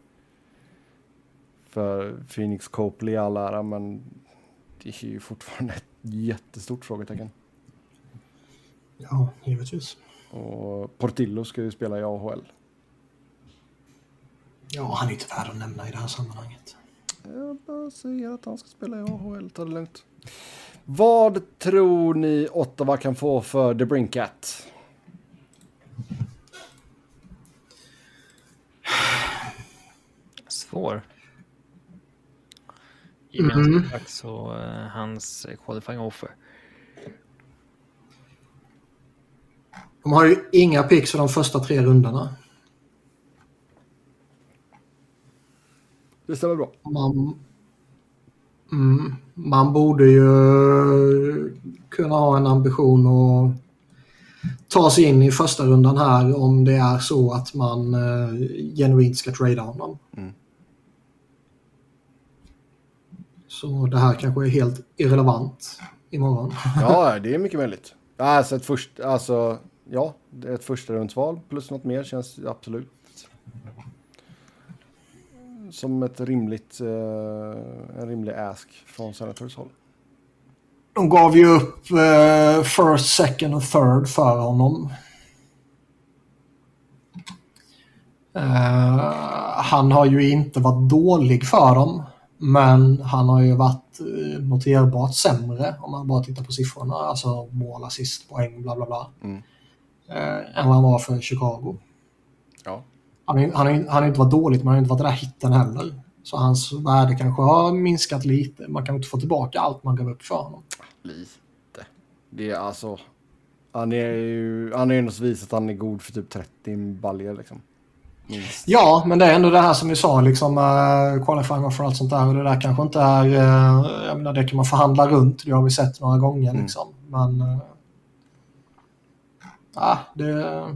För Phoenix Copley all ära, men det är ju fortfarande ett jättestort frågetecken. Ja, givetvis. Och Portillo ska ju spela i A H L. Ja, han är inte värd att nämna i det här sammanhanget. Jag bara säger att han ska spela i A H L, ta det lugnt. Vad tror ni Ottawa kan få för The Brinkat? Svår. Gemensamt mm. så uh, hans qualifying offer. De har ju inga picks för de första tre rundorna. Det stämmer bra. Man, mm, man borde ju kunna ha en ambition att ta sig in i första rundan här om det är så att man uh, genuint ska trada honom. Mm. Så det här kanske är helt irrelevant imorgon. Ja, det är mycket möjligt. Alltså ett först, alltså, ja, ett första rundsval plus något mer känns absolut som ett rimligt, uh, en rimlig ask från Senators håll. De gav ju upp uh, first, second och third för honom. Uh, han har ju inte varit dålig för dem, men han har ju varit uh, noterbart sämre om man bara tittar på siffrorna, alltså mål, assist, poäng, bla bla bla. Mm. Uh, än vad han var för Chicago. Ja. Han har han, han, han inte varit dåligt, men han har inte varit den där hitten heller. Så hans värde kanske har minskat lite. Man kan inte få tillbaka allt man gav upp för honom. Lite. Det är alltså... Han är ju... Han är ju ändå så vis att han är god för typ trettio baljer liksom. Minst. Ja, men det är ändå det här som vi sa liksom uh, qualifying för allt sånt där. Och det där kanske inte är... Uh, jag menar, det kan man förhandla runt. Det har vi sett några gånger mm. liksom. Men... Uh, ja, det...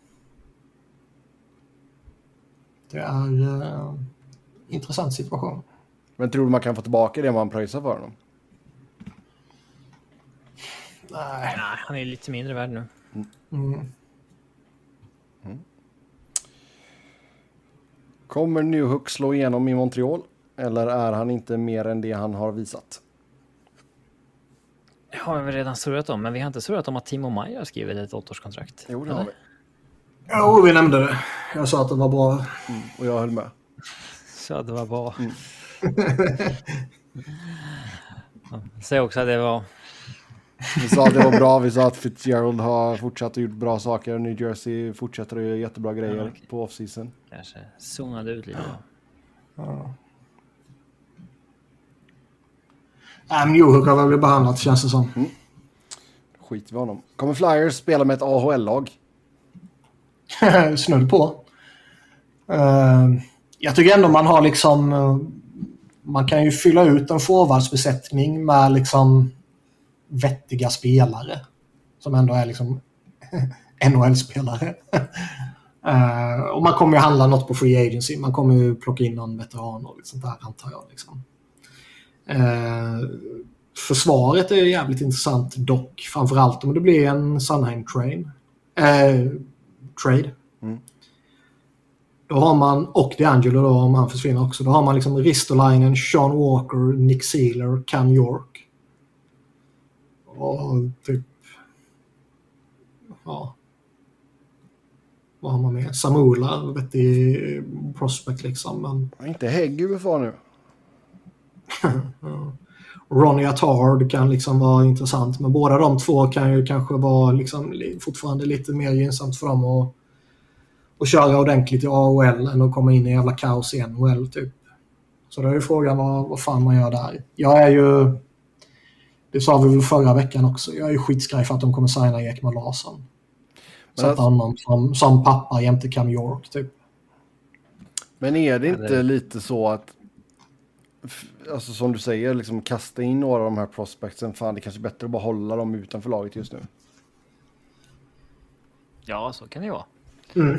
Det är en uh, intressant situation. Men tror du man kan få tillbaka det man pröjsar för honom? Nej. Nej, han är lite mindre värd nu. Mm. Mm. Kommer Newhook slå igenom i Montreal? Eller är han inte mer än det han har visat? Det har vi redan surrat om, men vi har inte surrat om att Timo Meier har skrivit ett åttaårskontrakt. Jo, det har vi. Ja, vi nämnde det. Jag sa att det var bra. Mm, och jag höll med. Så det var bra. Mm. Säg också att det var... Vi sa att det var bra. Vi sa att Fitzgerald har fortsatt och gjort bra saker. New Jersey fortsätter att göra jättebra grejer ja, okay. på off-season. Kanske zonade ut lite. Ja. Ja, men Newhook har väl behandlat, känns det som. Mm. Skit vi honom. Kommer Flyers spela med ett A H L-lag? Snudd på. Uh, jag tycker ändå man har liksom... Uh, man kan ju fylla ut en forwardsbesättning med liksom vettiga spelare. Som ändå är liksom N H L-spelare. uh, och man kommer ju handla något på free agency. Man kommer ju plocka in någon veteran och sånt där, antar jag. Liksom. Uh, försvaret är jävligt intressant dock. Framförallt om det blir en Sunheim train. Uh, trade. Mm. Då har man, och DeAngelo då om han försvinner också, då har man liksom Ristolainen, Sean Walker, Nick Sealer, Cam York. Och typ ja. Vad har man med? Samula, vet i prospect liksom. Men... Inte Hägg U F A nu. ja. Ronnie Attard kan liksom vara intressant, men båda de två kan ju kanske vara liksom fortfarande lite mer gynnsamt för dem att och köra ordentligt i A H L än att komma in i jävla kaos i N H L typ. Så då är ju frågan vad, vad fan man gör där. Jag är ju, det sa vi väl förra veckan också, jag är ju skitskraj för att de kommer signa Ekman Larsson. Sätta alltså, honom som, som pappa jämte Cam York typ. Men är det inte lite så att alltså som du säger, liksom kasta in några av de här prospectsen, fan det är kanske bättre att bara hålla dem utanför laget just nu. Ja, så kan det vara. Mm.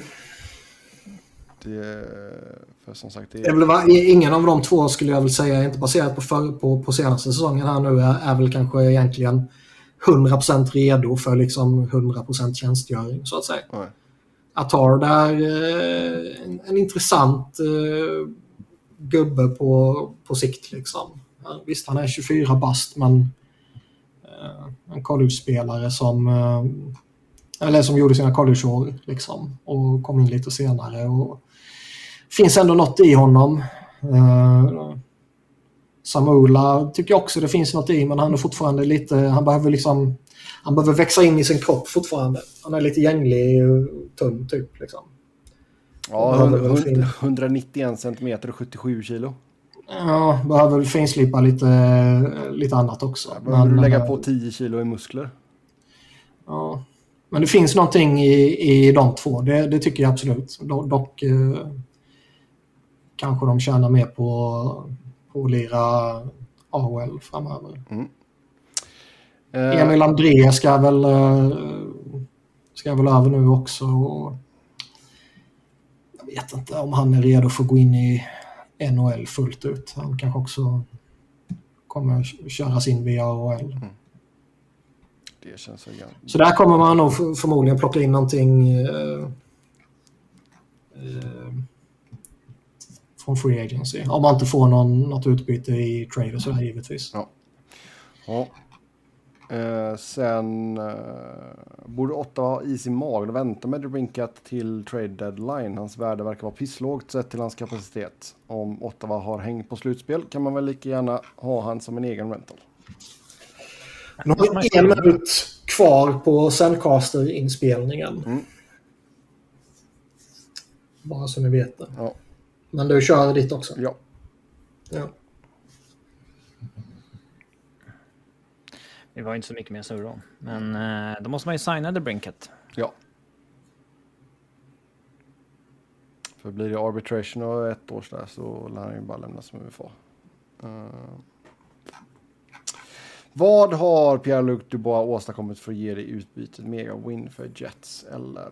Det, för som sagt, det är... det var, ingen av de två skulle jag väl säga, inte baserat på, för, på, på senaste säsongen här nu, är, är väl kanske egentligen hundra procent redo för liksom hundra procent tjänstgöring så att säga. Nej. Attard är eh, en, en intressant eh, gubbe på, på sikt liksom. Ja, visst, han är tjugofyra bast, men eh, en college-spelare som eh, eller som gjorde sina collegeår liksom och kom in lite senare och finns ändå något i honom. Eh, Samula tycker jag också det finns något i, men han är fortfarande lite, han behöver liksom han behöver växa in i sin kropp fortfarande. Han är lite gänglig och tunn typ liksom. Ja, hundranittioen centimeter och sjuttiosju kilo. Ja, behöver finslipa lite, lite annat också. Ja, behöver men, du lägga på tio kilo i muskler? Ja, men det finns någonting i, i de två. Det, det tycker jag absolut. Do, dock eh, kanske de tjänar mer på, på att lira A H L framöver. Mm. Uh, Emil André ska väl, ska väl över nu också. Och jag vet inte om han är redo för att gå in i N H L fullt ut. Han kanske också kommer köras in via A H L. Mm. Det känns så igen. Så där kommer man nog förmodligen plocka in någonting eh, eh, från free agency. Om man inte får någon, något utbyte i trade och sådär givetvis. Ja. Ja. Eh, sen eh, borde Ottawa ha is i magen och vänta med DeBrincat till trade deadline. Hans värde verkar vara pisslågt sett till hans kapacitet. Om Ottawa har häng på slutspel kan man väl lika gärna ha han som en egen rental. Nu har en minut kvar på Sandcaster-inspelningen. Mm. Bara så ni vet det. Ja. Men du kör ditt också. Ja. Ja. Det var inte så mycket mer surr om. Men eh, då måste man ju signa DeBrincat. Ja. För blir det arbitration och ett år där så lär han ju bara lämna som U F A. Uh. Vad har Pierre-Luc Dubois åstadkommit för att ge dig utbytet mega win för Jets? Eller?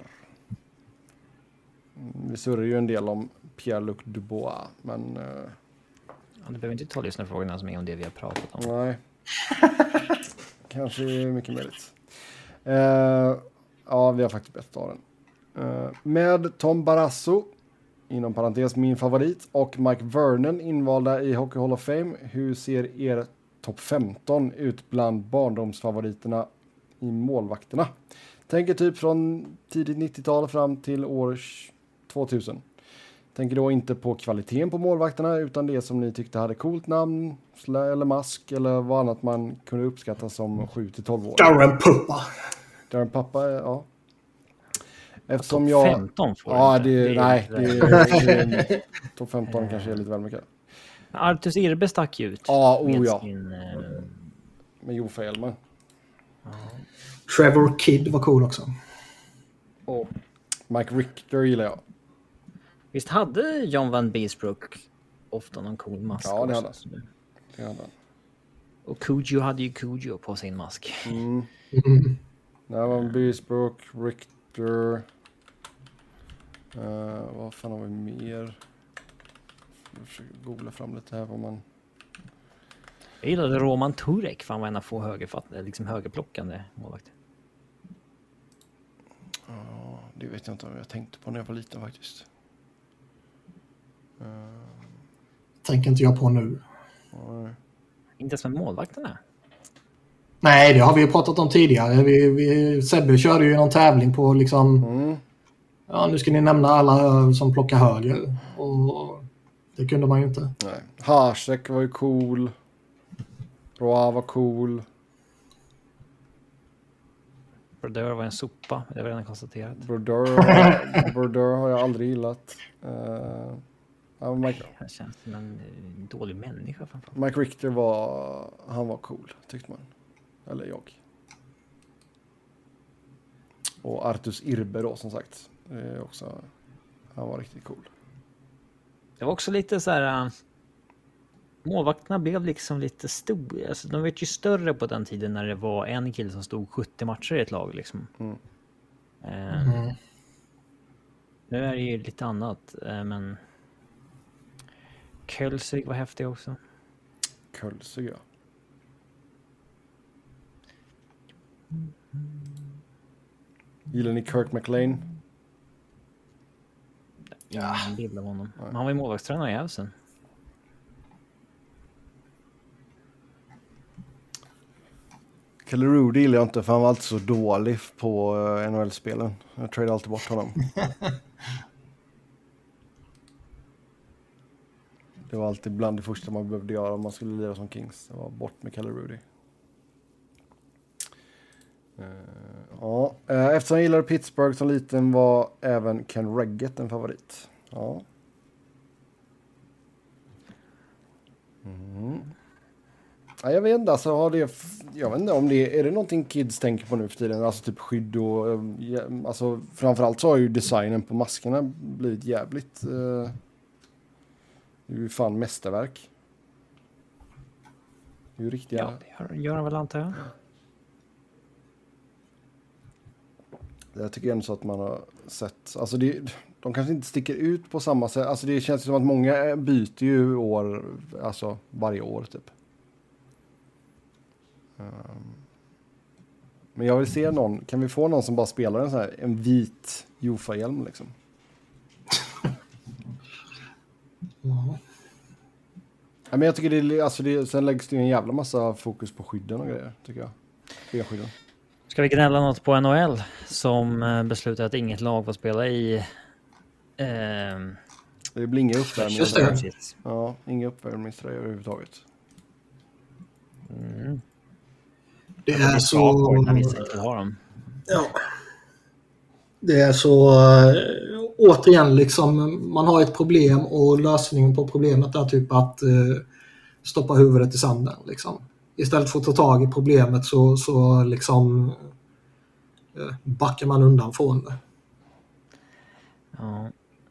Vi surrar ju en del om Pierre-Luc Dubois, men... Uh... Ja, du behöver inte ta lyssna frågorna som är om det vi har pratat om. Nej. kanske är mycket möjligt. Uh, ja, vi har faktiskt bett av den. Uh, med Tom Barrasso, inom parentes min favorit, och Mike Vernon invalda i Hockey Hall of Fame. Hur ser er topp femton ut bland barndomsfavoriterna i målvakterna? Tänker typ från tidigt nittiotal fram till år tvåtusen. Tänker då inte på kvaliteten på målvakterna utan det som ni tyckte hade coolt namn eller mask eller vad annat man kunde uppskatta som sju till tolv år. Darren Puppa. Darren Puppa, ja. Eftersom topp jag... femton får ja, inte. det, det är nej, det det är, topp femton kanske är lite väl mycket. Artus Irbe stack ut. Ja, oh med ja. Sin, eh... Med Jofa Elman. ja. Trevor Kidd var cool också. Och Mike Richter gillar jag. Visst hade John Van Beesbrook ofta någon cool mask? Ja, det hade också? han. Det hade han. Och Cujo hade ju Cujo på sin mask. Mm. Mm. Det var Beesbrook, Richter. Uh, vad fan har vi mer? Jag försöker googla fram lite här vad man... Jag gillade Roman Turek, för han var en av få högerfattande, liksom högerplockande målvakt. Ja, uh, det vet jag inte om jag tänkte på när jag var liten faktiskt. Uh, Tänker inte jag på nu. uh. Inte ens med målvakterna. Nej, det har vi ju pratat om tidigare. Vi, vi, Sebbe körde ju någon tävling på liksom... Mm. Ja, nu ska ni nämna alla som plockar höger. Och det kunde man ju inte. Nej. Hasek var ju cool. Roa var cool. Brodeur var en sopa, det var redan konstaterat. Brodeur, Brodeur har jag aldrig gillat. Uh, ja, Mike, Han känns som en uh, dålig människa framförallt. Mike Richter var, han var cool, tyckte man. Eller jag. Och Artus Irbe då, som sagt. Eh, också, han var riktigt cool. Det var också lite så här... Uh, målvakterna blev liksom lite stora. Alltså, de var ju större på den tiden när det var en kille som stod sjuttio matcher i ett lag. Liksom. Mm. Uh, Mm. Nu är det ju lite annat. Uh, men... Kölsig var häftig också. Kölsig, ja. Gillar ni Kirk McLean? Ja, en bild av honom. Men han var ju målvaktstränare i Hävsen. Kelly Rudy gillar jag inte för han var alltid så dålig på uh, N H L-spelen. Jag tradade alltid bort honom. Det var alltid bland det första man behövde göra om man skulle lira som Kings. Det var bort med Kelly Rudy. Uh, ja, uh, eftersom jag gillade Pittsburgh som liten var även Ken Reggett en favorit. Ja. Mm. Ja, jag vet inte, alltså har det, jag vet inte om det är det någonting kids tänker på nu för tiden, alltså typ skydd och ja, alltså framförallt så har ju designen på maskerna blivit jävligt uh, det är ju fan mästerverk. Det är ju riktiga. Ja, det gör han väl antar jag. Jag tycker ändå så att man har sett, alltså det, de kanske inte sticker ut på samma sätt, alltså det känns som att många byter ju år, alltså varje år typ. Um, men jag vill se någon, kan vi få någon som bara spelar en sån här, en vit Jofa-hjälm liksom? Ja. Ja, men jag tycker det, alltså det, sen läggs det en jävla massa fokus på skydden och grejer, tycker jag. Skydden. Ska vi gnälla något på N H L som beslutade att inget lag får spela i... Eh, det blir inga uppvärmning. Just det. Ja, inga uppvärmningströjor överhuvudtaget. Mm. Det är så... När vissa inte har dem. Ja. Det är så... Äh, återigen, liksom, man har ett problem och lösningen på problemet är typ att äh, stoppa huvudet i sanden. Liksom. Istället för att ta tag i problemet så, så liksom äh, backar man undan från det. Ja.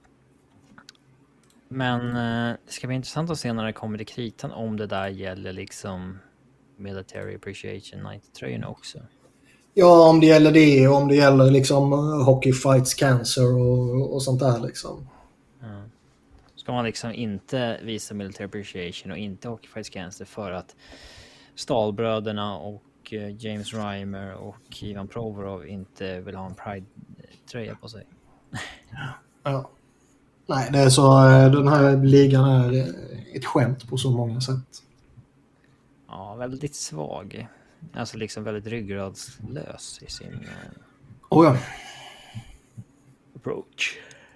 Men äh, det ska bli intressant att se när det kommer till kritan om det där gäller liksom Military Appreciation nittio-tröjorna också. Ja, om det gäller det och om det gäller liksom Hockey Fights Cancer och, och sånt där liksom. Ja. Ska man liksom inte visa Military Appreciation och inte Hockey Fights Cancer för att Stahlbröderna och James Reimer och Ivan Provorov inte vill ha en Pride-tröja på sig. Ja. Nej, det är så, den här ligan är ett skämt på så många sätt. Ja, väldigt svag. Alltså liksom väldigt ryggradslös i sin oh ja. approach.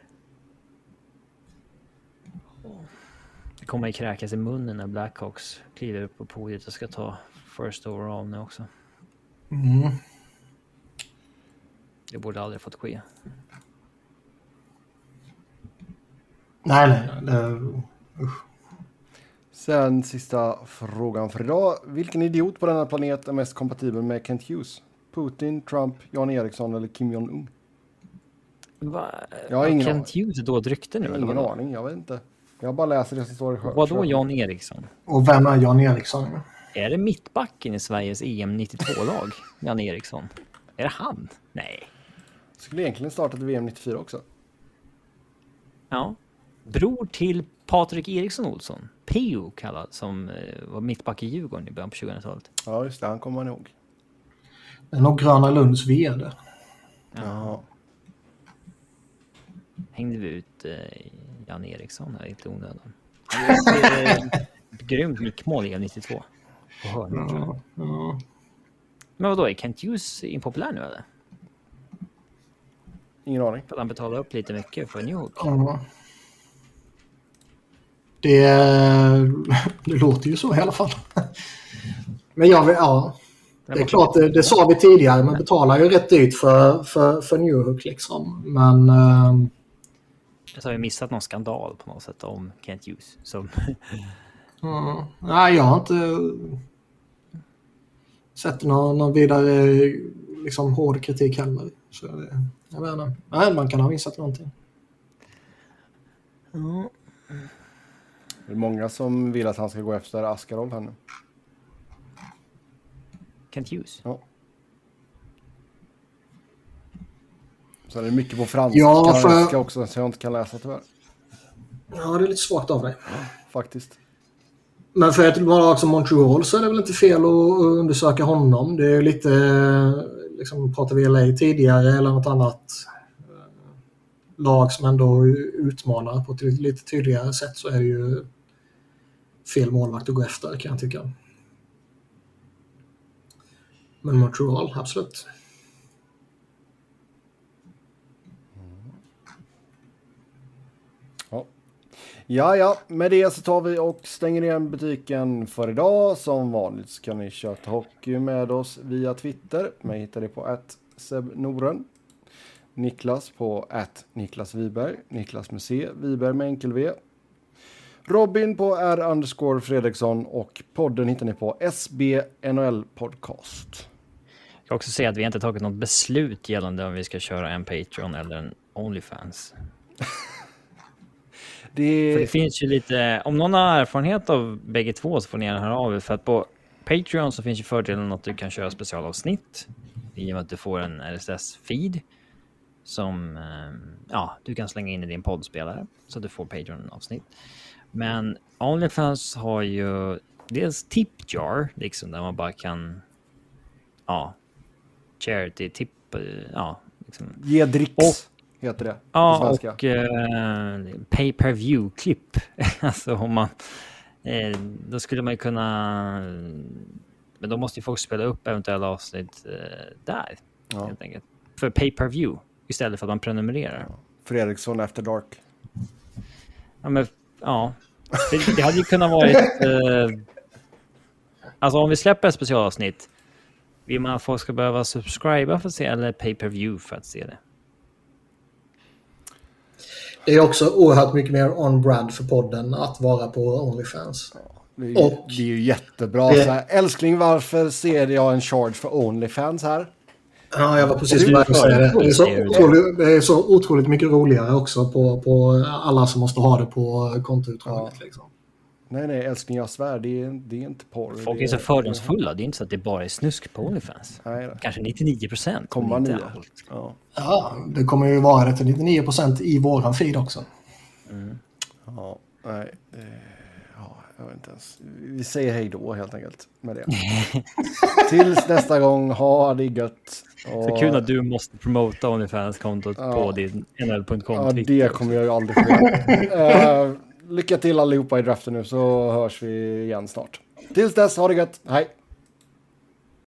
Det kommer att kräkas i munnen när Blackhawks kliver upp på podiet och ska ta first overall nu också. Mm. Det borde aldrig fått ske. Nej, nej. Det, usch. Sen sista frågan för idag. Vilken idiot på denna planet är mest kompatibel med Kent Hughes? Putin, Trump, Jan Eriksson eller Kim Jong-Un? Va? Jag har ingen Kent Hughes då rykte nu? Jag har ingen eller aning, jag vet inte. Jag bara läser det som står i sjö. Vadå Jan Eriksson? Och vem är Jan Eriksson? Är det mittbacken i Sveriges E M nittiotvå-lag? Jan Eriksson? Är det han? Nej. Skulle egentligen starta till V M nittiofyra också. Ja. Bror till Patrik Eriksson Olsson. P O kallad, som var mittback i Djurgården i början på tjugohundratalet. Ja, just det. Han kommer man ihåg. Det är nog Gröna Lunds vd. Ja. Hängde vi ut eh, Jan Eriksson här inte onödan. Det är grymt mickmål i nittiotvå. På hörnan, tror jag. Ja, ja. Men vadå, är Kent Hughes impopulär nu eller? Ingen aning. För att han betalar upp lite mycket för New York. Ja. Det, det låter ju så i alla fall. Men jag vill, ja. Det är klart, det, det sa vi tidigare, men betalar ju rätt dyrt för, för, för New York liksom. Men... Um... Så har vi missat någon skandal på något sätt om Kent Hughes. Som... mm, nej, jag har inte sett någon, någon vidare liksom, hård kritik heller. Så det, jag vet inte. Nej, man kan ha missat någonting. Mm. Det är många som vill att han ska gå efter Askarov här nu. Kent Hughes? Ja. Så det är mycket på franska ja, för... också, så jag inte kan läsa tyvärr. Ja, det är lite svagt av dig. Ja, faktiskt. Men för ett lag som Montreal så är det väl inte fel att undersöka honom. Det är lite, liksom pratade vi L A tidigare eller något annat lag som ändå utmanar på ett lite tydligare sätt, så är det ju fel målvakt att gå efter, kan jag tycka. Men Montreal, absolut. Ja. ja, ja. Med det så tar vi och stänger igen butiken för idag. Som vanligt så kan ni köta hockey med oss via Twitter. Mig hittar det på at sebnoren. Niklas på at Niklas Wiberg. Niklas med C. Wiberg med enkel V. Robin på R underscore Fredriksson. Och podden hittar ni på S B N H L Podcast. Jag kan också säga att vi inte tagit något beslut gällande om vi ska köra en Patreon eller en OnlyFans. det... För det finns ju lite... Om någon har erfarenhet av bägge två så får ni gärna höra av er. För att på Patreon så finns ju fördelen att du kan köra specialavsnitt. I och med att du får en R S S-feed. Som ja, du kan slänga in i din poddspelare. Så du får Patreon-avsnitt. Men OnlyFans har ju dels tipjar. Liksom, där man bara kan... Ja... charity tip, ja, liksom. Ge dricks och, heter det. Ja, och uh, pay per view klipp. Alltså om man eh, då skulle man ju kunna, men då måste ju folk spela upp eventuella avsnitt eh, där ja. Helt enkelt. För pay per view istället för att man prenumererar. Ja. Fredriksson After Dark. Ja, men ja. Det, det hade ju kunnat varit eh, alltså om vi släpper ett specialavsnitt, vill man att folk ska behöva subscriba för att se eller pay-per-view för att se det? Det är också oerhört mycket mer on-brand för podden att vara på OnlyFans. Ja, det, är, och det är ju jättebra. Det... Så här, älskling, varför ser jag en charge för OnlyFans här? Ja, jag var precis på att säga det. Det är, så otroligt, det är så otroligt mycket roligare också på, på alla som måste ha det på kontoutdraget. Ja. Liksom. Nej, nej, älskling, jag svär, det är, det är inte porr. Folk är så fördomsfulla, det är inte så att det bara är snusk på OnlyFans. Nej, kanske nittionio procent. Kommer inte ja. ja, det kommer ju vara det till nittionio procent i våran feed också. Mm. Ja, nej. Ja. jag vet inte ens. Vi säger hej då helt enkelt med det. Tills nästa gång, ha det gött. Och... Så kul att du måste promota OnlyFans-kontot ja. på din N H L punkt com. Ja, det kommer jag ju aldrig få göra. uh, Lycka till allihopa i draften nu så hörs vi igen snart. Tills dess, ha det gött. Hej!